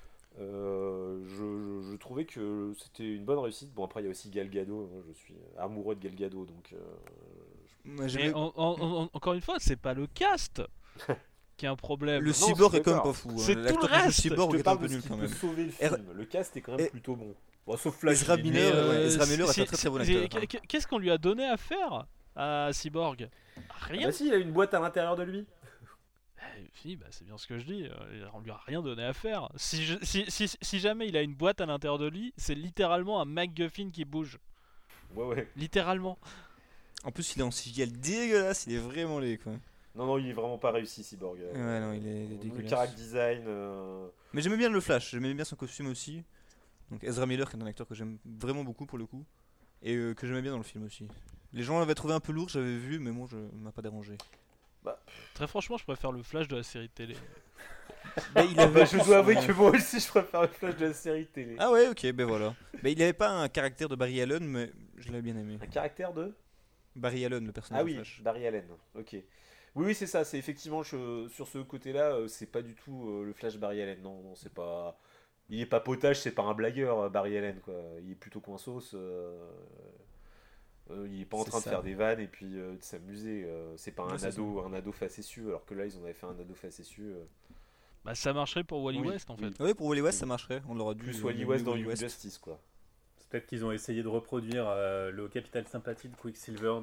Je trouvais que c'était une bonne réussite. Bon, après, il y a aussi Gal Gadot. Hein, je suis amoureux de Gal Gadot, donc Moi, Mais encore une fois, c'est pas le cast qui a un problème. Le Non, cyborg je suis est quand même d'accord. pas fou. hein. C'est tout L'acteur le qui joue reste. Cyborg je est te un parle peu de ce nul qui quand peut même. sauver le film. Le cast est quand même Et- plutôt bon. Bon, sauf Flash. Ezra il est Miller, nul, ouais, Ezra Miller est un très bon acteur. Qu'est-ce qu'on lui a donné à faire à Cyborg? Ah Rien. bah si, il a une boîte à l'intérieur de lui. Si, c'est bien ce que je dis. On lui a rien donné à faire. Si jamais il a une boîte à l'intérieur de lui, c'est littéralement un MacGuffin qui bouge. Ouais. Littéralement. En plus, il est en CGI dégueulasse, il est vraiment laid quoi. Non, il est vraiment pas réussi, Cyborg. Ouais, non, il est Le dégueulasse. character design. Mais j'aimais bien le Flash, j'aimais bien son costume aussi. Donc Ezra Miller, qui est un acteur que j'aime vraiment beaucoup pour le coup. Et que j'aimais bien dans le film aussi. Les gens l'avaient trouvé un peu lourd, j'avais vu, mais moi, m'a pas dérangé. Très franchement, je préfère le Flash de la série télé. Mais il avait Je dois avouer que moi aussi, je préfère le Flash de la série télé. Ah ouais, ok, ben voilà. Mais il avait pas un caractère de Barry Allen, mais je l'avais bien aimé. Un caractère de. Barry Allen, le personnage Ah de oui, Flash. Barry Allen. Ok. Oui, c'est ça. C'est effectivement sur ce côté-là, c'est pas du tout le Flash Barry Allen. Non, c'est pas. Il est pas potage, c'est pas un blagueur, Barry Allen, quoi. Il est plutôt coinsos. Il est pas en C'est train de ça. faire des vannes et puis de s'amuser. C'est pas Ouais, c'est ça. un ado facétieux, alors que là, ils en avaient fait un ado facétieux. Bah, ça marcherait pour Wally Oui, West en fait. oui. Oui, pour Wally West, ça marcherait. On l'aurait dû. Plus on Wally aurait West mis dans Wally Young West. Justice, quoi. C'est peut-être qu'ils ont essayé de reproduire le capital sympathie de Quicksilver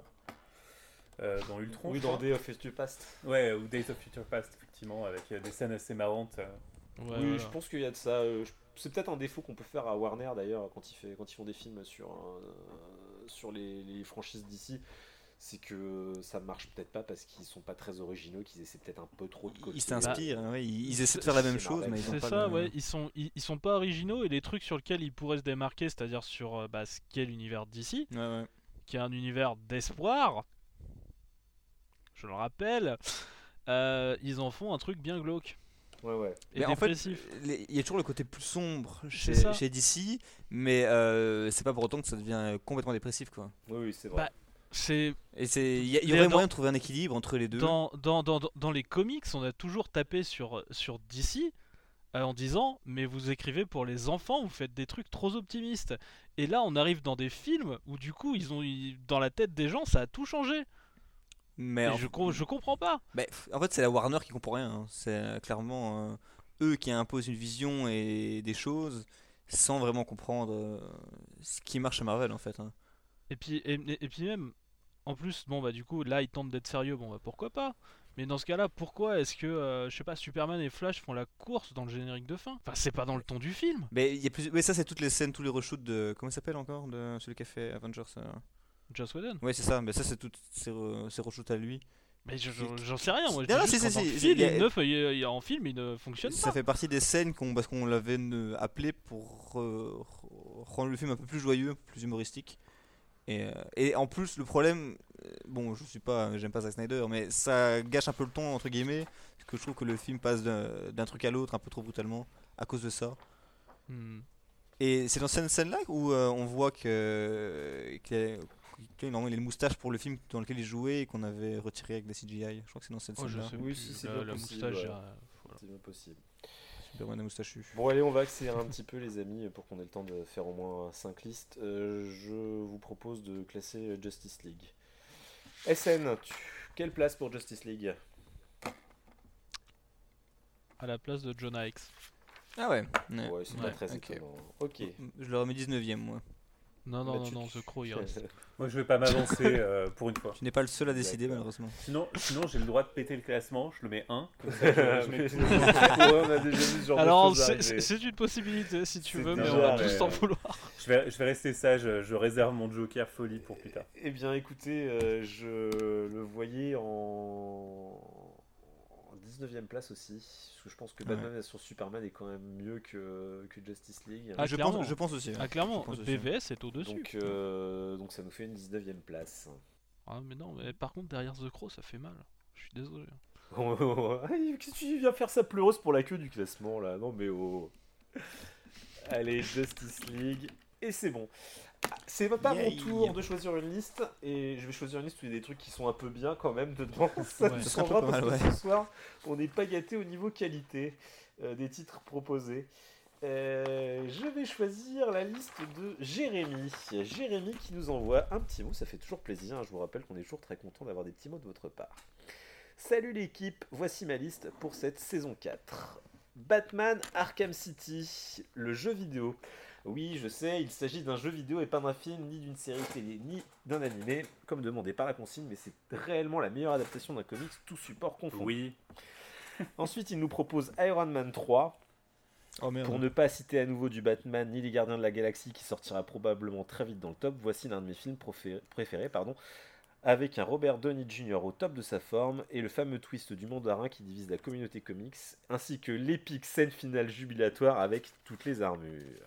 dans Ultron. Oui, je dans crois. Day of Future Past. Ouais, ou Days of Future Past, effectivement, avec des scènes assez marrantes. Ouais, Oui, voilà. je pense qu'il y a de ça. C'est peut-être un défaut qu'on peut faire à Warner d'ailleurs quand ils font des films sur les franchises d'ici. C'est que ça marche peut-être pas parce qu'ils sont pas très originaux, qu'ils essaient peut-être un peu trop de copier. Ils s'inspirent, hein, ouais, ils essaient de faire la même C'est chose, Marvel. mais ils ont C'est pas ça, le... ouais, ils sont pas originaux et les trucs sur lesquels ils pourraient se démarquer, c'est-à-dire sur ce qu'est l'univers d'ici, Ouais, ouais. qui est un univers d'espoir, je le rappelle, ils en font un truc bien glauque Ouais. et Mais en fait, dépressif. il y a toujours le côté plus sombre C'est ça. chez DC, mais c'est pas pour autant que ça devient complètement dépressif, quoi. Oui, c'est vrai. Bah, c'est Et il y Les- aurait dans- moyen de trouver un équilibre entre les deux. dans les comics, on a toujours tapé sur DC en disant mais vous écrivez pour les enfants, vous faites des trucs trop optimistes. Et là, on arrive dans des films où du coup, dans la tête des gens, ça a tout changé. Mais Et en, je comprends pas. en fait, c'est la Warner qui comprend rien, hein. C'est clairement eux qui imposent une vision et des choses sans vraiment comprendre ce qui marche à Marvel, en fait, hein. Et puis même, en plus, bon bah du coup, là, ils tentent d'être sérieux, bon bah pourquoi pas. Mais dans ce cas-là, pourquoi est-ce que, je sais pas, Superman et Flash font la course dans le générique de fin? Enfin, c'est pas dans le ton du film. Mais il y a plus... mais ça, c'est toutes les scènes, tous les reshoots de... Comment il s'appelle encore de celui qui a fait Avengers Joss Whedon. Ouais, c'est ça, mais ça, c'est toutes ces reshoots à lui. Mais j'en sais rien, moi. Je Non, dis non, juste si, qu'en si, tant que si, film, il y a- en film, il ne fonctionne Ça pas. fait partie des scènes parce qu'on l'avait appelé pour rendre le film un peu plus joyeux, plus humoristique. Et en plus, le problème, bon, j'aime pas Zack Snyder, mais ça gâche un peu le ton, entre guillemets, parce que je trouve que le film passe d'un truc à l'autre un peu trop brutalement à cause de ça. Hmm. Et c'est dans cette scène-là où on voit normalement, il a une moustache pour le film dans lequel il jouait et qu'on avait retiré avec des CGI. Je crois que c'est dans cette Oh, je scène-là. sais Oui, plus. si, c'est La- bien la possible, moustache, ouais. voilà. C'est bien possible. Superman à moustachu. Bon, allez, on va accélérer un petit peu, les amis, pour qu'on ait le temps de faire au moins 5 listes. Je vous propose de classer Justice League. SN, quelle place pour Justice League? À la place de Jonah Hex. Ah ouais. Ouais, c'est pas Ouais, très ok. étonnant. Ok. Je l'aurais mis 19ème, moi. Non, Bah, non, non, non, The Crow, il reste. Moi, je vais pas m'avancer pour une fois. Tu n'es pas le seul à décider, D'accord. malheureusement. Sinon j'ai le droit de péter le classement, je le mets 1. Comme ça, je mets tout. Ouais, on a déjà vu ce genre Alors, de choses arriver. c'est une possibilité si tu C'est veux, mais déjà on va arrivé. tous t'en vouloir. Je vais rester sage, je réserve mon Joker folie pour plus tard. Eh bien, écoutez, je le voyais en 19ème place aussi. Parce que je pense que Batman sur Superman est quand même mieux que Justice League. Ah, clairement. Je pense aussi. Ah, clairement, Je pense aussi. BVS est au-dessus. Donc ça nous fait une 19ème place. Ah, mais non, mais par contre, derrière The Crow, ça fait mal. Je suis désolé. Qu'est-ce que tu viens faire sa pleureuse pour la queue du classement là? Non mais oh. Allez, Justice League. Et c'est bon. C'est pas mon Yay. tour de choisir une liste. Et je vais choisir une liste où il y a des trucs qui sont un peu bien quand même dedans. Ça Ouais. nous Ce serait changera pas mal, parce que ouais. ce soir, on n'est pas gâté au niveau qualité des titres proposés. Je vais choisir la liste de Jérémy. Jérémy qui nous envoie un petit mot, ça fait toujours plaisir. Je vous rappelle qu'on est toujours très content d'avoir des petits mots de votre part. Salut l'équipe, voici ma liste pour cette saison 4. Batman Arkham City, le jeu vidéo. Oui, je sais, il s'agit d'un jeu vidéo et pas d'un film, ni d'une série télé, ni d'un animé, comme demandé par la consigne, mais c'est réellement la meilleure adaptation d'un comics, tout support confondu. Oui. Ensuite, il nous propose Iron Man 3, Oh merde. pour ne pas citer à nouveau du Batman ni les Gardiens de la Galaxie qui sortira probablement très vite dans le top. Voici l'un de mes films préférés, avec un Robert Downey Jr. au top de sa forme et le fameux twist du mandarin qui divise la communauté comics, ainsi que l'épique scène finale jubilatoire avec toutes les armures.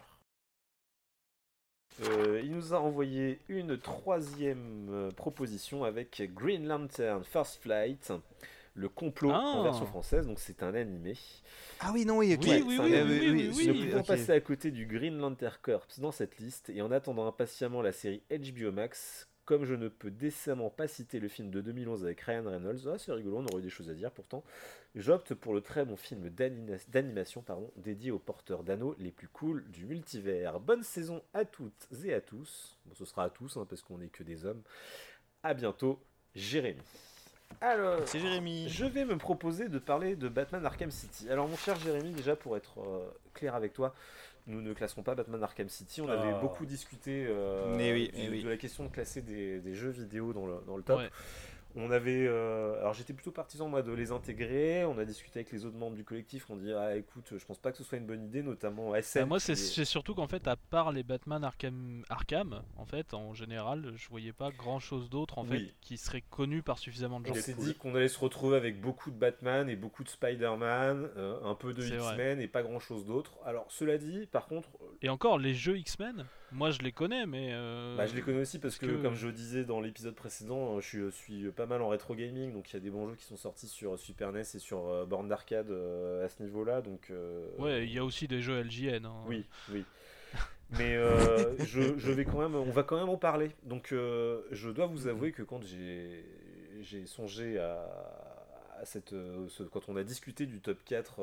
Il nous a envoyé une troisième proposition avec Green Lantern First Flight, le complot en version française, donc c'est un animé. Ah oui, non, oui, ok. Oui, oui, c'est un oui, animé. oui, oui, oui, Nous oui, pouvons ok. passer à côté du Green Lantern Corps dans cette liste, et en attendant impatiemment la série HBO Max, comme je ne peux décemment pas citer le film de 2011 avec Ryan Reynolds, c'est rigolo, on aurait eu des choses à dire pourtant, j'opte pour le très bon film d'animation dédié aux porteurs d'anneaux les plus cools du multivers. Bonne saison à toutes et à tous. Bon, ce sera à tous, parce qu'on n'est que des hommes. À bientôt, Jérémy. Alors, c'est Jérémy. Je vais me proposer de parler de Batman Arkham City. Alors, mon cher Jérémy, déjà pour être clair avec toi, nous ne classerons pas Batman Arkham City. On avait beaucoup discuté de la question de classer des jeux vidéo dans le top. Ouais. On avait, alors j'étais plutôt partisan moi de les intégrer. On a discuté avec les autres membres du collectif. On dit écoute, je pense pas que ce soit une bonne idée, notamment SM. Moi c'est surtout qu'en fait à part les Batman Arkham, en fait en général, je voyais pas grand chose d'autre en fait qui serait connu par suffisamment de gens. On s'est dit qu'on allait se retrouver avec beaucoup de Batman et beaucoup de Spider-Man, un peu de X-Men et pas grand chose d'autre. Alors cela dit, par contre. Et encore les jeux X-Men, moi je les connais, mais. Je les connais aussi parce que comme je disais dans l'épisode précédent, je suis pas mal en rétro gaming, donc il y a des bons jeux qui sont sortis sur Super NES et sur borne d'arcade à ce niveau-là, donc. Ouais, il y a aussi des jeux LJN. Hein. Oui. Mais je vais quand même, on va quand même en parler. Donc je dois vous avouer que quand j'ai songé à quand on a discuté du top 4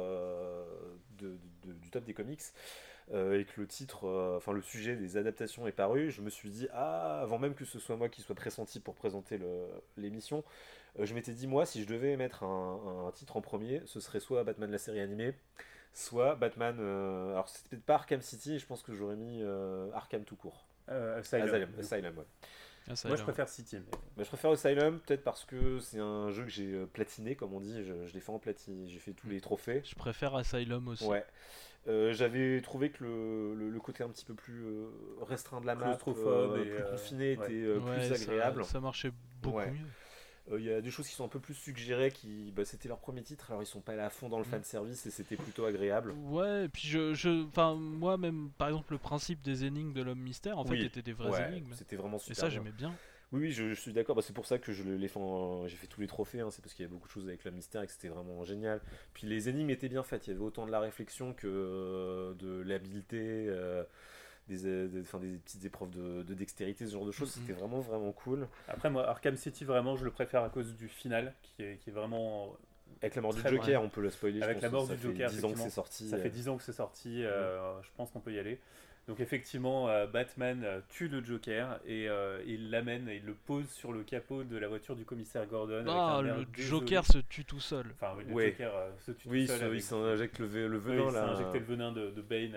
du top des comics. Et que le titre, le sujet des adaptations est paru, je me suis dit, avant même que ce soit moi qui soit pressenti pour présenter l'émission, je m'étais dit, moi, si je devais mettre un titre en premier, ce serait soit Batman la série animée, soit Batman, alors c'est peut-être pas Arkham City, je pense que j'aurais mis Arkham tout court. Asylum, ouais. Moi je préfère City. Mais je préfère Asylum, peut-être parce que c'est un jeu que j'ai platiné, comme on dit, je l'ai fait en platine, j'ai fait tous les trophées. Je préfère Asylum aussi. Ouais. J'avais trouvé que le côté un petit peu plus restreint de la map, plus confiné, était plus agréable. Ça marchait beaucoup mieux. Il y a des choses qui sont un peu plus suggérées, c'était leur premier titre, alors ils sont pas allés à fond dans le fanservice et c'était plutôt agréable. Ouais, et puis moi même, par exemple, le principe des énigmes de l'homme mystère, en fait, étaient des vraies énigmes. C'était vraiment super. Et ça, j'aimais bien. Oui, je suis d'accord. C'est pour ça que j'ai fait tous les trophées. C'est parce qu'il y a beaucoup de choses avec l'homme mystère et que c'était vraiment génial. Puis les énigmes étaient bien faites. Il y avait autant de la réflexion que de l'habileté, des petites épreuves de dextérité, ce genre de choses. C'était vraiment, vraiment cool. Après, moi, Arkham City, vraiment, je le préfère à cause du final, qui est vraiment. Avec la mort du Joker, on peut le spoiler. Avec la mort du Joker, ça fait 10 ans que c'est sorti. Ça fait 10 ans que c'est sorti. Je pense qu'on peut y aller. Donc effectivement, Batman tue le Joker et il l'amène et il le pose sur le capot de la voiture du commissaire Gordon. Le Joker se tue tout seul. Enfin, le Joker se tue tout seul. Il s'injecte le venin là. Il s'est injecté le venin de Bane.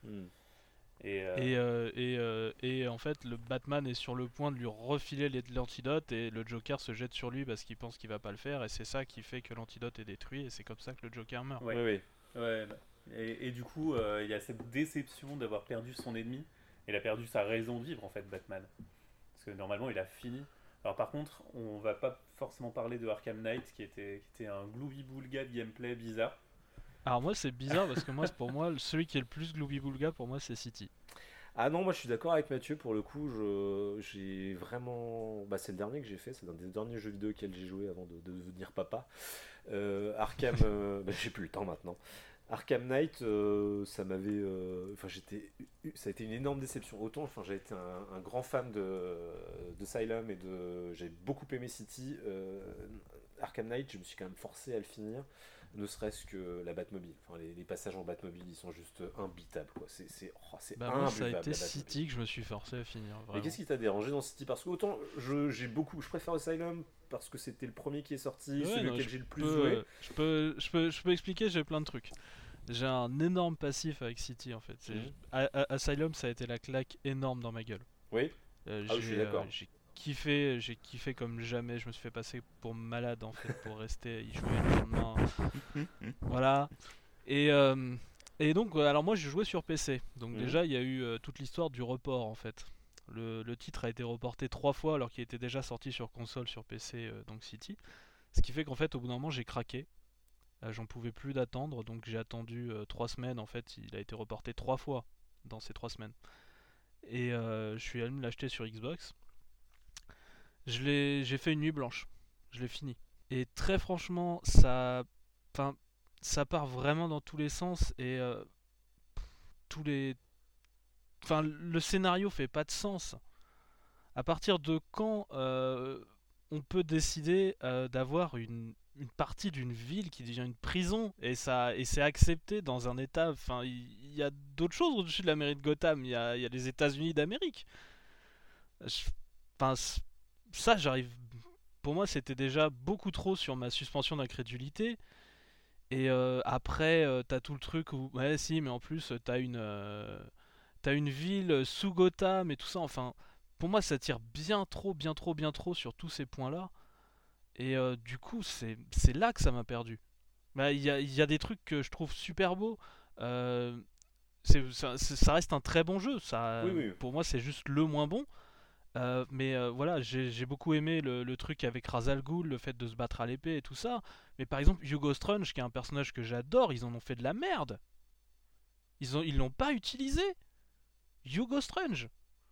Et en fait, le Batman est sur le point de lui refiler l'antidote et le Joker se jette sur lui parce qu'il pense qu'il va pas le faire et c'est ça qui fait que l'antidote est détruit et c'est comme ça que le Joker meurt. Ouais. Et du coup, il y a cette déception d'avoir perdu son ennemi. Il a perdu sa raison de vivre, en fait, Batman. Parce que normalement, il a fini. Alors par contre, on va pas forcément parler de Arkham Knight, qui était un gloubi-boulga de gameplay bizarre. Alors moi, c'est bizarre, parce que pour moi, celui qui est le plus gloubi-boulga, pour moi, c'est City. Ah non, moi je suis d'accord avec Mathieu, pour le coup, j'ai vraiment... c'est le dernier que j'ai fait, c'est un des derniers jeux vidéo auxquels j'ai joué avant de devenir papa. Arkham... j'ai plus le temps maintenant. Arkham Knight, ça m'avait... ça a été une énorme déception. Autant, j'ai été un grand fan de Asylum et j'ai beaucoup aimé City. Arkham Knight, je me suis quand même forcé à le finir. Ne serait-ce que la Batmobile. Les passages en Batmobile, ils sont juste imbitables, quoi. C'est imbuvable. Moi, ça a été City que je me suis forcé à finir. Vraiment. Mais qu'est-ce qui t'a dérangé dans City? Parce que autant je préfère Asylum parce que c'était le premier qui est sorti, celui auquel j'ai le plus joué. Je peux expliquer, j'ai plein de trucs. J'ai un énorme passif avec City en fait. Asylum, ça a été la claque énorme dans ma gueule. Oui. Je suis d'accord. J'ai kiffé comme jamais. Je me suis fait passer pour malade en fait pour rester y jouer le lendemain. Voilà. Et donc, alors moi j'ai joué sur PC. Donc déjà il y a eu toute l'histoire du report en fait. Le titre a été reporté 3 fois alors qu'il était déjà sorti sur console, sur PC, donc City. Ce qui fait qu'en fait au bout d'un moment j'ai craqué. J'en pouvais plus d'attendre, donc j'ai attendu 3 semaines. En fait, il a été reporté 3 fois dans ces 3 semaines. Et je suis allé me l'acheter sur Xbox. J'ai fait une nuit blanche. Je l'ai fini. Et très franchement, ça part vraiment dans tous les sens. Et le scénario fait pas de sens. À partir de quand on peut décider d'avoir une partie d'une ville qui devient une prison et c'est accepté dans un état. Enfin, il y a d'autres choses au-dessus de la mairie de Gotham. Il y a les États-Unis d'Amérique. Je- Enfin, ça, j'arrive. Pour moi, c'était déjà beaucoup trop sur ma suspension d'incrédulité. Et après, t'as tout le truc où, ouais, si, mais en plus, t'as une ville sous Gotham et tout ça. Enfin, pour moi, ça tire bien trop, bien trop, bien trop sur tous ces points-là. Et du coup, c'est là que ça m'a perdu. Bah, il y a des trucs que je trouve super beaux. Euh, ça reste un très bon jeu. Oui, oui. Pour moi, c'est juste le moins bon. Mais voilà, j'ai beaucoup aimé le truc avec Ra's al Ghul, le fait de se battre à l'épée et tout ça. Mais par exemple, Hugo Strange, qui est un personnage que j'adore, ils en ont fait de la merde. Ils l'ont pas utilisé. Hugo Strange.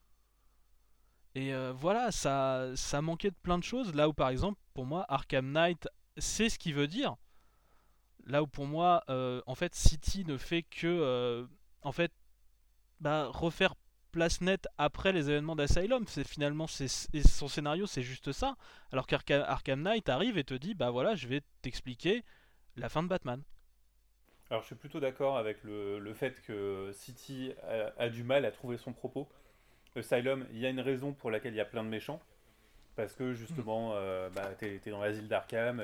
Et voilà, ça manquait de plein de choses. Là où par exemple, pour moi, Arkham Knight, c'est ce qu'il veut dire. Là où pour moi, en fait, City ne fait que, en fait, refaire place nette après les événements d'Asylum. C'est finalement son scénario, c'est juste ça. Alors qu'Arkham Knight arrive et te dit, bah voilà, je vais t'expliquer la fin de Batman. Alors je suis plutôt d'accord avec le fait que City a du mal à trouver son propos. Asylum, il y a une raison pour laquelle il y a plein de méchants. Parce que justement, t'es dans l'asile d'Arkham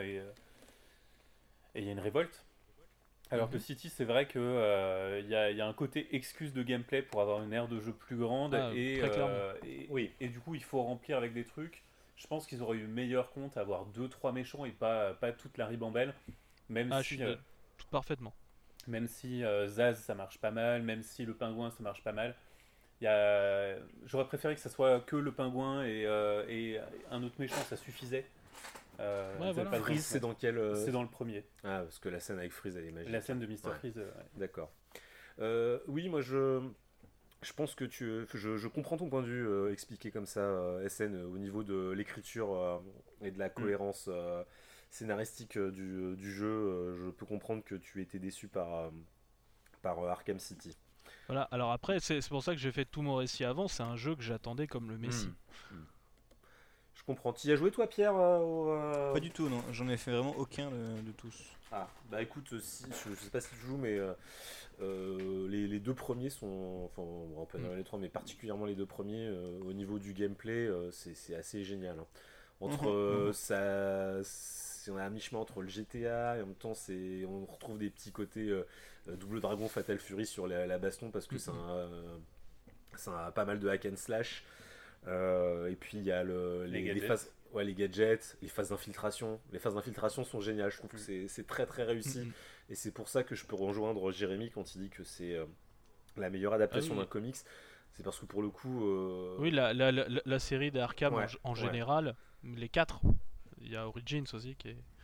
et il y a une révolte. Alors que City, c'est vrai que il y a un côté excuse de gameplay pour avoir une aire de jeu plus grande Ah, très clairement. Oui. et du coup il faut remplir avec des trucs. Je pense qu'ils auraient eu meilleur compte à avoir deux trois méchants et pas toute la ribambelle. Même Ah, je si, suis tout parfaitement. même si Zaz ça marche pas mal, même si le pingouin ça marche pas mal. J'aurais préféré que ça soit que le pingouin et un autre méchant, ça suffisait. Ouais, ils avaient voilà. pas besoin de Freeze, se c'est mettre. dans quel. C'est dans le premier. Ah, parce que la scène avec Freeze, elle est magique. La scène de Mr. Ouais. Freeze. Ouais. D'accord. Oui, moi je pense que je comprends ton point de vue expliqué comme ça, SN, au niveau de l'écriture et de la cohérence scénaristique du jeu. Je peux comprendre que tu étais déçu par Arkham City. Voilà, alors après, c'est pour ça que j'ai fait tout mon récit avant. C'est un jeu que j'attendais comme le Messi. Je comprends. Tu y as joué toi, Pierre Pas du tout, non. J'en ai fait vraiment aucun de tous. Ah, bah écoute, si, je sais pas si tu joues, mais les deux premiers sont. Enfin, on peut dire les trois, mais particulièrement les deux premiers, au niveau du gameplay, c'est assez génial. Hein. Entre on est à mi-chemin entre le GTA et en même temps on retrouve des petits côtés Double Dragon Fatal Fury sur la baston parce que c'est pas mal de hack and slash. Et puis il y a les phases, ouais, les gadgets, les phases d'infiltration. Les phases d'infiltration sont géniales, je trouve que c'est très très réussi. Et c'est pour ça que je peux rejoindre Jérémy quand il dit que c'est la meilleure adaptation d'un comics. C'est parce que pour le coup. Oui, la série d'Arkham en général, les 4. Il y a Origins aussi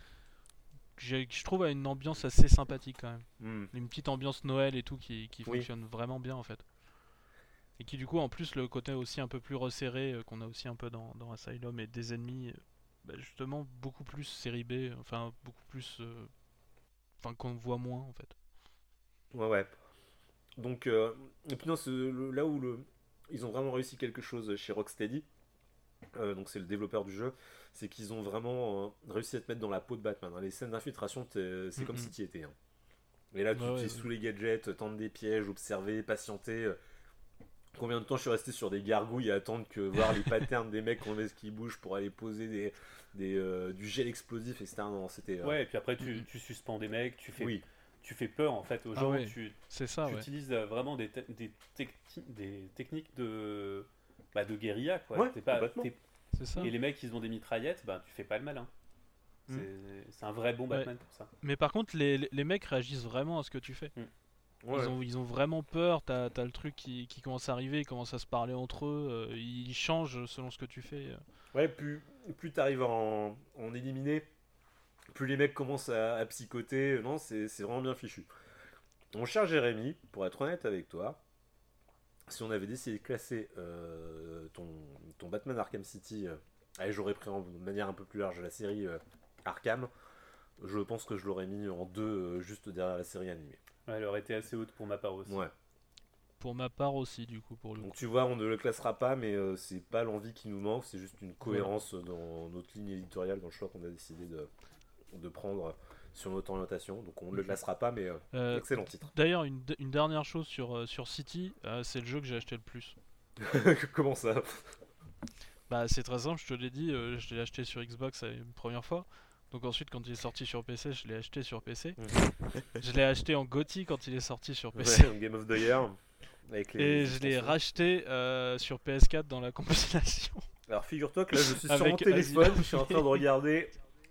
je trouve a une ambiance assez sympathique quand même. Une petite ambiance Noël et tout qui fonctionne vraiment bien en fait. Et qui du coup en plus le côté aussi un peu plus resserré qu'on a aussi un peu dans Asylum et des ennemis justement beaucoup plus série B, enfin beaucoup plus enfin qu'on voit moins en fait. Ouais. Donc et puis non, là où ils ont vraiment réussi quelque chose chez Rocksteady. Donc c'est le développeur du jeu, c'est qu'ils ont vraiment réussi à te mettre dans la peau de Batman. Hein. Les scènes d'infiltration, c'est comme si tu y étais. Hein. Et là, tu es sous les gadgets, tendre des pièges, observer, patienter. Combien de temps je suis resté sur des gargouilles à attendre voir les patterns des mecs qui bougent pour aller poser du gel explosif, etc. Non, c'était. Ouais, et puis après tu suspends des mecs, tu fais peur en fait aux gens. C'est ça. Tu utilises vraiment des techniques de guérilla quoi. Ouais, complètement. C'est ça. Et les mecs ils ont des mitraillettes, tu fais pas le malin. C'est un vrai bon Batman pour ça. Mais par contre les mecs réagissent vraiment à ce que tu fais. Ouais. Ils ont vraiment peur, t'as le truc qui commence à arriver, ils commencent à se parler entre eux, ils changent selon ce que tu fais. Ouais, plus t'arrives à en éliminer, plus les mecs commencent à psychoter. Non, c'est vraiment bien fichu. Mon cher Jérémy, pour être honnête avec toi, si on avait décidé de classer ton Batman Arkham City, j'aurais pris de manière un peu plus large la série Arkham, je pense que je l'aurais mis en 2 juste derrière la série animée. Ouais, elle aurait été assez haute pour ma part aussi. Ouais. Pour ma part aussi, du coup, pour le Donc coup. tu vois, on ne le classera pas, mais c'est pas l'envie qui nous manque, c'est juste une cohérence dans notre ligne éditoriale, dans le choix qu'on a décidé de prendre sur notre orientation. Donc on ne le classera pas, mais excellent titre. D'ailleurs, une dernière chose sur City, c'est le jeu que j'ai acheté le plus. Comment ça? Bah, c'est très simple, je te l'ai dit, je l'ai acheté sur Xbox une première fois. Donc ensuite, quand il est sorti sur PC, je l'ai acheté sur PC. Je l'ai acheté en GOTY quand il est sorti sur PC. Ouais, Game of the Year. Avec Et je l'ai racheté sur PS4 dans la compilation. Alors figure-toi que là je suis sur Avec mon téléphone, Asylum. je suis en train de regarder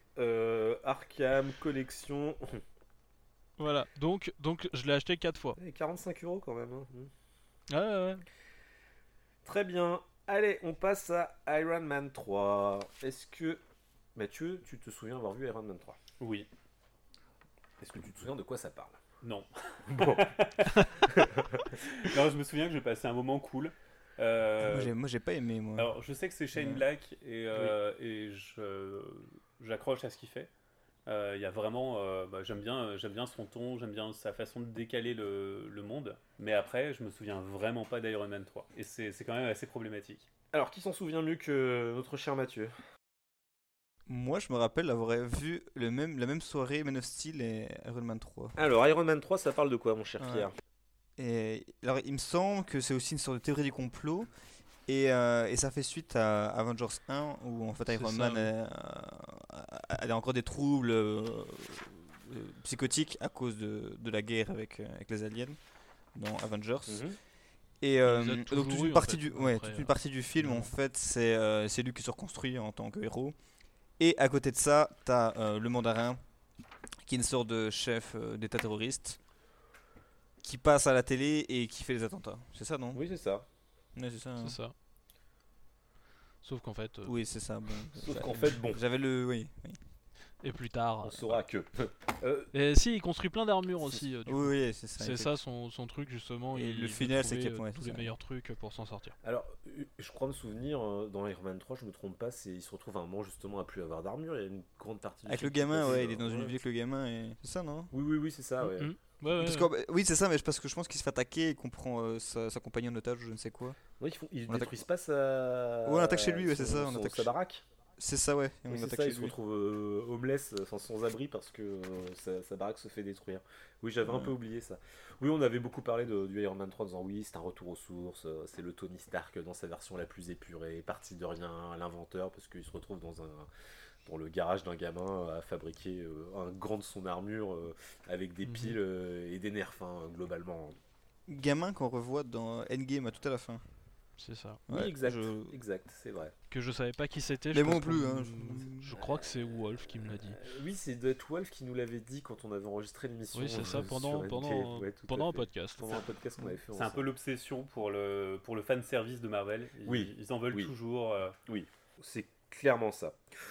Arkham Collection. Voilà, donc je l'ai acheté 4 fois. 45€ quand même. Hein. Ouais, ouais, ouais. Très bien. Allez, on passe à Iron Man 3. Est-ce que Mathieu, tu te souviens avoir vu Iron Man 3? Oui. Est-ce que tu te souviens de quoi ça parle? Non. Bon. Non, je me souviens que j'ai passé un moment cool. Moi, j'ai pas aimé, moi. Alors, je sais que c'est Shane Ouais. Black et j'accroche à ce qu'il fait. Il y a vraiment, j'aime bien son ton, j'aime bien sa façon de décaler le monde. Mais après, je me souviens vraiment pas d'Iron Man 3. Et c'est quand même assez problématique. Alors, qui s'en souvient mieux que notre cher Mathieu? Moi, je me rappelle avoir vu la même soirée Man of Steel et Iron Man 3. Alors, Iron Man 3, ça parle de quoi, mon cher Ouais. Pierre? Et alors, il me semble que c'est aussi une sorte de théorie du complot. Et ça fait suite à Avengers 1 où en fait C'est Iron ça, Man oui. a encore des troubles psychotiques à cause de la guerre avec les aliens dans Avengers. Mhm. Et les a donc toujours toute eu, une en partie fait, du ouais, après, toute une partie du film en non. fait c'est lui qui se reconstruit en tant que héros. Et à côté de ça, t'as le mandarin qui est une sorte de chef d'état terroriste qui passe à la télé et qui fait les attentats. C'est ça, non? Oui, c'est ça. Ouais, c'est ça. hein. C'est ça. Sauf qu'en fait, Oui, c'est ça. Bon. Sauf qu'en fait, bon, J'avais le. Oui. et plus tard. on saura que. Et si, il construit plein d'armures aussi. Du coup. Oui, c'est ça. C'est ça son truc justement. Et il le veut final, c'est trouver, qu'il y a- ouais, tous c'est les ça. meilleurs trucs pour s'en sortir. Alors, je crois me souvenir, dans Iron Man 3, je me trompe pas, il se retrouve à un moment justement à plus avoir d'armure. Il y a une grande partie du Avec film le qui gamin, passe, ouais, il est dans une ouais. ville avec le gamin et. C'est ça, non? Oui, c'est ça, ouais. Mhm. Ouais, Parce ouais. que, oui, c'est ça, mais parce que je pense qu'il se fait attaquer et qu'on prend sa compagne en otage ou je ne sais quoi. Non, ils On attaque- détruisent pas sa. Ouais, on attaque chez lui, ouais, c'est son- ça, on son- attaque sa chez- baraque. C'est ça, ouais. Et Oui, on c'est attaque ça, chez il se lui. retrouve homeless, sans abri parce que sa baraque se fait détruire. Oui, j'avais un Ouais. peu oublié ça. Oui, on avait beaucoup parlé du Iron Man 3 en disant oui, c'est un retour aux sources, c'est le Tony Stark dans sa version la plus épurée, parti de rien, l'inventeur, parce qu'il se retrouve dans le garage d'un gamin à fabriquer un grand de son armure avec des Mhm. piles et des nerfs, hein, globalement. Gamin qu'on revoit dans Endgame à tout à la fin. C'est ça. Oui, Ouais, exact, je- exact, c'est vrai. Que je savais pas qui c'était. Mais je moi pense non plus, qu'on- hein, Je crois que c'est Wolf qui me l'a dit. Oui, c'est Dead Wolf qui nous l'avait dit quand on avait enregistré l'émission. Oui, c'est ça, sur pendant Endgame. Ouais, tout à pendant un fait. podcast. Pendant un podcast qu'on avait fait C'est un peu ensemble. l'obsession pour le fan service de Marvel. Oui. Ils en veulent Oui. toujours. C'est clairement ça.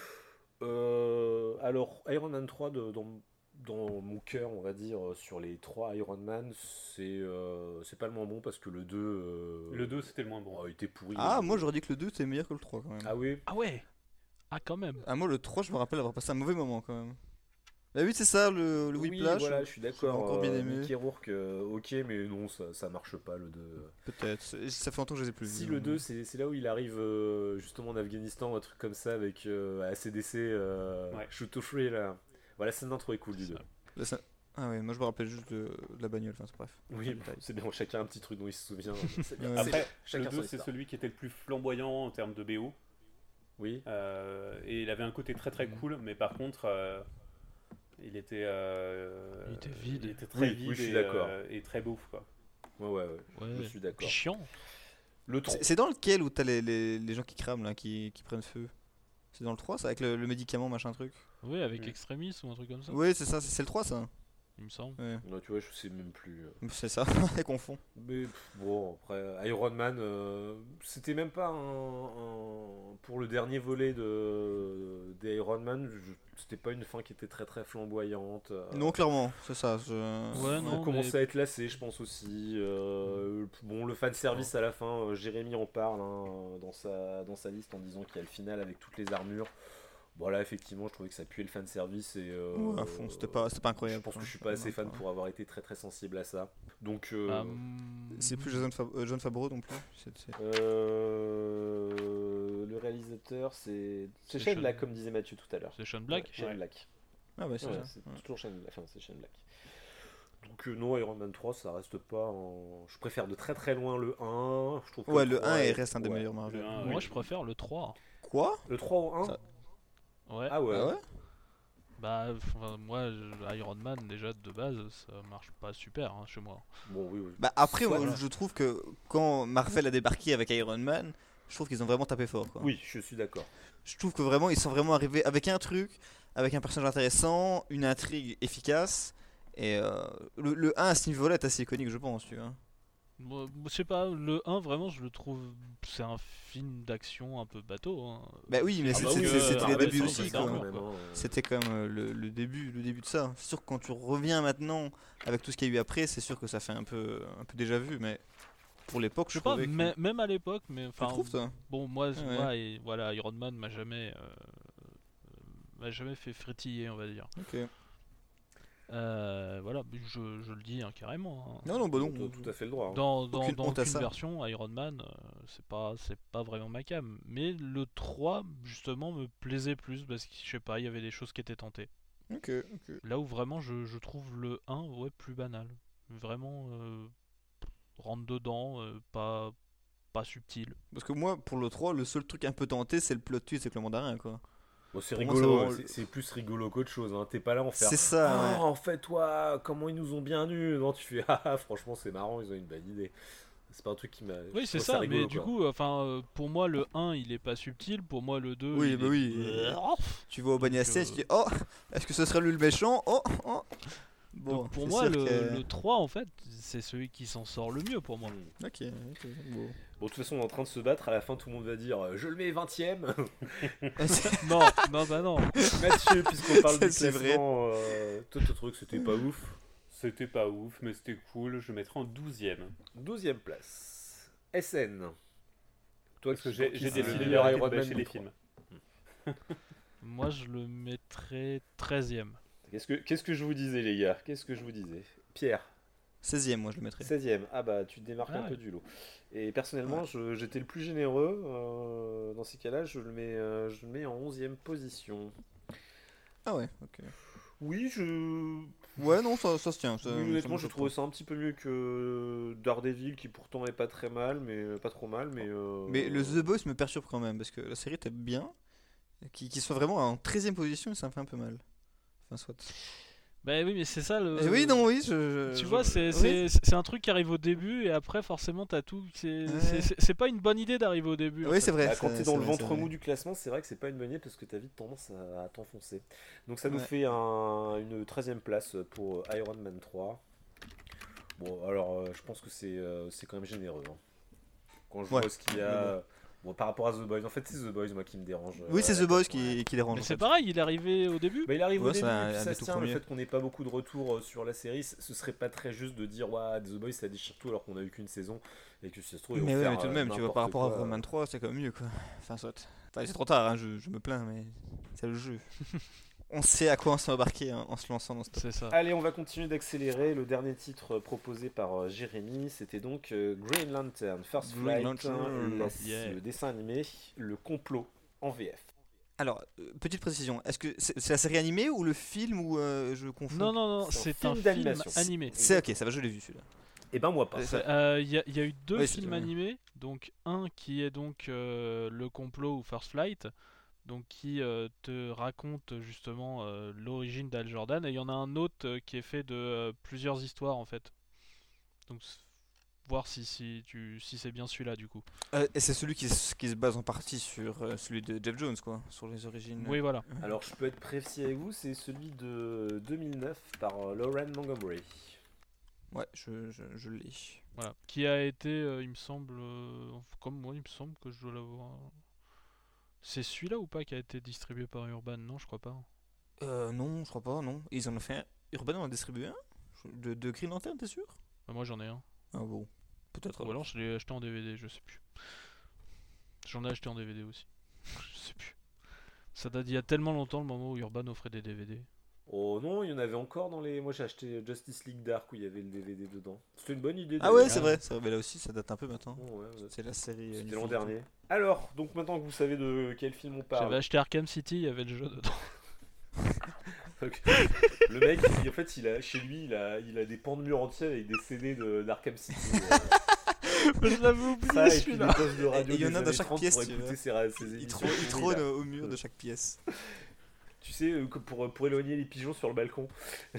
Alors, Iron Man 3, dans mon cœur, on va dire, sur les 3 Iron Man, c'est pas le moins bon parce que le 2 Le 2, c'était le moins bon. a été pourri. Ah, moi j'aurais dit que le 2 c'était meilleur que le 3 quand même. Ah oui. Ah ouais. Ah quand même. Ah, moi le 3, je me rappelle avoir passé un mauvais moment quand même. Bah oui, c'est ça, le Oui, Whiplash. voilà, je suis d'accord. encore bien aimé. Mickey Rourke, ok, mais non, ça marche pas le 2. Peut-être. Ça fait longtemps que je les ai plus Si vus. le 2, c'est là où il arrive justement en Afghanistan, un truc comme ça avec ACDC, Ouais. Shoot to Free là. Voilà, scène d'intro est cool du Ça. 2. Là, Ah ouais, moi je me rappelle juste de la bagnole, enfin c'est bref. Oui, Détail. c'est bien, chacun a un petit truc dont il se souvient. C'est bien. Ouais. C'est- Après, chacun le son 2, c'est histoire. celui qui était le plus flamboyant en termes de BO. Oui. Et il avait un côté très très cool, mais par contre, il était vide. Il était très Oui, vide oui, je suis et, d'accord. Et très beauf, quoi. Ouais, Ouais. je suis d'accord. Puis chiant. Le 3. C'est dans lequel où t'as les gens qui crament là, qui prennent feu? C'est dans le 3 ça, avec le médicament machin truc? Oui, avec Mm. Extremis ou un truc comme ça. Oui, c'est ça, c'est le 3 ça. Il me semble. Ouais. Non, tu vois, je sais même plus. C'est ça, elle confond. Mais bon, après, Iron Man, c'était même pas pour le dernier volet des Iron Man, c'était pas une fin qui était très très flamboyante. Non, clairement, c'est ça. Ouais, non, On commençait mais- à être lassé, je pense aussi. Bon, le fan service à la fin, Jérémy en parle dans sa liste en disant qu'il y a le final avec toutes les armures. Bon là effectivement je trouvais que ça puait le fanservice et Ouais, à fond, c'était pas je incroyable. pense que quoi. je suis pas assez fan Enfin, pour avoir été très très sensible à ça. Donc C'est plus John Favreau non plus. le réalisateur c'est C'est Shane Sean- Black comme disait Mathieu tout à l'heure. C'est Sean Black. Ouais, Shane Ouais. Black. Ah ouais, c'est Ouais, ça. c'est Ouais. toujours Shane Black. Enfin, c'est Shane Black. Donc non, Iron Man 3, ça reste pas en... Je préfère de très très loin le 1. Je trouve que Ouais, le 3 1 est- reste un des ouais. meilleurs Marvel. Le 1, Moi, oui. je préfère le 3. Quoi? Le 3 au 1 Ça- Ouais. Ah ouais. Ah ouais? Bah, enfin, moi, Iron Man, déjà de base, ça marche pas super hein, chez moi. Bon, oui, oui. Bah après, Soit- moi, je trouve que quand Marvel a débarqué avec Iron Man, je trouve qu'ils ont vraiment tapé fort. Quoi. Oui, je suis d'accord. Je trouve que vraiment, ils sont vraiment arrivés avec un truc, avec un personnage intéressant, une intrigue efficace. Et le 1 à ce niveau-là est assez iconique, je pense. Tu vois. Moi, je sais pas, le 1, vraiment, je le trouve. C'est un film d'action un peu bateau. Hein. Bah oui, mais Ah bah oui, c'était les Marvel, débuts c'est aussi. ça, Quoi. quand même, hein. C'était quand même le début de ça. C'est sûr que quand tu reviens maintenant avec tout ce qu'il y a eu après, c'est sûr que ça fait un peu déjà vu, mais pour l'époque, Je je sais pas, trouvais que... même à l'époque, mais Tu enfin. trouves ça? Bon, moi, Ouais. moi, et voilà, Iron Man m'a jamais fait frétiller, on va dire. Ok. Voilà, mais je le dis hein, carrément. Hein. Non, non, bah non. T'as tout à fait le droit. hein. Dans Aucune honte à aucune ça. version, Iron Man, c'est pas vraiment ma came. Mais le 3, justement, me plaisait plus parce que, je sais pas, il y avait des choses qui étaient tentées. Ok, ok. Là où vraiment je trouve le 1 ouais, plus banal. Vraiment rentre dedans, pas subtil. Parce que moi, pour le 3, le seul truc un peu tenté, c'est le plot twist avec le mandarin, quoi. Bon, c'est Pour moi, rigolo, c'est vraiment- c'est plus rigolo qu'autre chose. Hein. T'es pas là en faire. C'est ça, Ah, ouais. en fait, toi, comment ils nous ont bien nus. Non, tu fais, ah, franchement, c'est marrant, ils ont une bonne idée. C'est pas un truc qui m'a. Oui, je c'est trouve ça, rigolo, mais du quoi. coup, enfin, pour moi, le 1 il est pas subtil, pour moi, le 2. Oui, il bah est- oui. Tu vas au Donc, Banyasset, tu dis, oh, est-ce que ce serait lui le méchant? Oh, oh. Bon, Donc pour c'est moi, sûr le, que- le 3, en fait, c'est celui qui s'en sort le mieux pour moi. Ok, ok, bon. Bon, de toute façon, on est en train de se battre. À la fin, tout le monde va dire je le mets 20ème. Non, bah non. Mathieu, puisqu'on parle Ça, du c'est vrai. classement, toi, ton truc, c'était pas ouf. C'était pas ouf, mais c'était cool. Je le mettrais en 12ème. 12ème place. SN. Toi, Parce que qui- j'ai qui des c'est films le meilleur à Iron Man bâcher du les 3. films. Moi, je le mettrais 13ème. Qu'est-ce que je vous disais, les gars? Qu'est-ce que je vous disais? Pierre, 16ème, moi, je le mettrais. 16ème. Ah bah, tu te démarques Ah un ouais. peu du lot. Et personnellement, j'étais le plus généreux. Dans ces cas-là, je le mets en 11ème position. Ah ouais, ok. Oui, Ouais, non, ça se tient. Ça, oui, ça honnêtement, me j'ai choque trouvé ça un petit peu mieux que Daredevil, qui pourtant est pas très mal, mais pas trop mal. Mais, pas. Mais le The Boys me perturbe quand même, parce que la série était bien. Qu'il soit vraiment en 13ème position, ça me fait un peu mal. Enfin, soit. Bah oui, mais c'est ça le. Oui, non, oui, Tu vois, c'est oui. c'est un truc qui arrive au début et après, forcément, t'as tout. C'est pas une bonne idée d'arriver au début. en Oui, fait. c'est vrai. Bah, quand c'est- t'es dans c'est le vrai, c'est ventre vrai. mou du classement, c'est vrai que c'est pas une bonne idée parce que t'as vite tendance à t'enfoncer. Donc ça nous Ouais. fait une 13ème place pour Iron Man 3. Bon, alors je pense que c'est quand même généreux. Hein. Quand je Ouais, vois ce qu'il y mais a. Bon, par rapport à The Boys, en fait, c'est The Boys moi qui me dérange. Oui, c'est à The la Boys fin. qui dérange. Mais en c'est fait. pareil, il est arrivé au début. Bah, il arrive au Ouais, début, c'est et puis un ça des se tout tient, le premiers. fait qu'on n'ait pas beaucoup de retours sur la série, ce serait pas très juste de dire ouais, The Boys ça déchire tout alors qu'on a eu qu'une saison et que si ça se trouve ils vont Mais ouais, faire mais tout de même, tu vois, par n'importe rapport à quoi. Iron Man 3, c'est quand même mieux, quoi. Enfin, soit. Enfin, c'est trop tard, hein, je me plains, mais c'est le jeu. On sait à quoi on s'est embarqué hein, en se lançant dans ce top. C'est ça. Allez, on va continuer d'accélérer. Le dernier titre proposé par Jérémy, c'était donc Green Lantern, First Green Flight, Lantern, yeah. le dessin animé, le complot en VF. Alors, petite précision, est-ce que c'est la série animée ou le film ou je confonds? Non, C'est un c'est un film film d'animation. animé. C'est ok, ça va, je l'ai vu celui-là. Et ben moi pas. Il y a eu deux Oui, c'est films vrai. animés, donc un qui est donc le complot ou First Flight, donc qui te raconte justement l'origine d'Al Jordan, et il y en a un autre qui est fait de plusieurs histoires en fait. Donc voir si c'est bien celui-là du coup. Et c'est celui qui se base en partie sur celui de Jeff Jones, quoi, sur les origines. Oui voilà. Alors je peux être précis avec vous, c'est celui de 2009 par Lauren Montgomery. Ouais, je l'ai. Voilà. Qui a été, il me semble, comme moi, il me semble que je dois l'avoir. C'est celui-là ou pas qui a été distribué par Urban? Non, je crois pas. Non, je crois pas, non. Ils en ont fait un. Urban en a distribué un de Green Lantern, t'es sûr? Bah, moi j'en ai un. Ah bon, peut-être. Ou alors je l'ai acheté en DVD, je sais plus. J'en ai acheté en DVD aussi. Je sais plus. Ça date d'il y a tellement longtemps, le moment où Urban offrait des DVD. Oh non, il y en avait encore dans les. Moi j'ai acheté Justice League Dark où il y avait le DVD dedans. C'était une bonne idée. Ah ouais, d'ailleurs. c'est vrai, mais là aussi ça date un peu maintenant. Oh, ouais, C'est la série. C'était Infinity. l'an dernier. Alors, donc maintenant que vous savez de quel film on J'avais parle, acheté Arkham City, il y avait le jeu dedans. donc, le mec, en fait, chez lui, il a des pans de mur entiers avec des CD d'Arkham City. Je l'avais oublié Ça, et puis des celui-là. postes de radio Et il y en des a dans années chaque 30 pièce, pour tu écouter vois. ses Il émissions trône pourries, là. au mur de chaque pièce. Tu sais, pour éloigner les pigeons sur le balcon.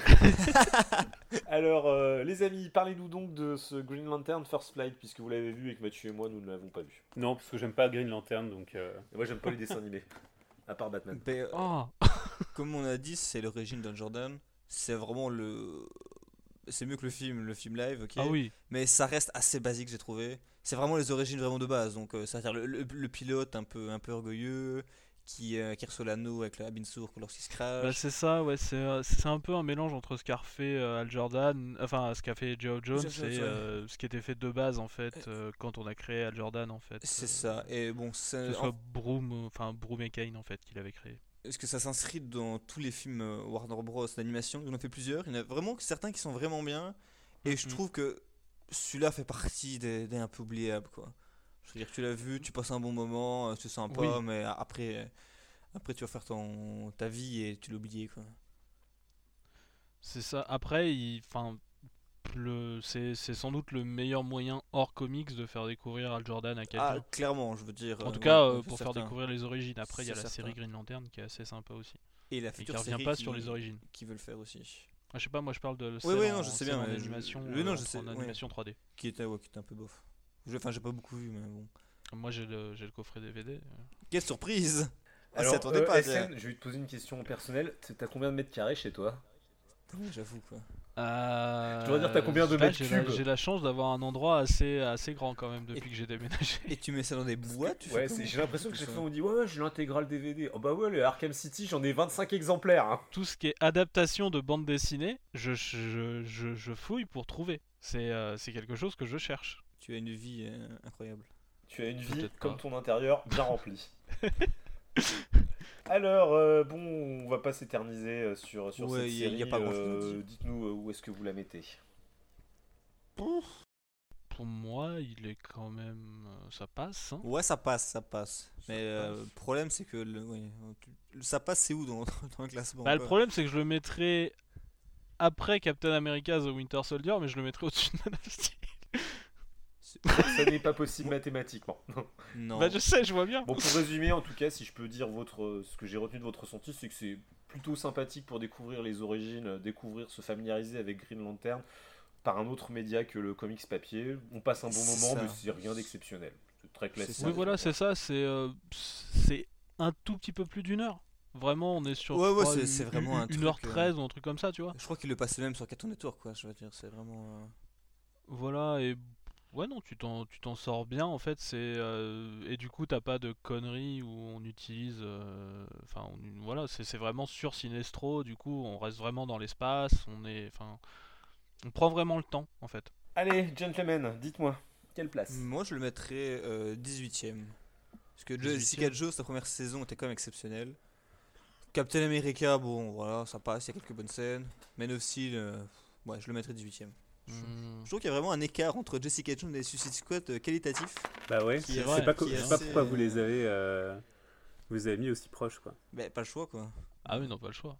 Alors, les amis, parlez-nous donc de ce Green Lantern First Flight, puisque vous l'avez vu et que Mathieu et moi, nous ne l'avons pas vu. Non, parce que j'aime pas Green Lantern, donc... Et moi, j'aime pas les dessins animés, à part Batman. Mais, Oh. comme on a dit, c'est l'origine d'un Jordan. C'est vraiment le. C'est mieux que le film live, ok. Ah oui. Mais ça reste assez basique, j'ai trouvé. C'est vraiment les origines vraiment de base. Donc, c'est-à-dire le pilote un peu orgueilleux qui reçoit l'anneau avec la Binsour lorsqu'il se Bah, crache. c'est ça, ouais, c'est un peu un mélange entre ce qu'a refait Al Jordan, enfin ce qu'a fait Geoff Jones Geoff Jones, et ouais. ce qui était fait de base en fait quand on a créé Al Jordan en fait. C'est ça. Et bon, Que ce soit Broom et Kane en fait qu'il avait créé. est-ce que ça s'inscrit dans tous les films Warner Bros d'animation? Il en a fait plusieurs. Il y en a vraiment certains qui sont vraiment bien. Et je Mhm. trouve que celui-là fait partie des un peu oubliables, quoi. Je veux dire, tu l'as vu, tu passes un bon moment, c'est sympa, Oui. mais après tu vas faire ta vie et tu l'as oublié, quoi. C'est ça. Après, c'est sans doute le meilleur moyen hors comics de faire découvrir Al Jordan à Ah, quelqu'un. clairement, je veux dire. En tout ouais, cas, c'est pour faire certain. découvrir les origines. Après, il y a C'est la certain. série Green Lantern qui est assez sympa aussi. Et la Et qui future revient série pas sur les origines. qui veut le faire aussi. Ah, je sais pas, moi je parle de Oui, oui, non, je sais bien, en mais animation, non, je sais, en animation 3D. Qui était un peu bof. Enfin, j'ai pas beaucoup vu, mais bon. Moi j'ai le coffret DVD. Quelle surprise! Ah, Alors, ça attendait pas, SN, je vais te poser une question personnelle. T'as combien de mètres carrés chez toi? Ouais, j'avoue, quoi. Je dois dire, t'as combien de mètres cubes? J'ai la chance d'avoir un endroit assez grand quand même depuis que j'ai déménagé. Et tu mets ça dans des boîtes? Tu fais Ouais, comment j'ai l'impression que pour chaque ça fois on dit ouais, j'ai l'intégrale DVD. Oh bah ouais, le Arkham City, j'en ai 25 exemplaires. Hein. Tout ce qui est adaptation de bande dessinée, je fouille pour trouver. C'est quelque chose que je cherche. Tu as une vie incroyable. Tu as une vie Peut-être comme pas. ton intérieur bien rempli. Alors, bon, on va pas s'éterniser sur Ouais, cette y a série. pas grand-chose à dire. Dites-nous où est-ce que vous la mettez. Pour moi, il est quand même. Ça passe. Hein. Ouais, ça passe. Mais passe. le problème, c'est que ça passe, c'est où dans le classement, Bah, le quoi? problème, c'est que je le mettrais après Captain America The Winter Soldier, mais je le mettrais au-dessus de Man of Steel. Ça n'est pas possible mathématiquement. Non. Bah, je sais, je vois bien. Bon, pour résumer, en tout cas, si je peux dire ce que j'ai retenu de votre ressenti, c'est que c'est plutôt sympathique pour découvrir les origines, se familiariser avec Green Lantern par un autre média que le comics papier. On passe un bon C'est moment, ça. mais c'est rien d'exceptionnel. C'est très classique. ça. Oui, voilà, c'est ça. C'est un tout petit peu plus d'une heure. Vraiment, on est sur Ouais, je ouais, crois, c'est vraiment un truc, 1h13 ou un truc comme ça, tu vois. Je crois qu'il le passait même sur Cartoon Network, quoi. Je veux dire, c'est vraiment. Voilà, et ouais, non, tu t'en sors bien en fait. Et du coup, t'as pas de conneries où on utilise. Enfin, voilà, c'est vraiment sur Sinestro. Du coup, on reste vraiment dans l'espace. On prend vraiment le temps en fait. Allez, gentlemen, dites-moi, quelle place? Moi, je le mettrais 18ème. Parce que 18e. Jessica Jones, la première saison était quand même exceptionnelle. Captain America, bon, voilà, ça passe, il y a quelques bonnes scènes. Man of Steel, ouais, je le mettrais 18ème. Je trouve qu'il y a vraiment un écart entre Jessica Jones et Suicide Squad qualitatif. Bah ouais, Qui je est sais vrai, pas, qui est je sais pas assez, pourquoi vous avez mis aussi proche, quoi. Mais pas le choix, quoi. Ah oui, non, pas le choix.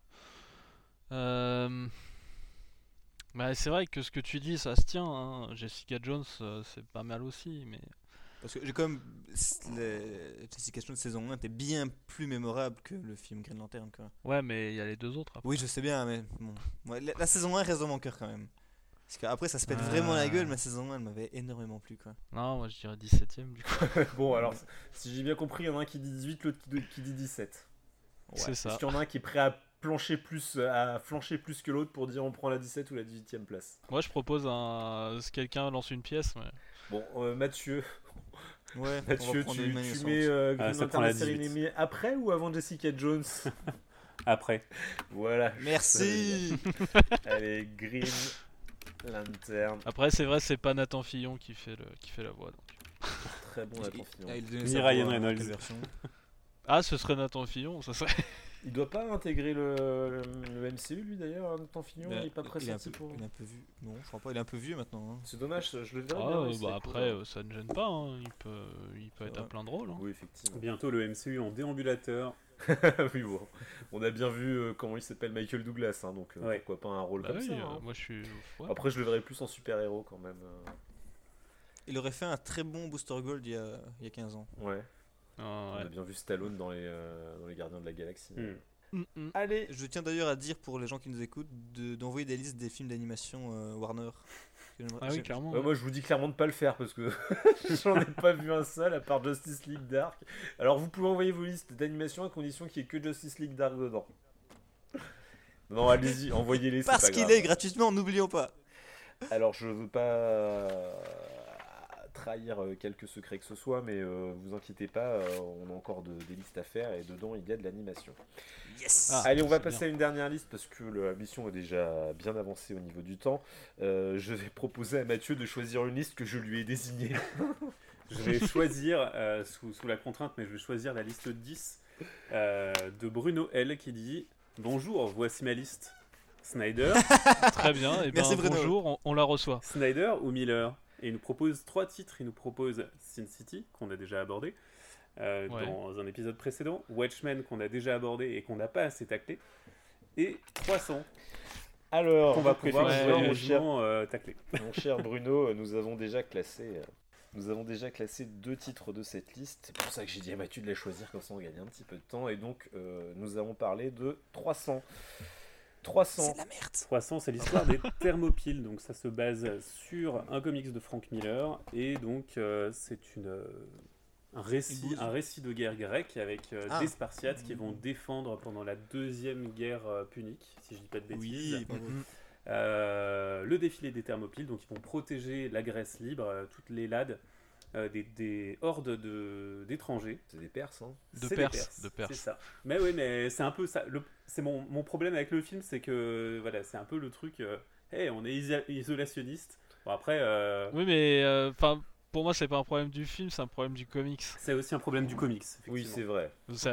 Bah, c'est vrai que ce que tu dis, ça se tient. Hein. Jessica Jones, c'est pas mal aussi, mais. Parce que j'ai quand même. Jessica Jones saison 1 était bien plus mémorable que le film Green Lantern, quoi. Ouais, mais il y a les deux autres après. Oui, je sais bien, mais bon. Ouais, la saison 1 reste dans mon cœur quand même. Parce qu'après, ça se pète vraiment la gueule, ma saison 1 elle m'avait énormément plu, quoi. Non, moi je dirais 17ème du coup. Bon, alors, si j'ai bien compris, il y en a un qui dit 18, l'autre qui dit 17. C'est ça. Est-ce qu'il y en a un qui est prêt à flancher plus que l'autre pour dire on prend la 17 ou la 18ème place? Moi je propose si quelqu'un lance une pièce. Mais... Bon, Mathieu, Ouais, Mathieu, tu mets Green ça Lantern prend la la série 18. animée après ou avant Jessica Jones? Après. Voilà. Merci. Allez, Green Lantern. Après, c'est vrai, c'est pas Nathan Fillon qui fait la voix. Donc. Très bon, Nathan Fillion. Ah, il donnait Ni sa Ryan voix à Reynolds. quelle version Ah, ce serait Nathan Fillon, ça serait. Il doit pas intégrer le MCU, lui d'ailleurs, Nathan Fillion, il est pas Il est un pressenti peu, pour. il est un peu vu. Non, je crois pas. Il est un peu vieux maintenant. Hein. C'est dommage, je le verrais Ah, bien. il serait cool, après, hein. ça ne gêne pas, hein. Il peut être à Ouais. plein de rôles. Hein. Oui, effectivement. Bientôt le MCU en déambulateur. Oui, bon. On a bien vu comment il s'appelle Michael Douglas, hein, donc Ouais. pourquoi pas un rôle Bah comme oui, ça. Hein. moi je suis. Ouais. Après, je le verrais plus en super-héros quand même. Il aurait fait un très bon Booster Gold il y a 15 ans. Ouais. Ah, On ouais. a bien vu Stallone dans les Gardiens de la Galaxie. Hmm. Allez. Je tiens d'ailleurs à dire pour les gens qui nous écoutent d'envoyer des listes des films d'animation Warner. Ah oui, clairement. Moi, je vous dis clairement de pas le faire parce que j'en ai pas vu un seul à part Justice League Dark. Alors, vous pouvez envoyer vos listes d'animation à condition qu'il y ait que Justice League Dark dedans. Non, allez-y, envoyez-les. C'est Parce pas qu'il grave. est gratuitement, n'oublions pas. Alors, je veux pas trahir quelques secrets que ce soit, mais vous inquiétez pas, on a encore des listes à faire et dedans il y a de l'animation. Yes. Ah. Allez, on va c'est passer à une dernière liste parce que la mission est déjà bien avancée au niveau du temps. Je vais proposer à Mathieu de choisir une liste que je lui ai désignée. Je vais choisir, sous la contrainte, mais je vais choisir la liste 10 de Bruno L qui dit « Bonjour, voici ma liste. Snyder, Très bien, et ben Merci, Bruno. bonjour, on la reçoit. Snyder ou Miller ?» Et il nous propose 3 titres. Il nous propose Sin City, qu'on a déjà abordé Ouais. dans un épisode précédent, Watchmen, qu'on a déjà abordé et qu'on n'a pas assez taclé, et 300, Alors, qu'on va pour pouvoir ouais, jouer, précisément mon cher, tacler. mon cher Bruno, nous avons déjà classé 2 titres de cette liste. C'est pour ça que j'ai dit à Mathieu de les choisir, comme ça on gagne un petit peu de temps. Et donc, nous avons parlé de 300. 300. C'est de la merde. 300, c'est l'histoire des Thermopyles, donc ça se base sur un comics de Frank Miller, et donc c'est un récit de guerre grecque avec des Spartiates qui vont défendre pendant la deuxième guerre punique, si je dis pas de bêtises. Oui, bravo. Le défilé des Thermopyles, donc ils vont protéger la Grèce libre, toutes les lades, des hordes d'étrangers. C'est des Perses, hein. De C'est Perse, des de Perse. C'est ça. Mais oui, mais c'est un peu ça. C'est mon problème avec le film, c'est que voilà, c'est un peu le truc. Hey, on est isolationniste. Bon après, Oui, mais pour moi, c'est pas un problème du film, c'est un problème du comics. c'est aussi un problème du comics. Oui, effectivement. c'est vrai.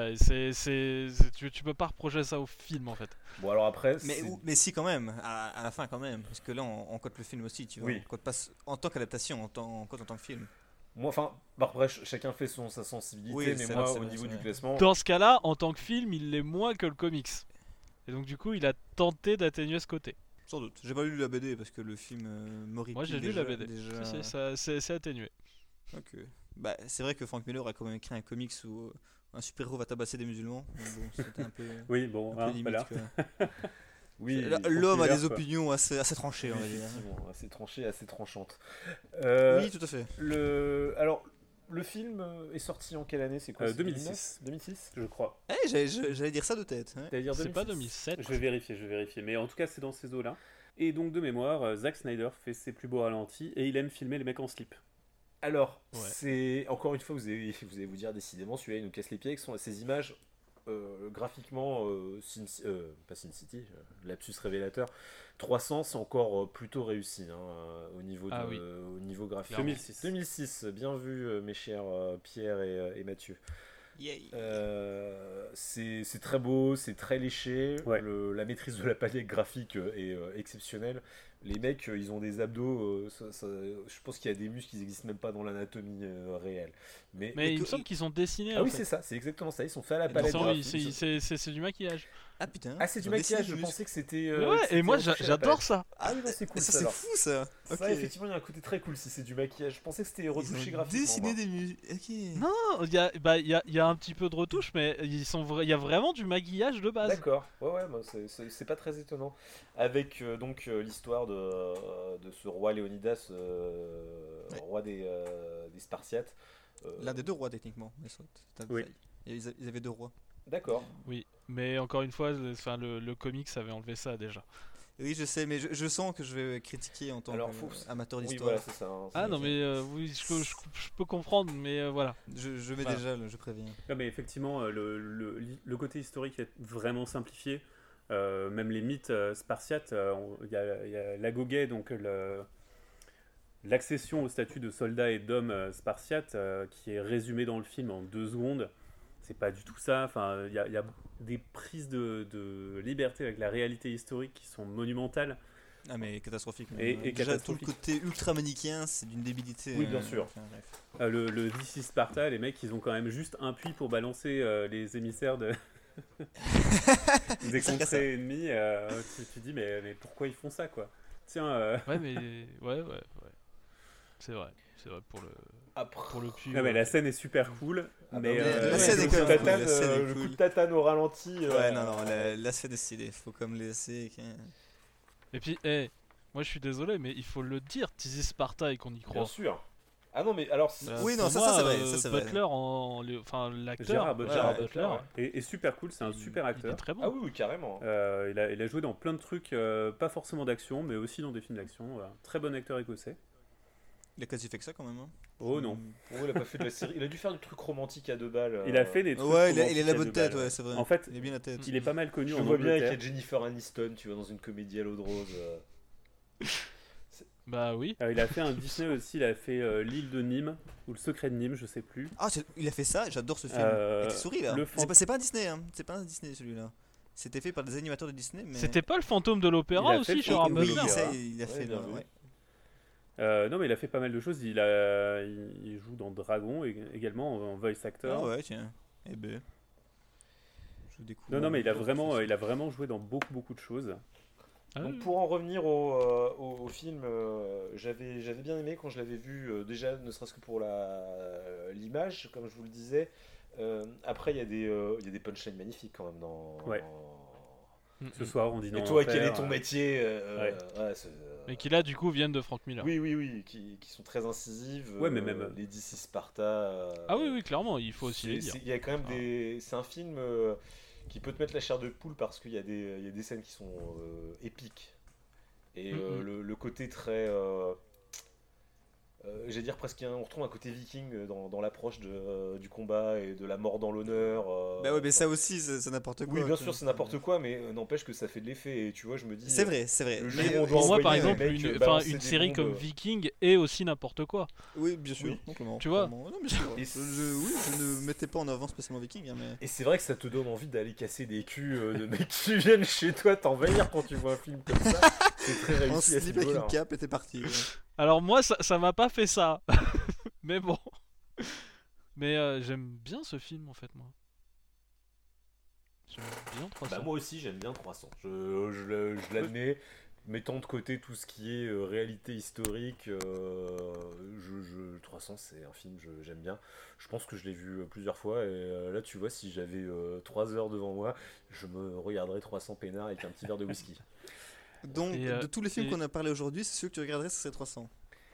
Tu peux pas reprocher ça au film en fait. Bon, alors après, Mais si, quand même, à la fin, quand même. Parce que là, on cote le film aussi, tu vois. Oui. On cote pas en tant qu'adaptation, on cote en tant que film. moi, enfin, après, chacun fait sa sensibilité, Oui, mais c'est moi, vrai, c'est au vrai, niveau c'est du vrai. classement, Dans ce cas-là, en tant que film, il l'est moins que le comics. Et donc du coup, il a tenté d'atténuer ce côté. Sans doute. J'ai pas lu la BD parce que le film m'horripile. Moi, j'ai lu la BD. Déjà... C'est atténué. Ok. Bah, c'est vrai que Frank Miller a quand même écrit un comics où un super-héros va tabasser des musulmans. Donc bon, c'était un peu, Oui, bon, un peu hein, limite. voilà. Quoi. oui, L'homme a Miller, des quoi. opinions assez tranchées, on va dire. effectivement, assez tranché, assez tranchante. Oui, tout à fait. Alors, le film est sorti en quelle année? C'est quoi? C'est 2006. 2006. Je crois. J'allais dire ça de tête. Hein. T'allais dire C'est pas 2006? 2007. Je vais vérifier. Mais en tout cas, c'est dans ces eaux-là. Et donc, de mémoire, Zack Snyder fait ses plus beaux ralentis et il aime filmer les mecs en slip. Alors, Ouais. c'est encore une fois, vous allez vous dire décidément, celui-là il nous casse les pieds avec ces images graphiquement, pas Sin City, lapsus révélateur. 300, c'est encore plutôt réussi hein, au niveau Ah oui. au niveau graphique. Clairement. 2006, bien vu mes chers Pierre et Mathieu. C'est très beau, c'est très léché. Ouais. La maîtrise de la palette graphique est exceptionnelle. Les mecs, ils ont des abdos. Je pense qu'il y a des muscles qui n'existent même pas dans l'anatomie réelle. Mais Mais il me semble qu'ils sont dessinés. ah en oui, fait. c'est ça, c'est exactement ça. Ils sont faits à la Il me palette semble, graphique. c'est du maquillage. Ah putain. Ah, c'est du Ils ont dessiné maquillage. Je du pensais que c'était. Mais ouais, que et c'était moi retouché à la j'adore palette. ça. Ah oui, non, c'est cool. ça, ça, c'est alors. fou ça. Ça, Ok. effectivement, il y a un côté très cool si c'est du maquillage. Je pensais que c'était Ils retouché ont graphiquement. dessiné moi. des musiques. Ok. Non, il y a un petit peu de retouche, mais il y a vraiment du maquillage de base. D'accord, ouais, bah, c'est pas très étonnant. Avec donc l'histoire de ce roi Léonidas, Ouais. roi des Spartiates. L'un des deux rois techniquement. Mais c'est un Oui. détail. Ils avaient deux rois. D'accord. Oui, mais encore une fois, le comics avait enlevé ça déjà. Oui, je sais, mais je sens que je vais critiquer en tant Alors, qu'amateur Oui, d'histoire. voilà, c'est ça. hein, Ah c'est- non, mais oui, je peux comprendre, mais voilà. Je mets Voilà. déjà, je préviens. Non, mais effectivement, le côté historique est vraiment simplifié. Même les mythes spartiates, il y a l'agogé, donc l'accession au statut de soldat et d'homme spartiate, qui est résumé dans le film en 2 secondes. c'est pas du tout ça. Enfin, il y a des prises de liberté avec la réalité historique qui sont monumentales. Ah mais catastrophique. Et Déjà catastrophique. tout le côté ultra manichéen, c'est d'une débilité. Oui, bien sûr. Enfin, bref. Le DC Sparta, les mecs, ils ont quand même juste un puits pour balancer les émissaires des contrées ennemies. Tu dis, mais pourquoi ils font ça, quoi? Tiens, Ouais, mais ouais. C'est vrai pour le puits. non, mais la scène est super cool. Ah mais bah oui, la scène est le quand coup de même cool, tatane, la scène est le cool. coup de tatane au ralenti. Ouais, non, la scène est stylée, faut comme les laisser. Et puis, moi je suis désolé, mais il faut le dire, Tizi Sparta et qu'on y croit. Bien sûr. Ah non, mais alors. Oui, non, pour ça, moi, c'est vrai, ça, c'est vrai. Butler, enfin l'acteur, Gérard Butler, Gérard ouais, Butler, ouais. est super cool, c'est un super il est acteur. très bon. Ah oui, oui, carrément. Il a joué dans plein de trucs, pas forcément d'action, mais aussi dans des films d'action. Très bon acteur écossais. Il a quasi fait que ça quand même. Hein. Oh non. Oh, il a pas fait de la série. Il a dû faire du truc romantique à 2 balles. Il a fait des trucs. Ouais, il a romantiques la à bonne 2 tête, balles, ouais, c'est vrai. En fait, Il a bien la tête. il est pas mal connu Je en vois bien Angleterre. qu'il y a Jennifer Aniston, tu vois, dans une comédie à l'eau de rose. Bah oui. Il a fait un Disney aussi, il a fait l'île de Nîmes, ou le secret de Nîmes, je sais plus. Ah, il a fait ça, j'adore ce film. Avec les souris là. le C'est pas un Disney, hein. C'est pas un Disney celui-là. C'était fait par des animateurs de Disney. Mais... C'était pas le fantôme de Il l'opéra a fait aussi, le Gérard fantôme de Butler. Oui, l'opéra. ça, il a fait. bien là, vu. ouais. Non, mais il a fait pas mal de choses. Il joue dans Dragon également en voice actor. Ah ouais, tiens. Eh ben. Je découvre. Non, mais il a vraiment joué dans beaucoup de choses. Ah Donc oui. pour en revenir au film, j'avais bien aimé quand je l'avais vu, déjà ne serait-ce que pour l'image, comme je vous le disais. Après il y a des punchlines magnifiques quand même dans... Ouais. Ce soir, on dit non. Et toi, quel est ton métier Ouais. Mais qui là du coup viennent de Frank Miller. Oui, qui sont très incisives. Ouais, mais même- les DC Sparta. Ah oui, clairement, il faut aussi les dire. Il y a quand même c'est un film qui peut te mettre la chair de poule parce qu'il y a des scènes qui sont épiques. Et le côté très. J'allais dire presque, on retrouve un côté viking dans l'approche du combat et de la mort dans l'honneur. Bah ouais, mais ça aussi, c'est n'importe quoi. Oui, bien sûr, c'est n'importe quoi, mais n'empêche que ça fait de l'effet. Et tu vois, je me dis. C'est vrai, c'est vrai. Le Mais, jour où on doit Pour moi, par envoyer exemple, les mecs, une balancer des série bombes. comme Viking est aussi n'importe quoi. Oui, bien sûr. Oui. Complètement, Tu vois. complètement. Non, bien sûr. Et Oui, je ne mettais pas en avant spécialement Viking, hein, mais. Et c'est vrai que ça te donne envie d'aller casser des culs de mecs qui viennent chez toi t'envahir quand tu vois un film comme ça. C'est très En réussi à ce slip avec niveau-là. une cape et t'es parti. Ouais. Alors moi, ça m'a pas fait ça. Mais bon. Mais j'aime bien ce film en fait, moi. J'aime bien 300. Bah, moi aussi j'aime bien 300. Je l'admets. Mettant de côté tout ce qui est réalité historique, 300 c'est un film que j'aime bien. Je pense que je l'ai vu plusieurs fois et là tu vois si j'avais 3 heures devant moi, je me regarderais 300 peinards avec un petit verre de whisky. Donc, Et, de tous les films et- qu'on a parlé aujourd'hui, c'est celui que tu regarderais, ce serait 300.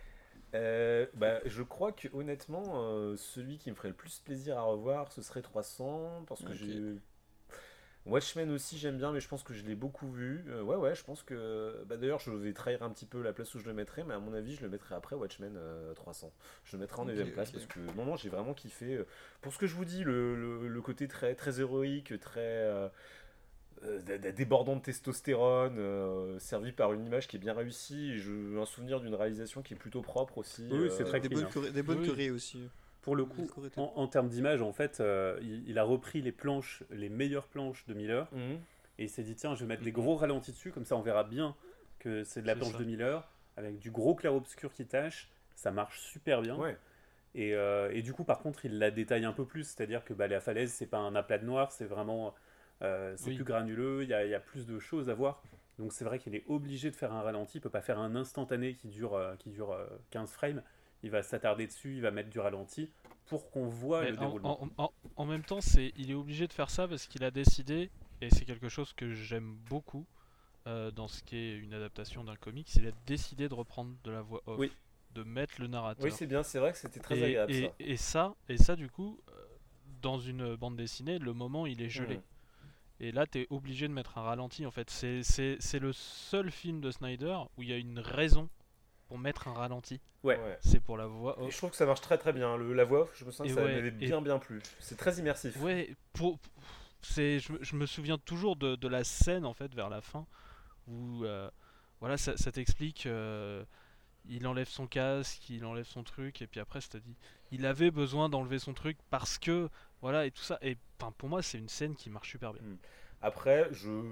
Je crois que honnêtement celui qui me ferait le plus plaisir à revoir ce serait 300 parce que Ok. j'ai Watchmen aussi j'aime bien mais je pense que je l'ai beaucoup vu. Ouais je pense que d'ailleurs je vais trahir un petit peu la place où je le mettrais mais à mon avis je le mettrais après Watchmen 300. Je le mettrais en Ok, 9ème place ok. parce que non j'ai vraiment kiffé pour ce que je vous dis le côté très très héroïque très débordant de testostérone, servi par une image qui est bien réussie. Et un souvenir d'une réalisation qui est plutôt propre aussi. Oui, c'est très Des clean, bonnes, hein. des bonnes Oui. chorés aussi. Pour le coup, en termes d'image, en fait, il a repris les meilleures planches de Miller Mhm. et il s'est dit tiens, je vais mettre des gros ralentis dessus, comme ça on verra bien que c'est de la C'est planche ça. de Miller avec du gros clair-obscur qui tâche. Ça marche super bien. Ouais. Et du coup, par contre, il la détaille un peu plus, c'est-à-dire que la falaise, c'est pas un aplat de noir, c'est vraiment c'est Oui. plus granuleux, il y a plus de choses à voir. Donc c'est vrai qu'il est obligé de faire un ralenti, il peut pas faire un instantané qui dure 15 frames. Il va s'attarder dessus, il va mettre du ralenti pour qu'on voit Mais le déroulement. en même temps, il est obligé de faire ça parce qu'il a décidé, et c'est quelque chose que j'aime beaucoup dans ce qui est une adaptation d'un comics, il a décidé de reprendre de la voix off, Oui. de mettre le narrateur. Oui, c'est bien, c'est vrai que c'était très et, agréable et, ça. et ça, du coup, dans une bande dessinée, le moment il est gelé. Mhm. Et là, t'es obligé de mettre un ralenti en fait. C'est le seul film de Snyder où il y a une raison pour mettre un ralenti. Ouais. C'est pour la voix Et off. je trouve que ça marche très très bien. La voix off, je me sens que Et ça ouais, m'avait et- bien plu. C'est très immersif. Ouais, je me souviens toujours de la scène en fait vers la fin où voilà, ça t'explique. il enlève son casque, il enlève son truc, et puis après, c'est-à-dire, il avait besoin d'enlever son truc parce que, voilà, et tout ça. Et enfin, pour moi, c'est une scène qui marche super bien. Après,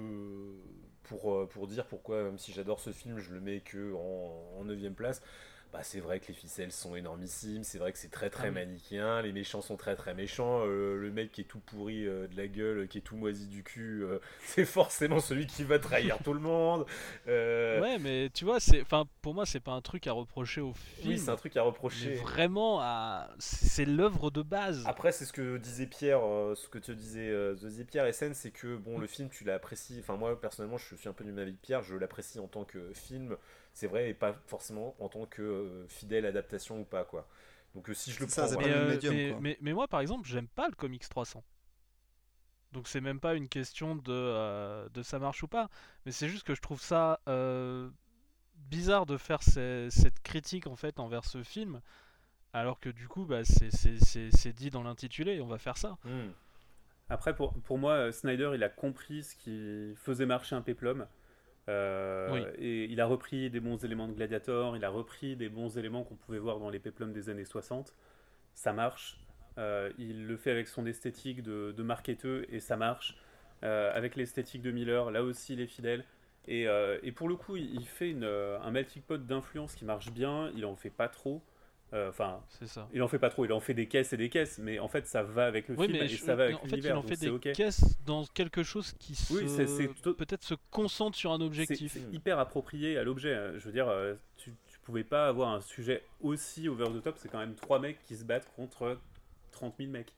pour dire pourquoi, même si j'adore ce film, je le mets que en 9ème place. Bah, c'est vrai que les ficelles sont énormissimes, c'est vrai que c'est très très Ah oui. manichéen, les méchants sont très très méchants, le mec qui est tout pourri de la gueule, qui est tout moisi du cul, c'est forcément celui qui va trahir tout le monde. Euh, Ouais, mais tu vois, enfin, pour moi, c'est pas un truc à reprocher au oui, c'est un film, truc à mais reprocher. vraiment, c'est l'œuvre de base. Après, c'est ce que disait Pierre, ce que te disait Pierre Essen, c'est que bon, le film, tu l'apprécies. Enfin, moi, personnellement, je suis un peu du même avis que Pierre, je l'apprécie en tant que film, c'est vrai, et pas forcément en tant que fidèle adaptation ou pas, quoi. Donc, si je le C'est ça, prends, c'est voilà. pas le même médium, quoi. Mais moi, par exemple, j'aime pas le comics 300. Donc c'est même pas une question de ça marche ou pas, mais c'est juste que je trouve ça bizarre de faire cette critique en fait envers ce film, alors que du coup bah, c'est dit dans l'intitulé, on va faire ça. Hmm. Après, pour moi, Snyder, il a compris ce qui faisait marcher un péplum. Oui, Et il a repris des bons éléments de Gladiator, il a repris des bons éléments qu'on pouvait voir dans les péplums des années 60. Ça marche. Il le fait avec son esthétique de marketeur et ça marche. Avec l'esthétique de Miller, là aussi il est fidèle. Et pour le coup, il fait un melting pot d'influence qui marche bien. Il en fait pas trop. Enfin, c'est ça. il en fait pas trop. Il en fait des caisses et des caisses. Mais en fait, ça va avec le Oui, film mais et ça va avec en fait, il l'univers. en Donc fait c'est des ok. caisses dans quelque chose qui Oui, peut-être se concentre sur un objectif. c'est hyper approprié à l'objet. Je veux dire, tu pouvais pas avoir un sujet aussi over the top. C'est quand même trois mecs qui se battent contre 30 000 mecs.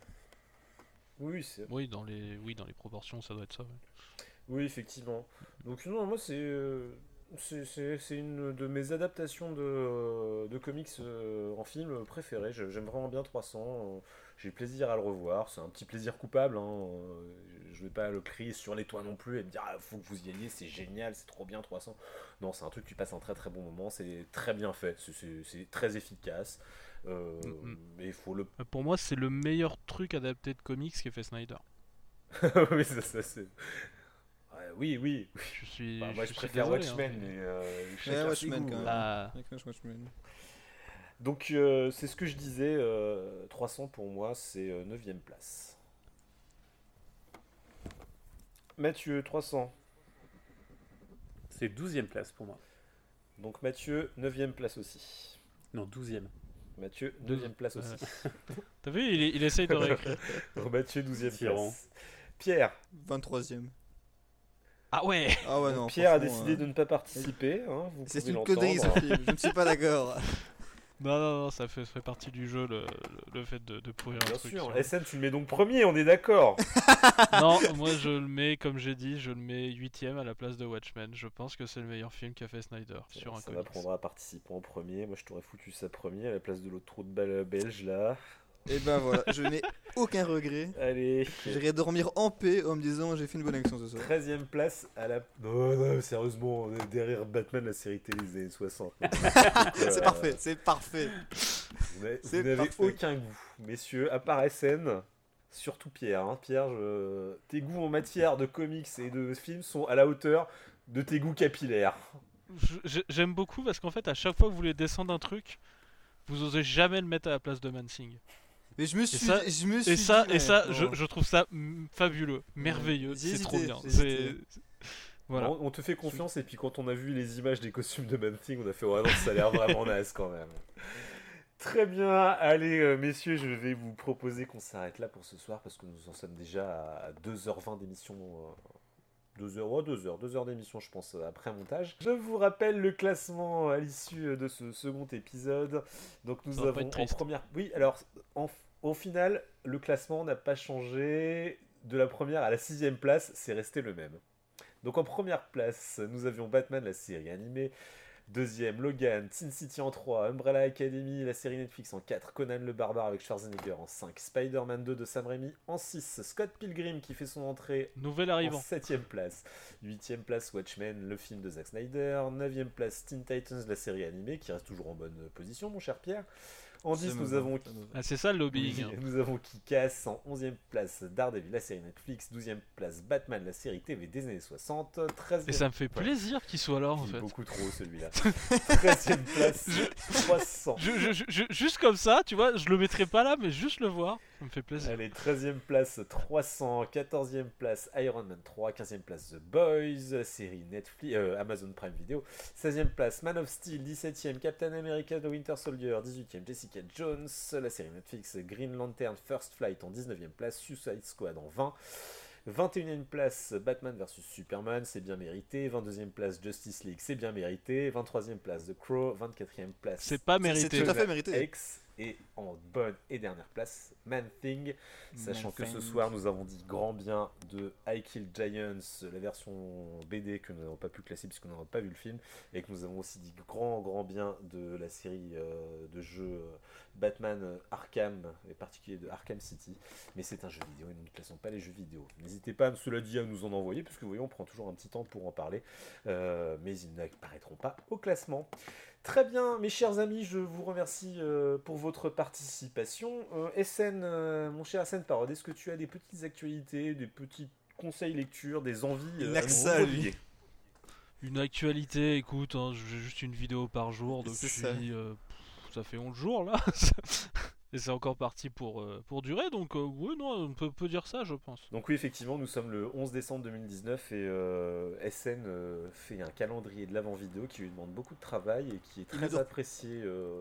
Oui, c'est Oui, dans les proportions, ça doit être ça. Ouais. Oui, effectivement. Donc non, moi c'est une de mes adaptations de comics en film préférées. J'aime vraiment bien 300. J'ai plaisir à le revoir. C'est un petit plaisir coupable, hein. Je vais pas le crier sur les toits non plus et me dire ah, faut que vous y alliez, c'est génial, c'est trop bien 300. Non, c'est un truc tu passes un très très bon moment. C'est très bien fait. C'est très efficace. Mm, mm. Mais il faut le. Pour moi, c'est le meilleur truc adapté de comics qu'ait fait Snyder. Oui, c'est. Ouais, oui, oui. Bah, moi, Je je suis préfère désolé, hein, Watchmen, mais- mais Ouais, chacun ses Watchmen, goûts. quand même. Bah, Watchmen. Donc, c'est ce que je disais. 300 pour moi, c'est 9ème place. Mathieu, 300. C'est 12e place pour moi. Donc, Mathieu, 9ème place aussi. Non, 12e. Mathieu, 12. 9ème place aussi. T'as vu, il essaye de réécrire. Donc, Mathieu, 12ème Tyran. place. Pierre. 23ème. Ah ouais. Ah ouais, non. Pierre a franchement, décidé de ne pas participer. Hein, vous C'est pouvez une connerie, ce l'entendre. film. Je ne suis pas d'accord. Non, ça fait partie du jeu, le fait de pourrir un Bien truc. sûr. sur- SN, tu le mets donc premier, on est d'accord. Non, moi je le mets, comme j'ai dit, je le mets 8ème à la place de Watchmen. Je pense que c'est le meilleur film qu'a fait Snyder sur un Ça comics. m'apprendra à participer en premier. Moi, je t'aurais foutu ça premier à la place de l'autre trou de balle belge là. Et ben voilà, je n'ai aucun regret. Allez. J'irai dormir en paix en me disant j'ai fait une bonne action ce soir. 13ème place à la. Non, sérieusement, on est derrière Batman, la série télé des années 60. C'est parfait, c'est parfait. Vous C'est n'avez parfait. aucun goût, messieurs, à part SN, surtout Pierre. Hein. Pierre, tes goûts en matière de comics et de films sont à la hauteur de tes goûts capillaires. J'aime beaucoup parce qu'en fait, à chaque fois que vous voulez descendre un truc, vous osez jamais le mettre à la place de Mansing. Mais je me suis, ça- je me suis Et ça, dit, ouais, non. je trouve ça fabuleux, merveilleux, J'ai c'est trop hésité, bien. j'ai C'est- hésité. Voilà. On te fait confiance, et puis quand on a vu les images des costumes de Man Thing, on a fait ouais, non, ça a l'air vraiment naze quand même. Très bien, allez messieurs, je vais vous proposer qu'on s'arrête là pour ce soir parce que nous en sommes déjà à 2h20 d'émission. 2 heures d'émission, je pense, après montage. Je vous rappelle le classement à l'issue de ce second épisode. Donc nous Ça va pas avons être en triste. première. Oui, alors au final, le classement n'a pas changé. De la première à la 6ème place, c'est resté le même. Donc en première place, nous avions Batman, la série animée. Deuxième, Logan, Sin City en 3, Umbrella Academy, la série Netflix en 4, Conan le Barbare avec Schwarzenegger en 5, Spider-Man 2 de Sam Raimi en 6, Scott Pilgrim qui fait son entrée Nouvel en arrivant. 7ème place, 8ème place Watchmen, le film de Zack Snyder, 9ème place Teen Titans, la série animée qui reste toujours en bonne position mon cher Pierre. En 10, nous avons... Ah, c'est ça le lobbying. Hein. Nous avons Kick-Ass en 11e place, Daredevil, la série Netflix, 12e place, Batman, la série TV des années 60, 13e... Et ça me fait plaisir qu'il soit là, en fait. Beaucoup trop, celui-là. 13e place, 300. Juste comme ça, tu vois, je le mettrai pas là, mais juste le voir, ça me fait plaisir. Allez, 13e place, 300, 14e place, Iron Man 3, 15e place, The Boys, série Netflix, Amazon Prime Video, 16e place, Man of Steel, 17e, Captain America The Winter Soldier, 18e, Jessica Jones, la série Netflix, Green Lantern First Flight en 19e place, Suicide Squad en 20, 21e place, Batman vs Superman, c'est bien mérité, 22e place, Justice League, c'est bien mérité, 23e place, The Crow, 24e place, c'est pas mérité. C'est tout à fait mérité. X, et en bonne et dernière place, Man Thing, sachant que ce soir nous avons dit grand bien de I Kill Giants, la version BD que nous n'avons pas pu classer puisque nous n'avons pas vu le film, et que nous avons aussi dit grand bien de la série de jeux Batman Arkham, et particulier de Arkham City, mais c'est un jeu vidéo et nous ne classons pas les jeux vidéo. N'hésitez pas, cela dit, à nous en envoyer, puisque vous voyez, on prend toujours un petit temps pour en parler, mais ils n'apparaîtront pas au classement. Très bien, mes chers amis, je vous remercie pour votre participation. SN, mon cher SN Parod, est-ce que tu as des petites actualités, des petits conseils lecture, des envies Il n'a à que nous ça, lui. prodiguer ? Une actualité, écoute, hein, j'ai juste une vidéo par jour C'est depuis... ça. ça fait 11 jours, là. Et c'est encore parti pour durer, donc oui, non, on peut dire ça, je pense. Donc oui, effectivement, nous sommes le 11 décembre 2019 et SN fait un calendrier de l'avant vidéo qui lui demande beaucoup de travail et qui est très apprécié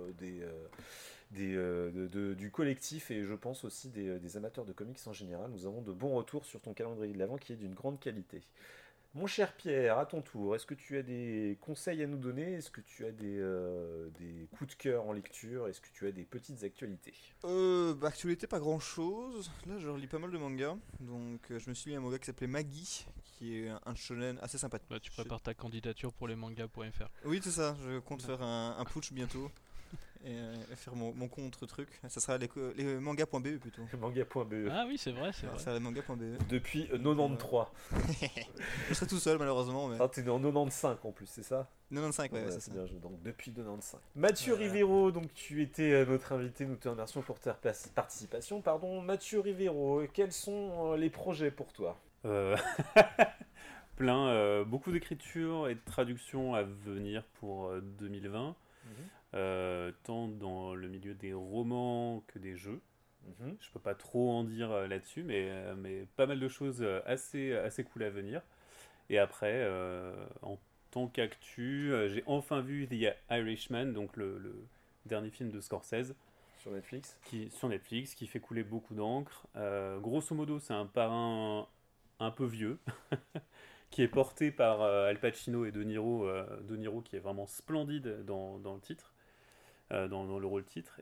du collectif et je pense aussi des amateurs de comics en général. Nous avons de bons retours sur ton calendrier de l'avant qui est d'une grande qualité. Mon cher Pierre, à ton tour, est-ce que tu as des conseils à nous donner ? Est-ce que tu as des coups de cœur en lecture ? Est-ce que tu as des petites actualités ? Actualité, pas grand chose. Là, je relis pas mal de mangas. Donc, je me suis lu un manga qui s'appelait Maggie, qui est un shonen assez sympathique. Bah, tu prépares ta candidature pour les mangas.fr. Oui, c'est ça. Je compte faire un putsch bientôt. Et faire mon contre-truc. Ça sera les mangas.be plutôt. Manga.be. Ah oui, c'est vrai. Faire les mangas.be. Depuis 93. Je serai tout seul malheureusement. Mais... Ah, t'es né en 95 en plus, c'est ça ? 95, ouais, c'est c'est ça. bien joué. Donc depuis 95. Mathieu Rivero, donc tu étais notre invité, nous te remercions pour ta participation. Mathieu Rivero, quels sont les projets pour toi ? Plein, beaucoup d'écriture et de traduction à venir pour 2020. Tant dans le milieu des romans que des jeux. Je peux pas trop en dire là-dessus, mais pas mal de choses assez cool à venir. Et après, en tant qu'actu, j'ai enfin vu The Irishman, donc le dernier film de Scorsese. Sur Netflix, qui fait couler beaucoup d'encre. Grosso modo, c'est un parrain un peu vieux, qui est porté par Al Pacino et De Niro qui est vraiment splendide dans le titre. Dans le rôle titre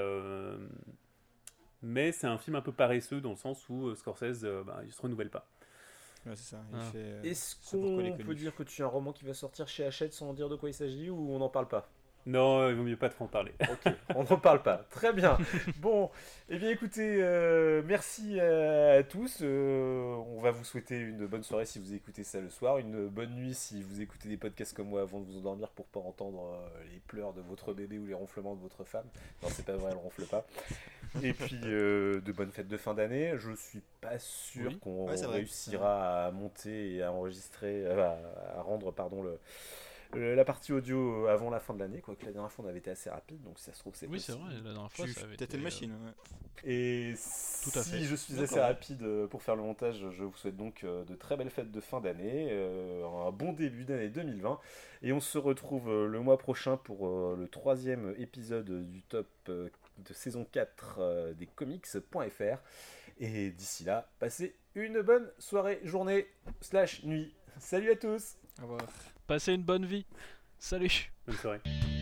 mais c'est un film un peu paresseux dans le sens où Scorsese il se renouvelle pas. Ouais, c'est ça. Est-ce qu'on peut dire que tu as un roman qui va sortir chez Hachette sans dire de quoi il s'agit ou on n'en parle pas ? Non, il vaut mieux pas trop en parler. Ok, on n'en parle pas. Très bien. Bon, eh bien écoutez, merci à tous. On va vous souhaiter une bonne soirée si vous écoutez ça le soir, une bonne nuit si vous écoutez des podcasts comme moi avant de vous endormir pour pas entendre les pleurs de votre bébé ou les ronflements de votre femme. Non, c'est pas vrai, elle ronfle pas. Et puis de bonnes fêtes de fin d'année. Je suis pas sûr qu'on réussira à monter et à enregistrer, à rendre la partie audio avant la fin de l'année, quoique la dernière fois on avait été assez rapide, donc si ça se trouve c'est possible. Oui, c'est vrai, la dernière fois ça avait été une machine. Ouais. Et Tout à fait. si je suis assez rapide pour faire le montage, je vous souhaite donc de très belles fêtes de fin d'année, un bon début d'année 2020, et on se retrouve le mois prochain pour le 3e épisode du top de saison 4 des comics.fr, et d'ici là, passez une bonne soirée, journée / nuit. Salut à tous. Au revoir. Passez une bonne vie. Salut. Bonne soirée.